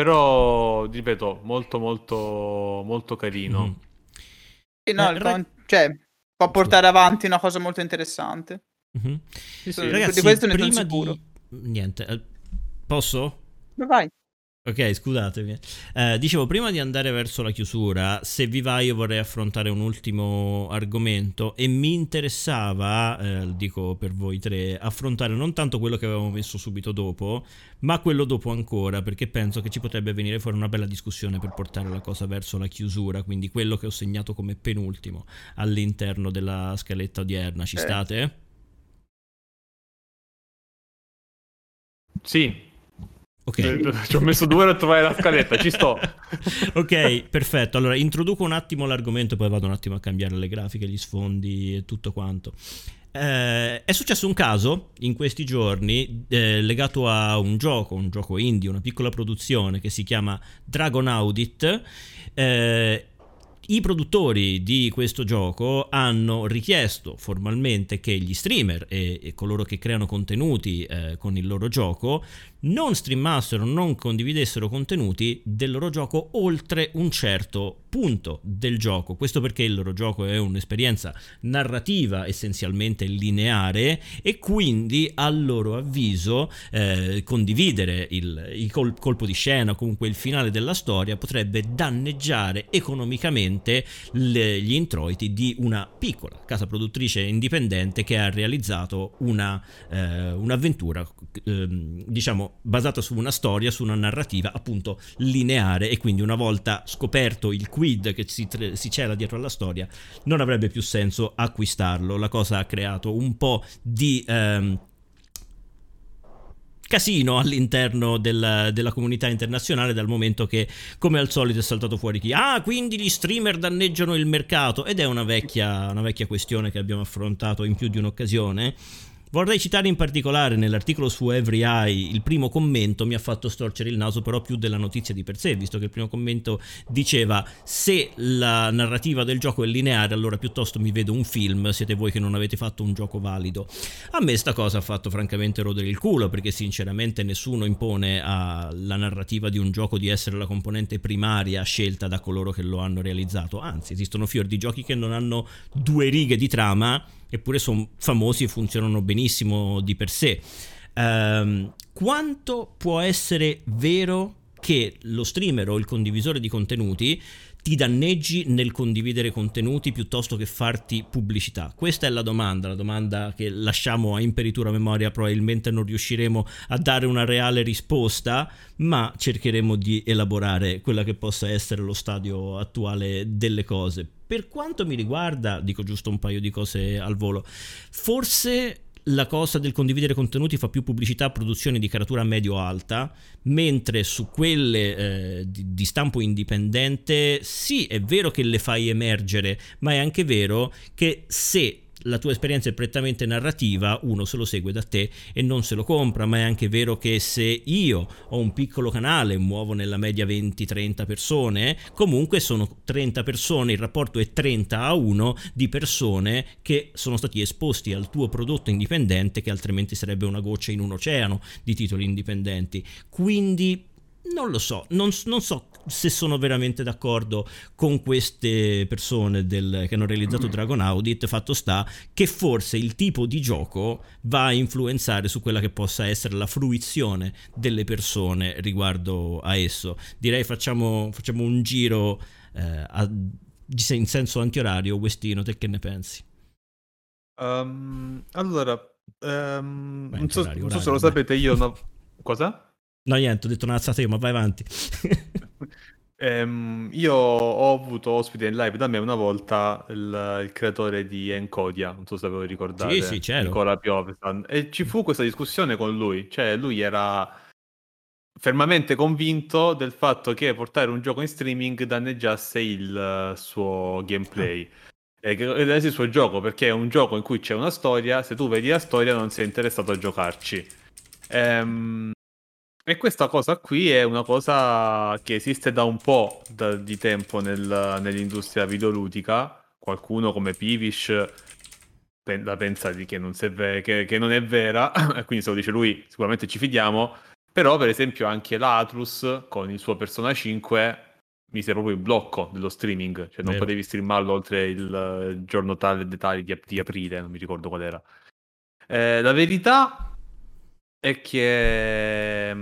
Però, ripeto, molto molto molto carino. Mhm. Sì, no, Eh, il ra- con- cioè, può portare avanti una cosa molto interessante. Mhm. Sì, sì. Di Ragazzi, questo ne sono prima sicuro. di... Niente, eh, posso? Ma vai. Ok, scusatemi. Eh, dicevo, prima di andare verso la chiusura, se vi va io vorrei affrontare un ultimo argomento e mi interessava, eh, dico per voi tre, affrontare non tanto quello che avevamo messo subito dopo, ma quello dopo ancora, perché penso che ci potrebbe venire fuori una bella discussione per portare la cosa verso la chiusura, quindi quello che ho segnato come penultimo all'interno della scaletta odierna. Ci Eh. state? Sì. Ok. Eh, Ci ho messo due ore a trovare la scaletta, ci sto. Ok, perfetto. Allora introduco un attimo l'argomento, poi vado un attimo a cambiare le grafiche, gli sfondi e tutto quanto. Eh, è successo un caso in questi giorni eh, legato a un gioco, un gioco indie, una piccola produzione che si chiama Dragon Audit. Eh, I produttori di questo gioco hanno richiesto formalmente che gli streamer e, e coloro che creano contenuti eh, con il loro gioco non streamassero, non condividessero contenuti del loro gioco oltre un certo punto del gioco. Questo perché il loro gioco è un'esperienza narrativa essenzialmente lineare e quindi a loro avviso eh, condividere il, il col- colpo di scena o comunque il finale della storia potrebbe danneggiare economicamente le- gli introiti di una piccola casa produttrice indipendente che ha realizzato una, eh, un'avventura eh, diciamo basata su una storia, su una narrativa appunto lineare, e quindi una volta scoperto il quid che si, tre- si cela dietro alla storia non avrebbe più senso acquistarlo. La cosa ha creato un po' di ehm, casino all'interno del, della comunità internazionale, dal momento che, come al solito, è saltato fuori chi ah quindi gli streamer danneggiano il mercato, ed è una vecchia, una vecchia questione che abbiamo affrontato in più di un'occasione. Vorrei citare in particolare nell'articolo su EveryEye il primo commento, mi ha fatto storcere il naso però più della notizia di per sé, visto che il primo commento diceva: se la narrativa del gioco è lineare, allora piuttosto mi vedo un film, siete voi che non avete fatto un gioco valido. A me sta cosa ha fatto francamente rodere il culo, perché sinceramente nessuno impone alla narrativa di un gioco di essere la componente primaria scelta da coloro che lo hanno realizzato, anzi esistono fior di giochi che non hanno due righe di trama, eppure sono famosi e funzionano benissimo di per sé. Um, quanto può essere vero che lo streamer o il condivisore di contenuti ti danneggi nel condividere contenuti piuttosto che farti pubblicità? Questa è la domanda, la domanda che lasciamo a imperitura memoria. Probabilmente non riusciremo a dare una reale risposta, ma cercheremo di elaborare quella che possa essere lo stadio attuale delle cose. Per quanto mi riguarda, dico giusto un paio di cose al volo, forse la cosa del condividere contenuti fa più pubblicità a produzioni di caratura medio-alta, mentre su quelle eh, di, di stampo indipendente sì, è vero che le fai emergere, ma è anche vero che se la tua esperienza è prettamente narrativa, uno se lo segue da te e non se lo compra. Ma è anche vero che se io ho un piccolo canale, muovo nella media venti trenta persone, comunque sono trenta persone, il rapporto è trenta a uno di persone che sono stati esposti al tuo prodotto indipendente, che altrimenti sarebbe una goccia in un oceano di titoli indipendenti. Quindi non lo so, non, non so se sono veramente d'accordo con queste persone del, che hanno realizzato Dragon Audit. Fatto sta che forse il tipo di gioco va a influenzare su quella che possa essere la fruizione delle persone riguardo a esso. Direi facciamo, facciamo un giro eh, a, in senso antiorario. Westino, te che ne pensi? Um, allora, um, Beh, non, so, orario, non so orario, se lo vai. sapete, io no... Cosa? No, niente, ho detto una cazzata io, ma vai avanti. Ehm, io ho avuto ospite in live da me una volta il, il creatore di Encodia, non so se ve lo ricordate, Sì, sì, c'ero. Nicola Piovesan, e ci fu questa discussione con lui, cioè lui era fermamente convinto del fatto che portare un gioco in streaming danneggiasse il uh, suo gameplay. E che danneggiasse il suo gioco, perché è un gioco in cui c'è una storia, se tu vedi la storia non sei interessato a giocarci. Ehm... E questa cosa qui è una cosa che esiste da un po' da, di tempo nel, nell'industria videoludica. Qualcuno come Pivish pen, la pensa di che, non se ve, che, che non è vera, e quindi se lo dice lui sicuramente ci fidiamo. Però per esempio anche l'Atlus con il suo Persona cinque mise proprio il blocco dello streaming, cioè non Vero. potevi streamarlo oltre il giorno tale dettagli di, di aprile, non mi ricordo qual era. Eh, la verità è che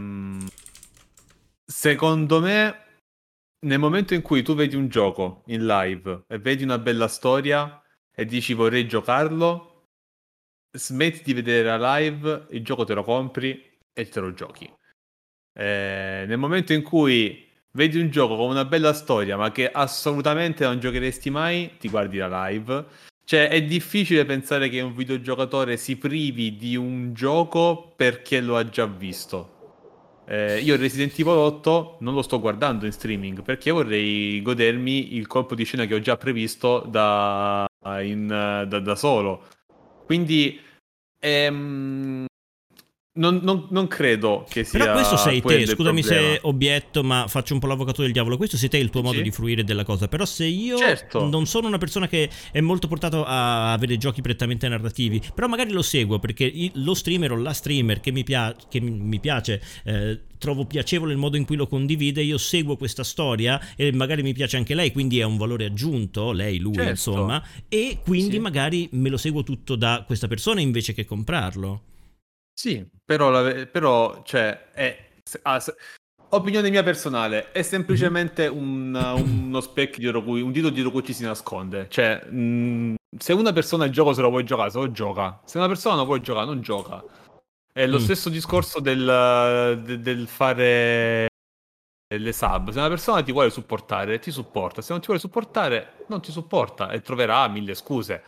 secondo me nel momento in cui tu vedi un gioco in live e vedi una bella storia e dici vorrei giocarlo, smetti di vedere la live, il gioco te lo compri e te lo giochi. Eh, nel momento in cui vedi un gioco con una bella storia ma che assolutamente non giocheresti mai, ti guardi la live. Cioè è difficile pensare che un videogiocatore si privi di un gioco perché lo ha già visto. Eh, io Resident Evil otto non lo sto guardando in streaming perché vorrei godermi il colpo di scena che ho già previsto da, in, da, da solo. Quindi ehm, non, non, non credo che sia. Però questo sei te, quello il scusami problema. se obietto, ma faccio un po' l'avvocato del diavolo. Questo sei te il tuo Sì. modo di fruire della cosa. Però se io Certo. non sono una persona che è molto portato a avere giochi prettamente narrativi, però magari lo seguo perché lo streamer o la streamer che mi, pia- che mi piace, eh, trovo piacevole il modo in cui lo condivide, io seguo questa storia e magari mi piace anche lei, quindi è un valore aggiunto, lei, lui, Certo. insomma, e quindi Sì. magari me lo seguo tutto da questa persona invece che comprarlo. Sì, però, la, però cioè, è, ah, se- opinione mia personale, è semplicemente un, uno specchio dietro cui, un dito dietro cui ci si nasconde. Cioè, mh, se una persona il gioco se lo vuoi giocare, se lo gioca. Se una persona non vuole giocare, non gioca. È lo Mm. stesso discorso del, de- del fare le sub. Se una persona ti vuole supportare, ti supporta. Se non ti vuole supportare, non ti supporta e troverà mille scuse.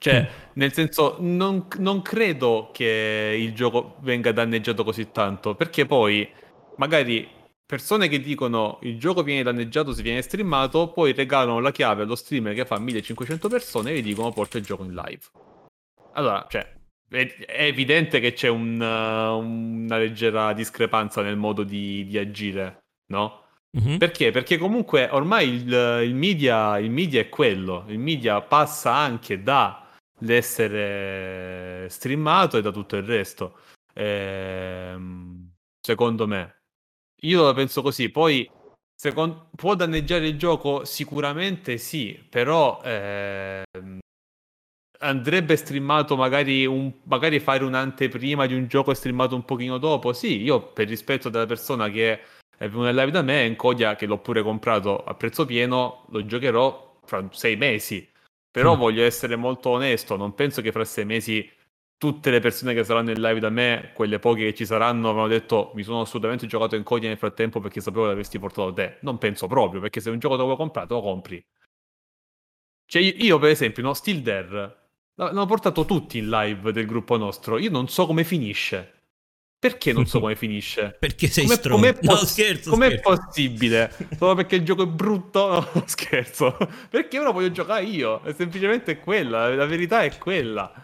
Cioè, nel senso, non, non credo che il gioco venga danneggiato così tanto, perché poi magari persone che dicono il gioco viene danneggiato se viene streamato, poi regalano la chiave allo streamer che fa millecinquecento persone e gli dicono porta il gioco in live. Allora, cioè, è, è evidente che c'è un, uh, una leggera discrepanza nel modo di, di agire, no? Mm-hmm. Perché? Perché comunque ormai il, il media, il media è quello, il media passa anche da l'essere streamato e da tutto il resto. Ehm, secondo me, io la penso così. Poi secondo, può danneggiare il gioco? Sicuramente sì, però ehm, andrebbe streamato magari, un, magari fare un'anteprima di un gioco e streamato un pochino dopo. Sì, io per rispetto della persona che è venuta in live da me, Encodia, che l'ho pure comprato a prezzo pieno, lo giocherò fra sei mesi. Però mm. voglio essere molto onesto, non penso che fra sei mesi tutte le persone che saranno in live da me, quelle poche che ci saranno, avranno detto mi sono assolutamente giocato Encodia nel frattempo perché sapevo che l'avresti portato te. Non penso proprio, perché se un gioco te lo comprato, lo compri. Cioè io per esempio, no, Still There l'hanno portato tutti in live del gruppo nostro. Io non so come finisce. Perché non so come finisce? Perché sei com'è, stronzo. com'è, poss- no, scherzo, com'è scherzo. possibile? Solo perché il gioco è brutto? No, scherzo. Perché ora voglio giocare io. È semplicemente quella. La verità è quella.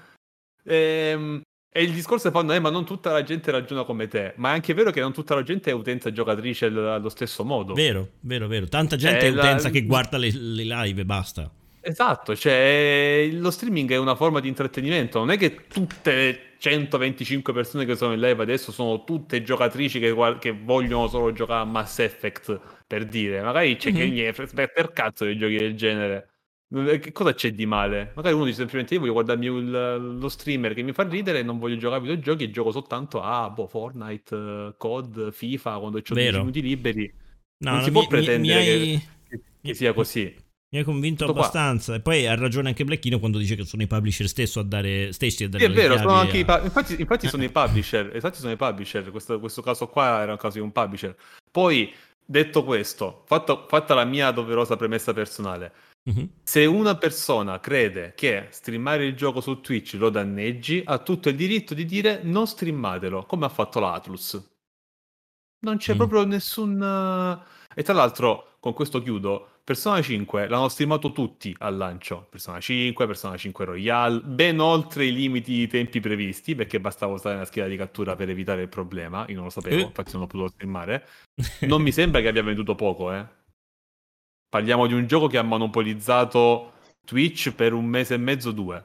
Ehm, e il discorso è fanno, eh, ma non tutta la gente ragiona come te. Ma è anche vero che non tutta la gente è utenza giocatrice allo stesso modo. Vero, vero, vero. Tanta gente cioè, è utenza la... che guarda le, le live e basta. Esatto, cioè lo streaming è una forma di intrattenimento, non è che tutte le centoventicinque persone che sono in live adesso sono tutte giocatrici che, che vogliono solo giocare a Mass Effect, per dire, magari c'è mm-hmm. che gli è per cazzo dei giochi del genere. Che cosa c'è di male? Magari uno dice semplicemente io voglio guardarmi il, lo streamer che mi fa ridere e non voglio giocare a videogiochi e gioco soltanto a boh, Fortnite, C O D, FIFA quando ho dieci minuti liberi. No, non no, si mi, può pretendere mi hai... che, che, che sia così. Mi ha convinto Tutto abbastanza. Qua. E poi ha ragione anche Blacchino quando dice che sono i publisher stesso a dare stessi a dare sì, è vero, sono anche a... i pa- infatti, infatti sono i publisher. Infatti sono i publisher. Questo, questo caso qua era un caso di un publisher. Poi, detto questo, fatto, fatta la mia doverosa premessa personale, mm-hmm. se una persona crede che streamare il gioco su Twitch lo danneggi, ha tutto il diritto di dire non streamatelo, come ha fatto l'Atlus. Non c'è mm. proprio nessun... E tra l'altro, con questo chiudo, Persona cinque l'hanno streamato tutti al lancio. Persona cinque, Persona cinque Royale, ben oltre i limiti di tempi previsti, perché bastava usare una scheda di cattura per evitare il problema. Io non lo sapevo, infatti non ho potuto streamare. Non mi sembra che abbia venduto poco, eh. Parliamo di un gioco che ha monopolizzato Twitch per un mese e mezzo, due.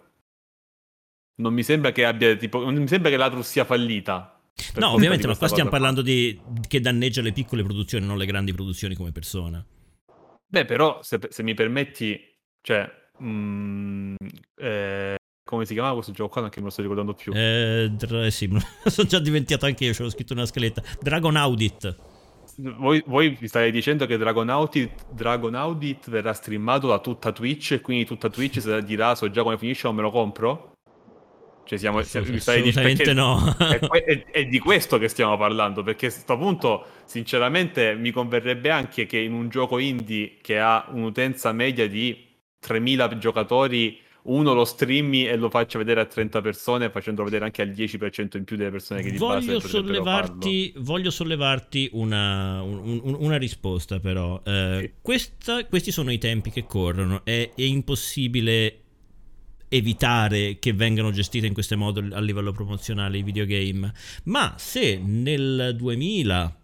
Non mi sembra che abbia, tipo, non mi sembra che l'Atlus sia fallita. No, ovviamente, ma qua stiamo parlando di che danneggia le piccole produzioni, non le grandi produzioni come Persona. Beh, però, se, se mi permetti, cioè, mh, eh, come si chiamava questo gioco qua? Anche me lo sto ricordando più. Eh, dra- sì, me lo sono già dimenticato anche io, c'avevo scritto una scaletta. Dragon Audit. Voi, voi vi state dicendo che Dragon Audit, Dragon Audit verrà streamato da tutta Twitch e quindi tutta Twitch se dirà so già come finisce non me lo compro? Cioè siamo, siamo assolutamente no. è, è, è di questo che stiamo parlando, perché a questo punto sinceramente mi converrebbe anche che in un gioco indie che ha un'utenza media di tremila giocatori uno lo streami e lo faccia vedere a trenta persone, facendolo vedere anche al dieci per cento in più delle persone che di voglio base sollevarti farlo. Voglio sollevarti una, un, un, una risposta però eh, sì. questa, questi sono i tempi che corrono, è, è impossibile evitare che vengano gestite in questo modo a livello promozionale i videogame, ma se nel duemilauno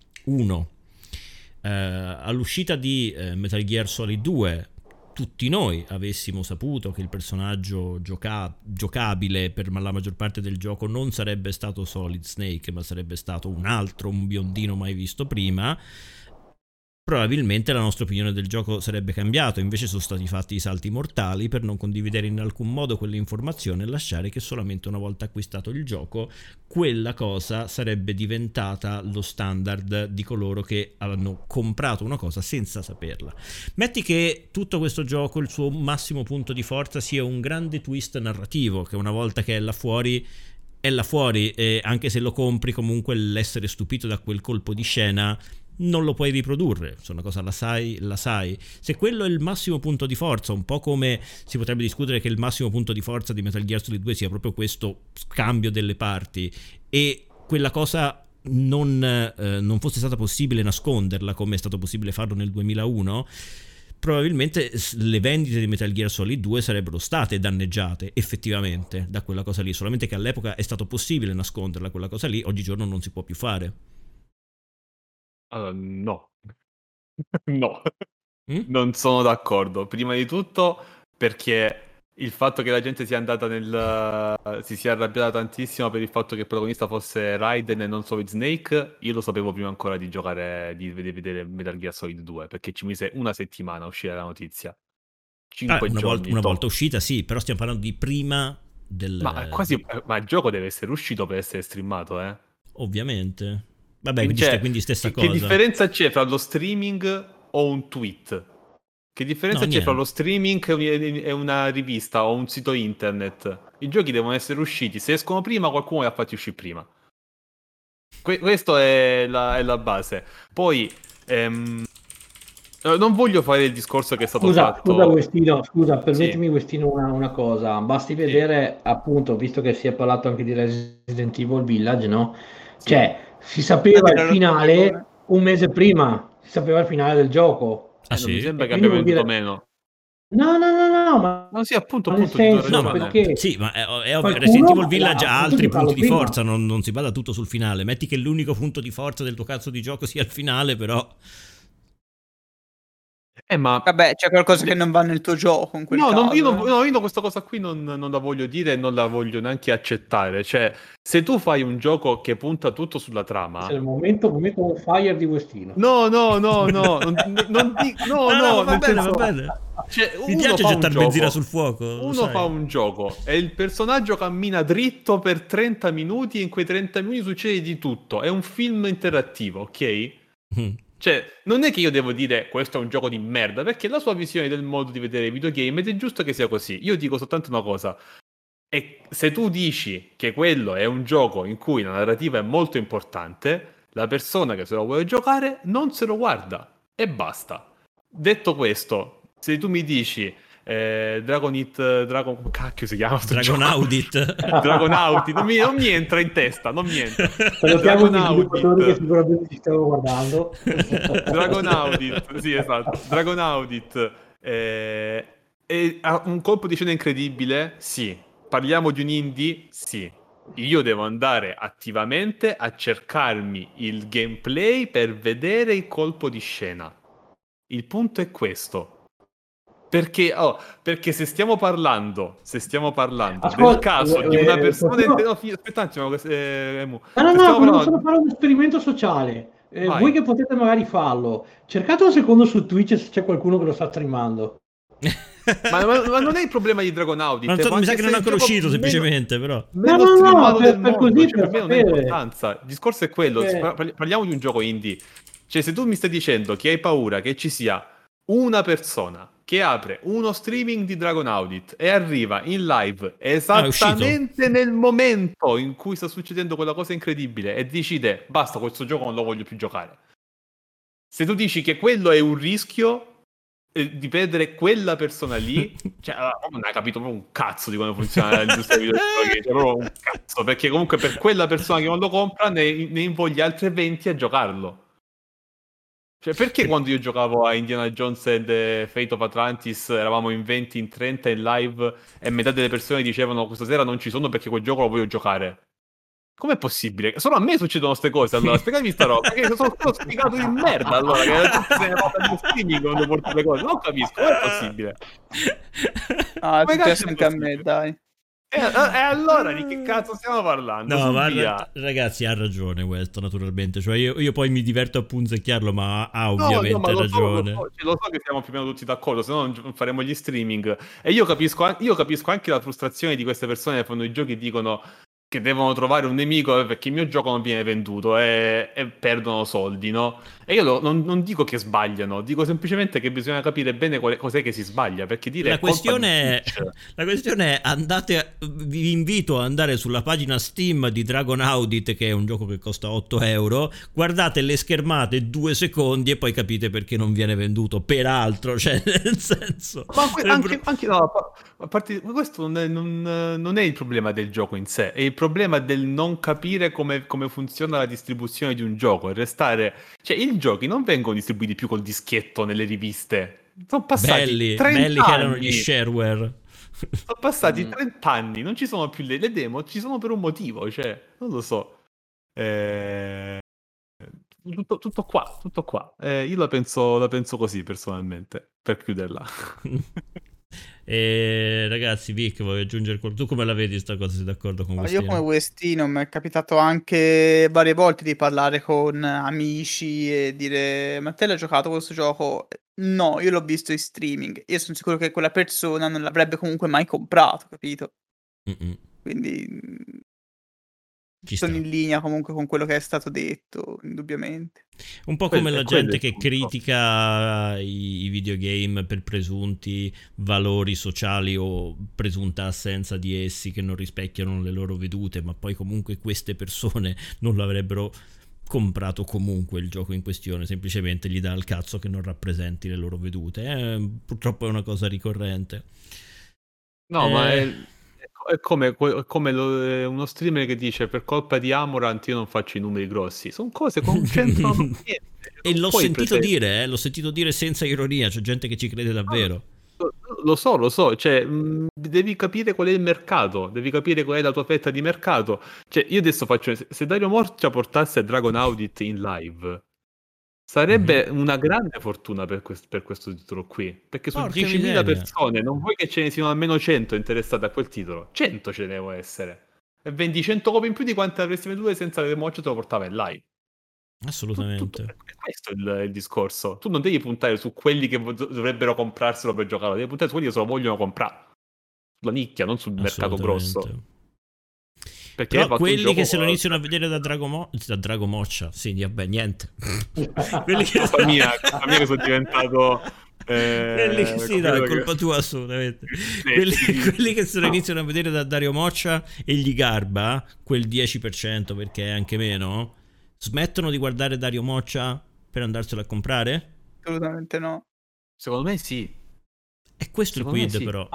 eh, all'uscita di eh, Metal Gear Solid due tutti noi avessimo saputo che il personaggio gioca- giocabile per la maggior parte del gioco non sarebbe stato Solid Snake ma sarebbe stato un altro, un biondino mai visto prima, probabilmente la nostra opinione del gioco sarebbe cambiata. Invece sono stati fatti i salti mortali per non condividere in alcun modo quell'informazione e lasciare che solamente una volta acquistato il gioco quella cosa sarebbe diventata lo standard di coloro che hanno comprato una cosa senza saperla. Metti che tutto questo gioco, il suo massimo punto di forza sia un grande twist narrativo che una volta che è là fuori è là fuori e anche se lo compri comunque l'essere stupito da quel colpo di scena non lo puoi riprodurre, se una cosa la sai, la sai. Se quello è il massimo punto di forza, un po' come si potrebbe discutere che il massimo punto di forza di Metal Gear Solid due sia proprio questo scambio delle parti, e quella cosa non, eh, non fosse stata possibile nasconderla come è stato possibile farlo nel duemilauno, probabilmente le vendite di Metal Gear Solid due sarebbero state danneggiate effettivamente da quella cosa lì, solamente che all'epoca è stato possibile nasconderla quella cosa lì, oggigiorno non si può più fare. Allora, no. No. Mm? Non sono d'accordo. Prima di tutto perché il fatto che la gente sia andata nel... si sia arrabbiata tantissimo per il fatto che il protagonista fosse Raiden e non Solid Snake, io lo sapevo prima ancora di giocare, di ved- vedere Metal Gear Solid due, perché ci mise una settimana a uscire la notizia. Ah, Cinque una, giorni. volta, una top. volta uscita, sì, però stiamo parlando di prima del... Ma quasi... Ma il gioco deve essere uscito per essere streamato, eh? Ovviamente. Vabbè, quindi, Cioè, ste- quindi stessa che, cosa. che differenza c'è fra lo streaming o un tweet? Che differenza No, c'è fra niente. lo streaming e un- e una rivista o un sito internet? I giochi devono essere usciti. Se escono prima, qualcuno li ha fatti uscire prima. Que- questo è la, è la base. Poi, ehm, eh, non voglio fare il discorso che è stato Scusa, fatto. scusa Westino, scusa, Sì. permettimi Westino una, una cosa, basti vedere appunto, visto che si è parlato anche di Resident Evil Village, no? Sì. Cioè, si sapeva Infatti, il era finale l'occasione. un mese prima, si sapeva il finale del gioco. Ah, Eh, non mi sì? sembra E che quindi abbia vuol venduto dire... meno. No, no, no, no, ma, No, sì, appunto, ma nel appunto, ti do senso, No, ma, ragione. perché sì, ma è, è ovvio, qualcuno Resident Evil Village l'ha ha appunto altri giocato punti di prima. forza, non, non si basa tutto sul finale. Metti che l'unico punto di forza del tuo cazzo di gioco sia il finale, però... Eh, ma... Vabbè, c'è qualcosa che non va nel tuo gioco in quel No, caso. non, io, non, eh. no, io no, questa cosa qui non, non la voglio dire e non la voglio neanche accettare. Cioè, se tu fai un gioco che punta tutto sulla trama... C'è il momento, momento on fire di Westino. No, no, no, no, non, non dico... No, No, no, no, va nel bene, senso- va bene. Cioè, Mi uno piace fa un gettare gioco, benzina sul fuoco, lo Uno sai. fa un gioco e il personaggio cammina dritto per trenta minuti e in quei trenta minuti succede di tutto. È un film interattivo, ok? Mm. Cioè, non è che io devo dire questo è un gioco di merda, perché la sua visione del modo di vedere i videogame ed è giusto che sia così. Io dico soltanto una cosa. E se tu dici che quello è un gioco in cui la narrativa è molto importante, la persona che se lo vuole giocare non se lo guarda e basta. Detto questo, se tu mi dici eh, Dragon It, Dragon, come cacchio si chiama sto Dragon gioco? Audit. Dragon Audit, non mi, non mi entra in testa, non mi entra. Salutiamo gli Dragon sviluppatori che Audit, sicuramente ci stiamo guardando. Dragon Audit, sì, esatto. Dragon Audit eh, è- ha un colpo di scena incredibile? Sì. Parliamo di un indie? Sì. Io devo andare attivamente a cercarmi il gameplay per vedere il colpo di scena. Il punto è questo. Perché, oh, perché se stiamo parlando, se stiamo parlando Ascolta, del caso di eh, una eh, persona... possiamo- inte- no, fi- aspetta un attimo, eh, Emu. No, no, Se no, stiamo volevo parlando- solo fare un esperimento sociale. Eh, Vai. voi che potete magari farlo, cercate un secondo su Twitch se c'è qualcuno che lo sta streamando. Ma, ma- ma non è il problema di Dragon Audit. Ma non so, può mi sa anche che non è essere ancora il gioco uscito, meno- semplicemente, però. meno No, no, no, streamato per- del per mondo, così, cioè, per per me non ha sapere. importanza. Il discorso è quello. Eh. Parli- Parliamo di un gioco indie. Cioè, se tu mi stai dicendo che hai paura che ci sia una persona che apre uno streaming di Dragon Audit e arriva in live esattamente nel momento in cui sta succedendo quella cosa incredibile e decide basta, questo gioco non lo voglio più giocare. Se tu dici che quello è un rischio eh, di perdere quella persona lì, cioè allora, non hai capito proprio un cazzo di come funziona l'industria dei videogiochi, cioè proprio un cazzo, perché comunque per quella persona che non lo compra ne, ne invoglia altre venti a giocarlo. Cioè, perché quando io giocavo a Indiana Jones e The Fate of Atlantis eravamo in venti, in trenta in live e metà delle persone dicevano questa sera non ci sono perché quel gioco lo voglio giocare? Com'è possibile? Solo a me succedono queste cose, allora spiegatemi sta roba, perché sono stato spiegato di merda, allora, che la gente se ne va per gli streaming quando porta le cose, non capisco, com'è possibile? Ah, è Come successo cazzo è anche a me, possibile? dai. E, e allora di che cazzo stiamo parlando? No, Su, ma via. ragazzi, ha ragione questo, naturalmente. Cioè, io, io poi mi diverto a punzecchiarlo, ma ha No, ovviamente no, ma lo so, lo ragione. so, cioè, lo so che siamo più o meno tutti d'accordo, se no non gi- faremo gli streaming. E io capisco, an- io capisco anche la frustrazione di queste persone che fanno i giochi e dicono che devono trovare un nemico perché il mio gioco non viene venduto e, e perdono soldi, no? E io lo, non, non dico che sbagliano, dico semplicemente che bisogna capire bene qual è, cos'è che si sbaglia, perché dire La è colpa questione, di è, la questione è, andate, vi invito ad andare sulla pagina Steam di Dragon Audit, che è un gioco che costa otto euro, guardate le schermate due secondi e poi capite perché non viene venduto, peraltro, cioè nel senso... Ma que- anche, anche no, a parte, questo non è, non, non è il problema del gioco in sé, è il problema del non capire come, come funziona la distribuzione di un gioco e restare... Cioè, i giochi non vengono distribuiti più col dischetto nelle riviste. Sono passati Belli, trenta belli che erano anni. gli shareware. Sono passati Mm. trenta anni, non ci sono più le, le demo, ci sono per un motivo, cioè, non lo so. Eh, Tutto, tutto qua, tutto qua. Eh, io la penso, la penso così personalmente, per chiuderla. E ragazzi, Vic, vuoi aggiungere qualcosa? Tu come la vedi sta cosa? Sei d'accordo con Ma questo? io come Westino mi è capitato anche varie volte di parlare con amici e dire ma te l'hai giocato questo gioco? No, io l'ho visto in streaming. Io sono sicuro che quella persona non l'avrebbe comunque mai comprato, capito? Mm-mm. Quindi mh, Ci sono sta. in linea comunque con quello che è stato detto, indubbiamente. Un po' Quello- come la è quello gente il che punto. critica i, i videogame per presunti valori sociali o presunta assenza di essi che non rispecchiano le loro vedute, ma poi comunque queste persone non l'avrebbero comprato comunque il gioco in questione, semplicemente gli dà il cazzo che non rappresenti le loro vedute. Eh, purtroppo è una cosa ricorrente. No, ma Eh. è, è come, è come lo- è uno streamer che dice per colpa di Amorant io non faccio i numeri grossi. Sono cose che non c'entrano niente. E Non l'ho puoi sentito pretendere- dire, eh, l'ho sentito dire senza ironia, c'è gente che ci crede davvero. Lo- Lo so, lo so, cioè, mh, devi capire qual è il mercato, devi capire qual è la tua fetta di mercato. Cioè, io adesso faccio, se se Dario Morcia portasse Dragon Audit in live, sarebbe Mhm. una grande fortuna per, quest- per questo titolo qui, perché su Porca diecimila miseria. persone non vuoi che ce ne siano almeno cento interessate a quel titolo, cento ce ne devono essere. E vendi cento copie in più di quante avresti venduto senza che Morcia te lo portava in live. Tu- Assolutamente. tutto- è questo il, il discorso. Tu non devi puntare su quelli che vo- dovrebbero comprarselo per giocare, devi puntare su quelli che se lo vogliono comprare. Sulla nicchia, non sul mercato grosso. Assolutamente. Perché hai Però fatto un quelli che gioco- se lo iniziano a vedere da Drago, Mo- da Drago Moccia, sì, vabbè, niente. quelli che, Colpa mia, colpa mia che sono diventato... eh, quelli che sì, no, è quello colpa che- tua assolutamente. Sì, quelli, sì. quelli che se lo iniziano a vedere da Dario Moccia e gli garba quel dieci per cento, perché è anche meno, smettono di guardare Dario Moccia per andarselo a comprare? Assolutamente no. Secondo me sì. È questo il Secondo me quid, sì. però.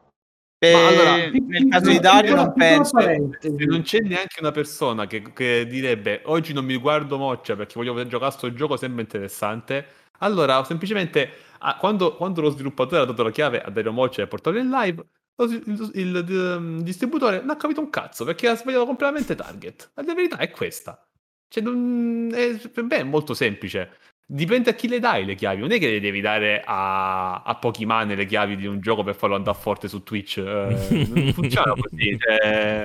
E allora, nel caso di Dario non penso. Se non c'è neanche una persona che, che direbbe oggi non mi guardo Moccia perché voglio giocare a sto gioco, sembra interessante, allora semplicemente ah, quando, quando lo sviluppatore ha dato la chiave a Dario Moccia e ha portato in live, lo- il, il- il- il distributore non ha capito un cazzo perché ha sbagliato completamente target. La verità è questa. Cioè, non- è, per me è molto semplice. Dipende a chi le dai le chiavi, non è che le devi dare a, a Pokémon le chiavi di un gioco per farlo andare forte su Twitch. Eh, non funziona così. Cioè,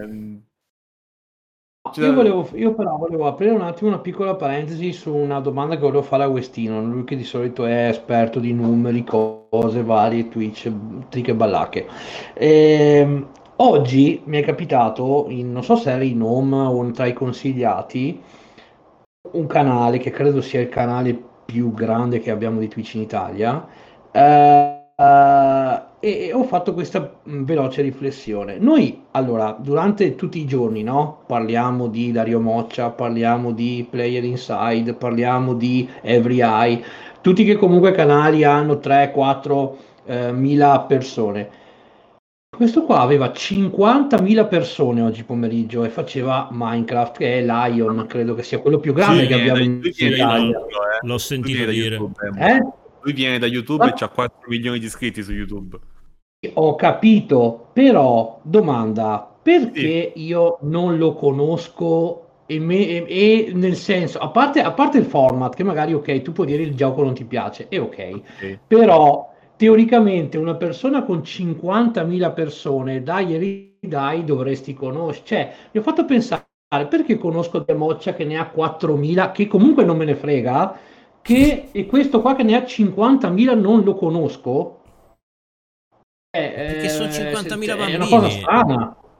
cioè- Io, volevo, io però volevo aprire un attimo una piccola parentesi su una domanda che volevo fare a Westino, lui che di solito è esperto di numeri, cose varie, Twitch, triche e ballacche. Ehm, oggi mi è capitato, in, non so se era in home o tra i consigliati, un canale che credo sia il canale più grande che abbiamo di Twitch in Italia, eh, eh, e, e ho fatto questa mh, veloce riflessione. Noi, allora, durante tutti i giorni, no? Parliamo di Dario Moccia, parliamo di Player Inside, parliamo di Every Eye, tutti che comunque canali hanno tre quattro eh, mila persone. Questo qua aveva cinquantamila persone oggi pomeriggio e faceva Minecraft, che è Lion, credo che sia quello più grande Sì, che abbiamo lui in viene Sì, da Italia. YouTube, eh. l'ho Lui sentito viene da dire. YouTube, eh. Eh? Lui viene da YouTube e ha quattro milioni di iscritti su YouTube. Ho capito, però domanda, perché io non lo conosco e, me- e- e nel senso, a parte, a parte il format, che magari ok, tu puoi dire il gioco non ti piace, è ok, Sì. però teoricamente una persona con cinquantamila persone, dai e ridai, dovresti conoscere, cioè, mi ho fatto pensare, perché conosco De Moccia che ne ha quattromila, che comunque non me ne frega, che, e questo qua che ne ha cinquantamila non lo conosco? Eh, Perché sono eh, cinquantamila se- è bambini. una cosa strana.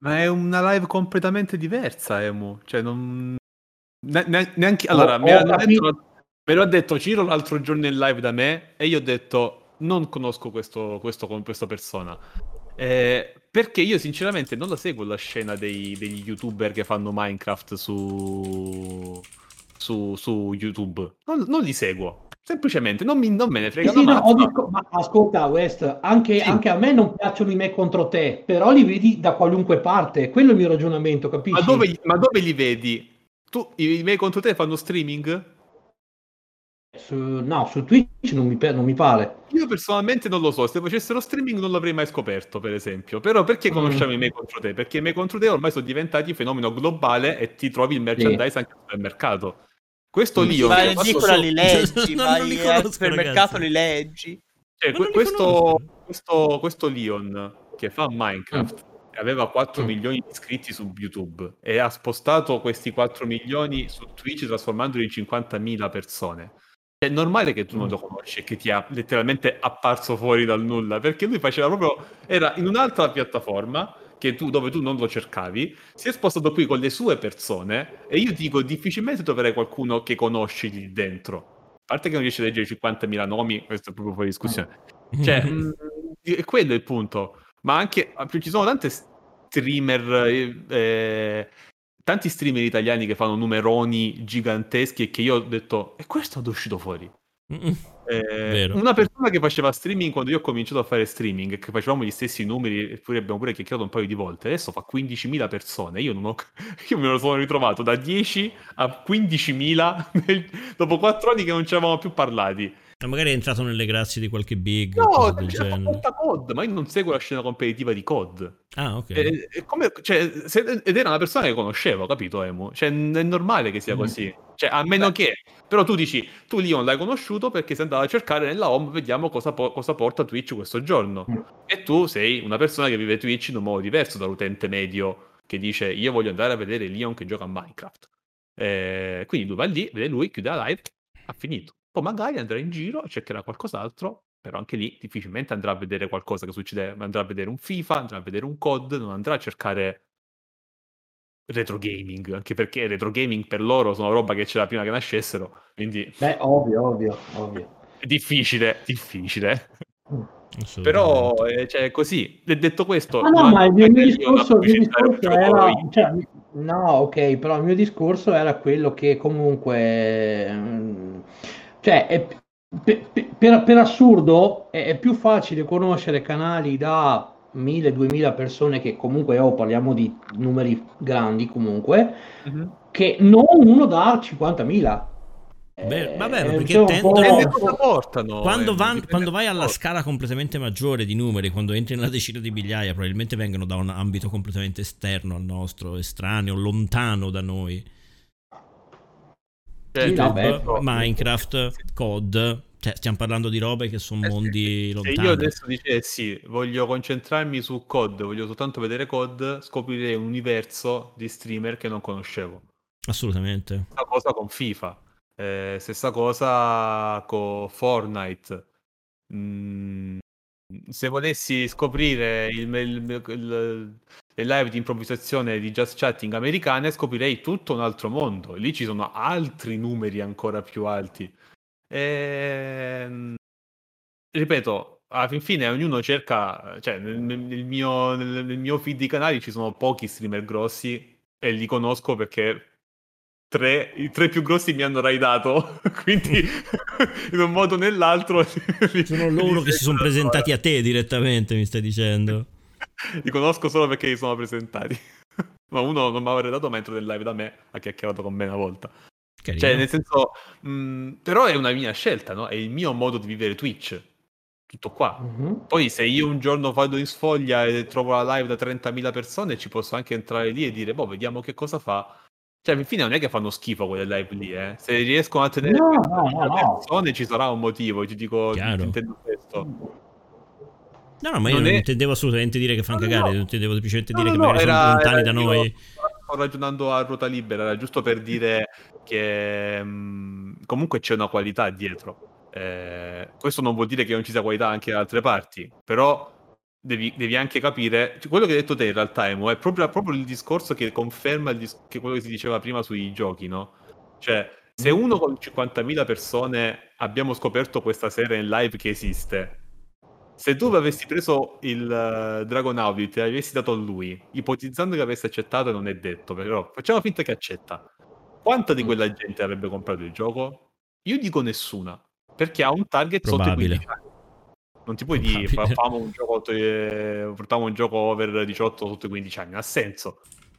Ma è una live completamente diversa, Emu. Cioè, non... Ne- ne- neanche... Allora, Ho- me, ho hanno capito. detto- me lo ha detto Ciro l'altro giorno in live da me e io ho detto, non conosco questo, questo, con questa persona. Eh, perché io sinceramente non la seguo la scena dei- degli youtuber che fanno Minecraft su, su, su YouTube. Non, non li seguo. Semplicemente, non, mi- non me ne Sì, frega una sì, no, ho mazza. disco- ma ascolta, West, anche, Sì, anche a me non piacciono i me contro te, però li vedi da qualunque parte, quello è il mio ragionamento, ma capisci? dove, ma dove li vedi? Tu, i, i miei contro te fanno streaming? Su- no, su Twitch non mi, pe- non mi pare. Io personalmente non lo so, se facessero streaming non l'avrei mai scoperto, per esempio. Però perché Mm, conosciamo i miei contro te? Perché i miei contro te ormai sono diventati un fenomeno globale e ti trovi il sì. merchandise anche al supermercato. Questo Mm. Leon Ma che ha in fatto edicola su- li leggi, Non- non vai li al conosco, supermercato ragazzi. li leggi. cioè, Ma que- non li questo, conosco. questo, questo Leon che fa Mm, Minecraft aveva quattro mm. milioni di iscritti su YouTube e ha spostato questi quattro milioni su Twitch trasformandoli in cinquantamila persone. È normale che tu non lo conosci e che ti ha letteralmente apparso fuori dal nulla, perché lui faceva proprio, era in un'altra piattaforma che tu, dove tu non lo cercavi, si è spostato qui con le sue persone e io dico difficilmente troverai qualcuno che conosci lì dentro. A parte che non riesci a leggere cinquantamila nomi, questo è proprio fuori discussione. Cioè, mh, è quello è il punto. Ma anche, ci sono tante streamer, eh, eh, tanti streamer italiani che fanno numeroni giganteschi e che io ho detto, e questo è uscito fuori? Eh, Vero. una persona che faceva streaming quando io ho cominciato a fare streaming, che facevamo gli stessi numeri, eppure abbiamo pure chiacchierato un paio di volte, adesso fa quindicimila persone. Io, non ho, io me lo sono ritrovato da dieci a quindicimila nel- dopo quattro anni che non ci avevamo più parlati. Ma magari è entrato nelle grazie di qualche big o No, cose del cioè, fa genere. molta C O D, ma io non seguo la scena competitiva di C O D. Ah, ok. E- e come- cioè, se- ed era una persona che conoscevo, capito, Emu? Cioè, n- è normale che sia Mm. così. Cioè, a meno Beh. che... Però tu dici, tu Leon l'hai conosciuto perché sei andato a cercare nella home, vediamo cosa, po- cosa porta Twitch questo giorno. Mm. E tu sei una persona che vive Twitch in un modo diverso dall'utente medio che dice, io voglio andare a vedere Leon che gioca a Minecraft. Eh, quindi tu vai lì, vede lui, chiude la live, ha finito. Poi magari andrà in giro, cercherà qualcos'altro, però anche lì difficilmente andrà a vedere qualcosa che succede, andrà a vedere un FIFA, andrà a vedere un C O D, non andrà a cercare retro gaming, anche perché retro gaming per loro sono roba che c'era prima che nascessero, quindi Beh, ovvio, ovvio, ovvio. è difficile, difficile. Mm. Assolutamente. Però, eh, cioè, così, e detto questo, Ah no, non ma il andrò mio, mai il mio a Leon a discorso, il mio pubblicizzare un discorso gioco era, indie. cioè, no, ok, però il mio discorso era quello che comunque, mm, cioè, è- pe- pe- per, per assurdo è, è più facile conoscere canali da mille duemila persone, che comunque, oh, parliamo di numeri grandi comunque, Mhm. che non uno da cinquantamila. Beh, vabbè, ma Eh, perché cioè, un tendo- po', Dipende un cosa po'- portano. Quando, Emu, van- dipende quando cosa vai alla portano. scala completamente maggiore di numeri, quando entri nella decina di migliaia, probabilmente vengono da un ambito completamente esterno al nostro, estraneo, lontano da noi. Cioè, Sì, no, beh, YouTube, però- Minecraft, sì. C O D, cioè stiamo parlando di robe che sono Eh sì, mondi sì. Se lontani. io adesso dicessi voglio concentrarmi su C O D, voglio soltanto vedere C O D, scoprirei un universo di streamer che non conoscevo. Assolutamente. Stessa cosa con FIFA, eh, stessa cosa con Fortnite. Mm, se volessi scoprire il, il- il- le live di improvvisazione di Just Chatting americane, scoprirei tutto un altro mondo. Lì ci sono altri numeri ancora più alti. Ehm, ripeto, alla fin fine ognuno cerca, cioè nel, nel mio, nel, nel mio feed di canali ci sono pochi streamer grossi e li conosco perché tre, i tre più grossi mi hanno raidato, quindi in un modo o nell'altro li, Sono loro li che si sono seguo da presentati allora. a te direttamente, mi stai dicendo. Li conosco solo perché li sono presentati. Ma uno non mi aveva dato, ma entro nel live da me, ha chiacchierato con me una volta. Carino. Cioè, nel senso, mh, però è una mia scelta, no? È il mio modo di vivere Twitch. Tutto qua. Mhm. Poi se io un giorno vado in sfoglia e trovo la live da trentamila persone, ci posso anche entrare lì e dire, boh, vediamo che cosa fa. Cioè, alla fine non è che fanno schifo quelle live lì, eh. Se riescono a tenere No, no, no, trentamila no. persone ci sarà un motivo, ti dico, ti Chiaro. intendo questo. No, no, ma io Non non è- intendevo assolutamente dire che fanno No, no, cagare, no. intendevo semplicemente No, dire no, che no, magari sono era- lontani era- da io noi. sto ragionando a ruota libera, era giusto per dire che mh, comunque c'è una qualità dietro. Eh, questo non vuol dire che non ci sia qualità anche da altre parti, però devi, devi anche capire, cioè, quello che hai detto te in realtà Emo, è proprio, proprio il discorso che conferma il dis- che quello che si diceva prima sui giochi, no? Cioè, se uno con cinquantamila persone abbiamo scoperto questa sera in live che esiste, se tu avessi preso il uh, Dragon Audit e avessi dato a lui, ipotizzando che avesse accettato, non è detto, però facciamo finta che accetta. Quanta di quella gente avrebbe comprato il gioco? Io dico nessuna, perché ha un target sotto i Probabile. quindici anni. Non ti puoi dire, fa- Probabile. facciamo un gioco, eh, portiamo un gioco over diciotto sotto i quindici anni, ha senso.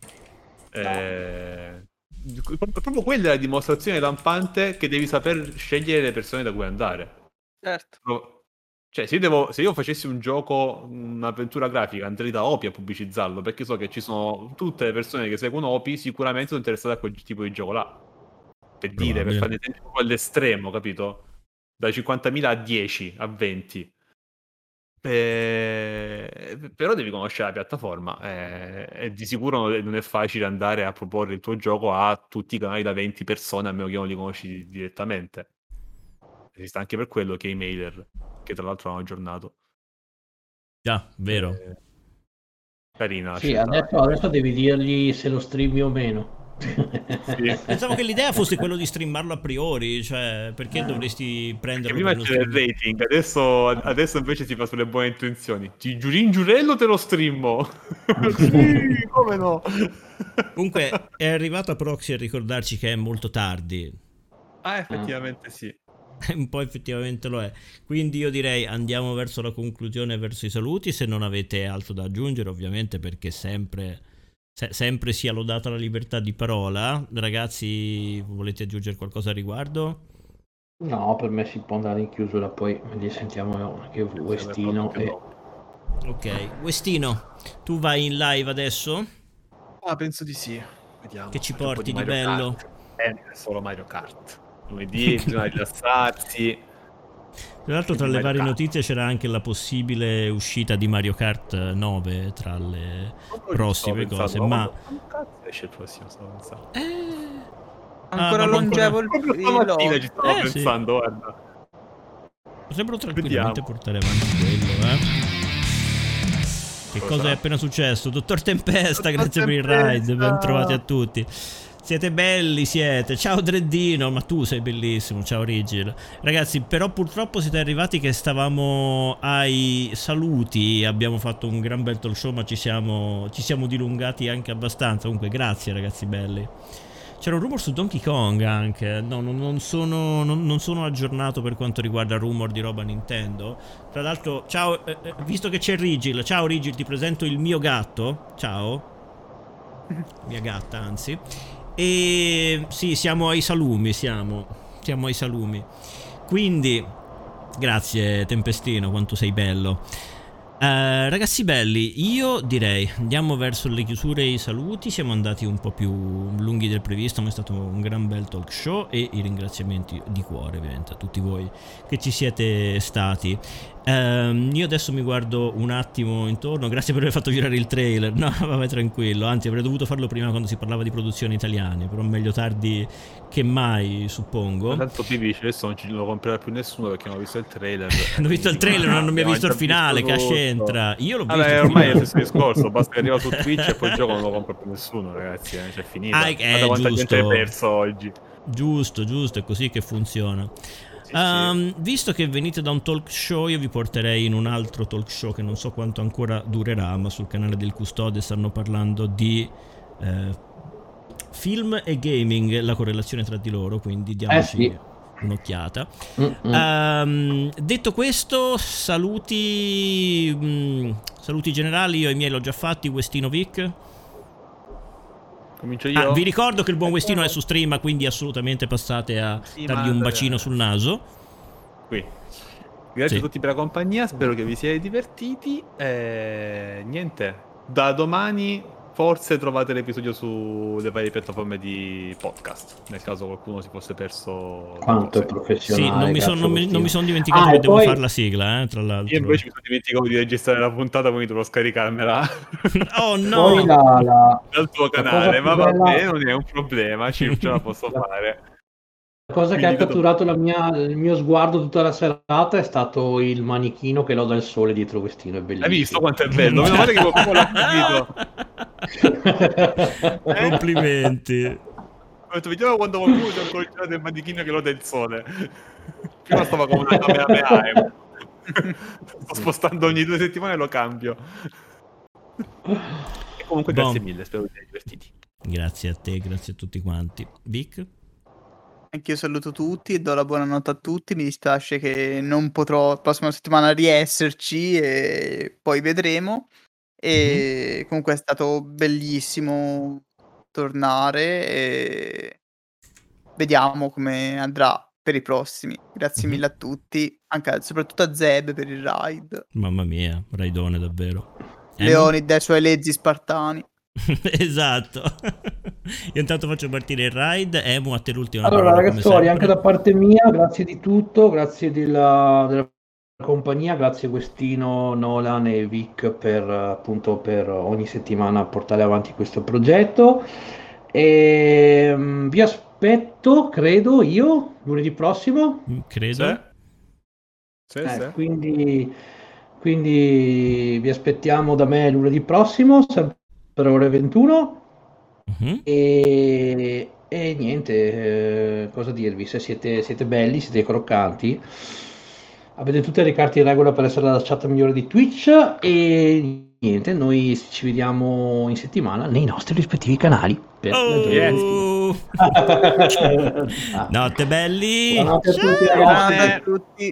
Eh, proprio quella è la dimostrazione lampante che devi saper scegliere le persone da cui andare. Certo. Pro- Cioè, se io, devo, se io facessi un gioco, un'avventura grafica, andrei da Opi a pubblicizzarlo, perché so che ci sono tutte le persone che seguono Opi sicuramente sono interessate a quel tipo di gioco là. Per dire, per Probabile. fare esempio proprio all'estremo, capito? Da cinquantamila a dieci, a venti. Eh, però devi conoscere la piattaforma eh, e di sicuro non è- non è facile andare a proporre il tuo gioco a tutti i canali da venti persone, a meno che non li conosci direttamente. Esiste anche per quello che Mailer, che tra l'altro hanno aggiornato. Già, vero. Eh, carina la Sì, scelta. adesso, adesso devi dirgli se lo streami o meno. Sì. Pensavo che l'idea fosse quello di streamarlo a priori, cioè perché dovresti Che prenderlo prima per non c'era il streamare? rating, adesso, adesso invece si fa sulle buone intenzioni. Ti giurin giurello te lo streamo. Sì, come no? Comunque è arrivata Proxy a ricordarci che è molto tardi. Ah, effettivamente sì. Un po' effettivamente lo è. Quindi io direi andiamo verso la conclusione, verso i saluti, se non avete altro da aggiungere, ovviamente, perché sempre, se- sempre sia lodata la libertà di parola. Ragazzi, volete aggiungere qualcosa a riguardo? No, per me si può andare in chiusura, poi li sentiamo anche Westino e... Ok, Westino, tu vai in live adesso? Ah, penso di sì. Vediamo. Che ci Faccio un po' porti di Mario bello? Kart. Eh, solo Mario Kart. Lunedì bisogna rilassarsi. Tra l'altro, tra le varie notizie c'era anche la possibile uscita di Mario Kart nove tra le prossime cose, ma... Quando cazzo esce il prossimo? Stavo pensando. Eh... Ancora Ah, ma longevo il Proprio stamattina ci stavo Eh, sì. pensando, guarda. Potrebbero tranquillamente Vediamo. portare avanti quello, eh. Che Cosa? cosa è appena successo? Dottor Tempesta, Dottor grazie per il Tempesta. ride, ben trovati a tutti. Siete belli, siete. Ciao Dreddino, ma tu sei bellissimo. Ciao Rigil. Ragazzi, però purtroppo siete arrivati che stavamo ai saluti. Abbiamo fatto un gran bel talk show, ma ci siamo, ci siamo dilungati anche abbastanza. Comunque, grazie ragazzi belli. C'era un rumor su Donkey Kong anche. No, non, non, sono, non, non sono aggiornato per quanto riguarda rumor di roba Nintendo. Tra l'altro, ciao, eh, eh, visto che c'è Rigil. Ciao Rigil, ti presento il mio gatto. Ciao. Mia gatta, anzi. E sì, siamo ai salumi, siamo. Siamo ai salumi. Quindi, grazie Tempestino, quanto sei bello. Uh, ragazzi belli, io direi andiamo verso le chiusure e i saluti. Siamo andati un po' più lunghi del previsto, ma è stato un gran bel talk show. E i ringraziamenti di cuore ovviamente a tutti voi che ci siete stati. Uh, io adesso mi guardo un attimo intorno. Grazie per aver fatto girare il trailer. No, vabbè, tranquillo. Anzi, avrei dovuto farlo prima quando si parlava di produzioni italiane. Però meglio tardi che mai, suppongo. Tanto Pivi dice adesso non ci lo comprerà più nessuno perché non ho visto il trailer. Hanno visto il trailer, non hanno mai visto il finale. Che c'entra? Io l'ho visto. Vabbè, il ormai è finale. lo stesso discorso. Basta che arriva su Twitch e poi il gioco non lo compra più nessuno, ragazzi. Eh, cioè, è finita. Ah, eh, Guarda quanta giusto. gente hai perso oggi. Giusto, giusto, è così che funziona. Sì, Um, sì. visto che venite da un talk show, io vi porterei in un altro talk show che non so quanto ancora durerà, ma sul canale del Custode stanno parlando di eh, film e gaming, la correlazione tra di loro, quindi diamoci Eh sì. un'occhiata. Mm-mm. Um, detto questo, saluti mm, saluti generali, io i miei l'ho già fatti. Westino Vic. Comincio io. Ah, vi ricordo che il buon Westino è su stream, quindi assolutamente passate a Sì, dargli ma- un bacino sul naso. Qui. Grazie Sì. a tutti per la compagnia, spero che vi siate divertiti. E niente, da domani forse trovate l'episodio sulle varie piattaforme di podcast, nel caso qualcuno si fosse perso. le Quanto è cose. professionale. Sì, non mi, son- cazzo, non mi- Westino. non mi sono dimenticato Ah, che e devo poi- fare la sigla, eh, tra l'altro. Io invece mi sono dimenticato di registrare la puntata, quindi dovrò scaricarmela Oh no! Poi la, la, dal tuo la cosa canale, più ma bella- vabbè, non è un problema, ci, ce la posso La- fare. cosa che ha Quindi dopo- catturato la mia- il mio sguardo tutta la serata è stato il manichino che loda il sole dietro Questino, è bellissimo. Hai visto quanto è bello? Meno male che qualcuno l'ha capito. Eh? Complimenti. Ho detto, vediamo quando qualcuno si accorgerà del manichino che loda il sole. Prima stava come una Kamehameha. Sto spostando ogni due settimane e lo cambio. E comunque Bon. grazie mille, spero vi siate divertiti. Grazie a te, grazie a tutti quanti. Vic? Anch'io saluto tutti e do la buonanotte a tutti. Mi dispiace che non potrò la prossima settimana riesserci e poi vedremo. E Mhm. comunque è stato bellissimo tornare e vediamo come andrà per i prossimi. Grazie Mhm. mille a tutti, anche a- soprattutto a Zeb per il raid. Mamma mia, raidone davvero. Emu? Leoni dai suoi lezzi spartani. Esatto. Io intanto faccio partire il ride. Emu, a te l'ultima Allora, parola come ragazzoli, anche sempre. da parte mia, grazie di tutto, grazie della, della compagnia, grazie Questino, Nolan e Vic per appunto per ogni settimana portare avanti questo progetto. E mm, vi aspetto, credo io, lunedì prossimo. Mm, Credo. Sì, Eh, sì. quindi, quindi vi aspettiamo da me lunedì prossimo, sempre per ore ventuno. Mhm. E, e niente, eh, cosa dirvi? Se siete, siete belli, siete croccanti, avete tutte le carte in regola per essere la chat migliore di Twitch. E niente, noi ci vediamo in settimana nei nostri rispettivi canali per la gioia di Oh! Questino. Notte belli. Buonanotte a tutti, Ciao. ragazzi. Buonanotte a tutti.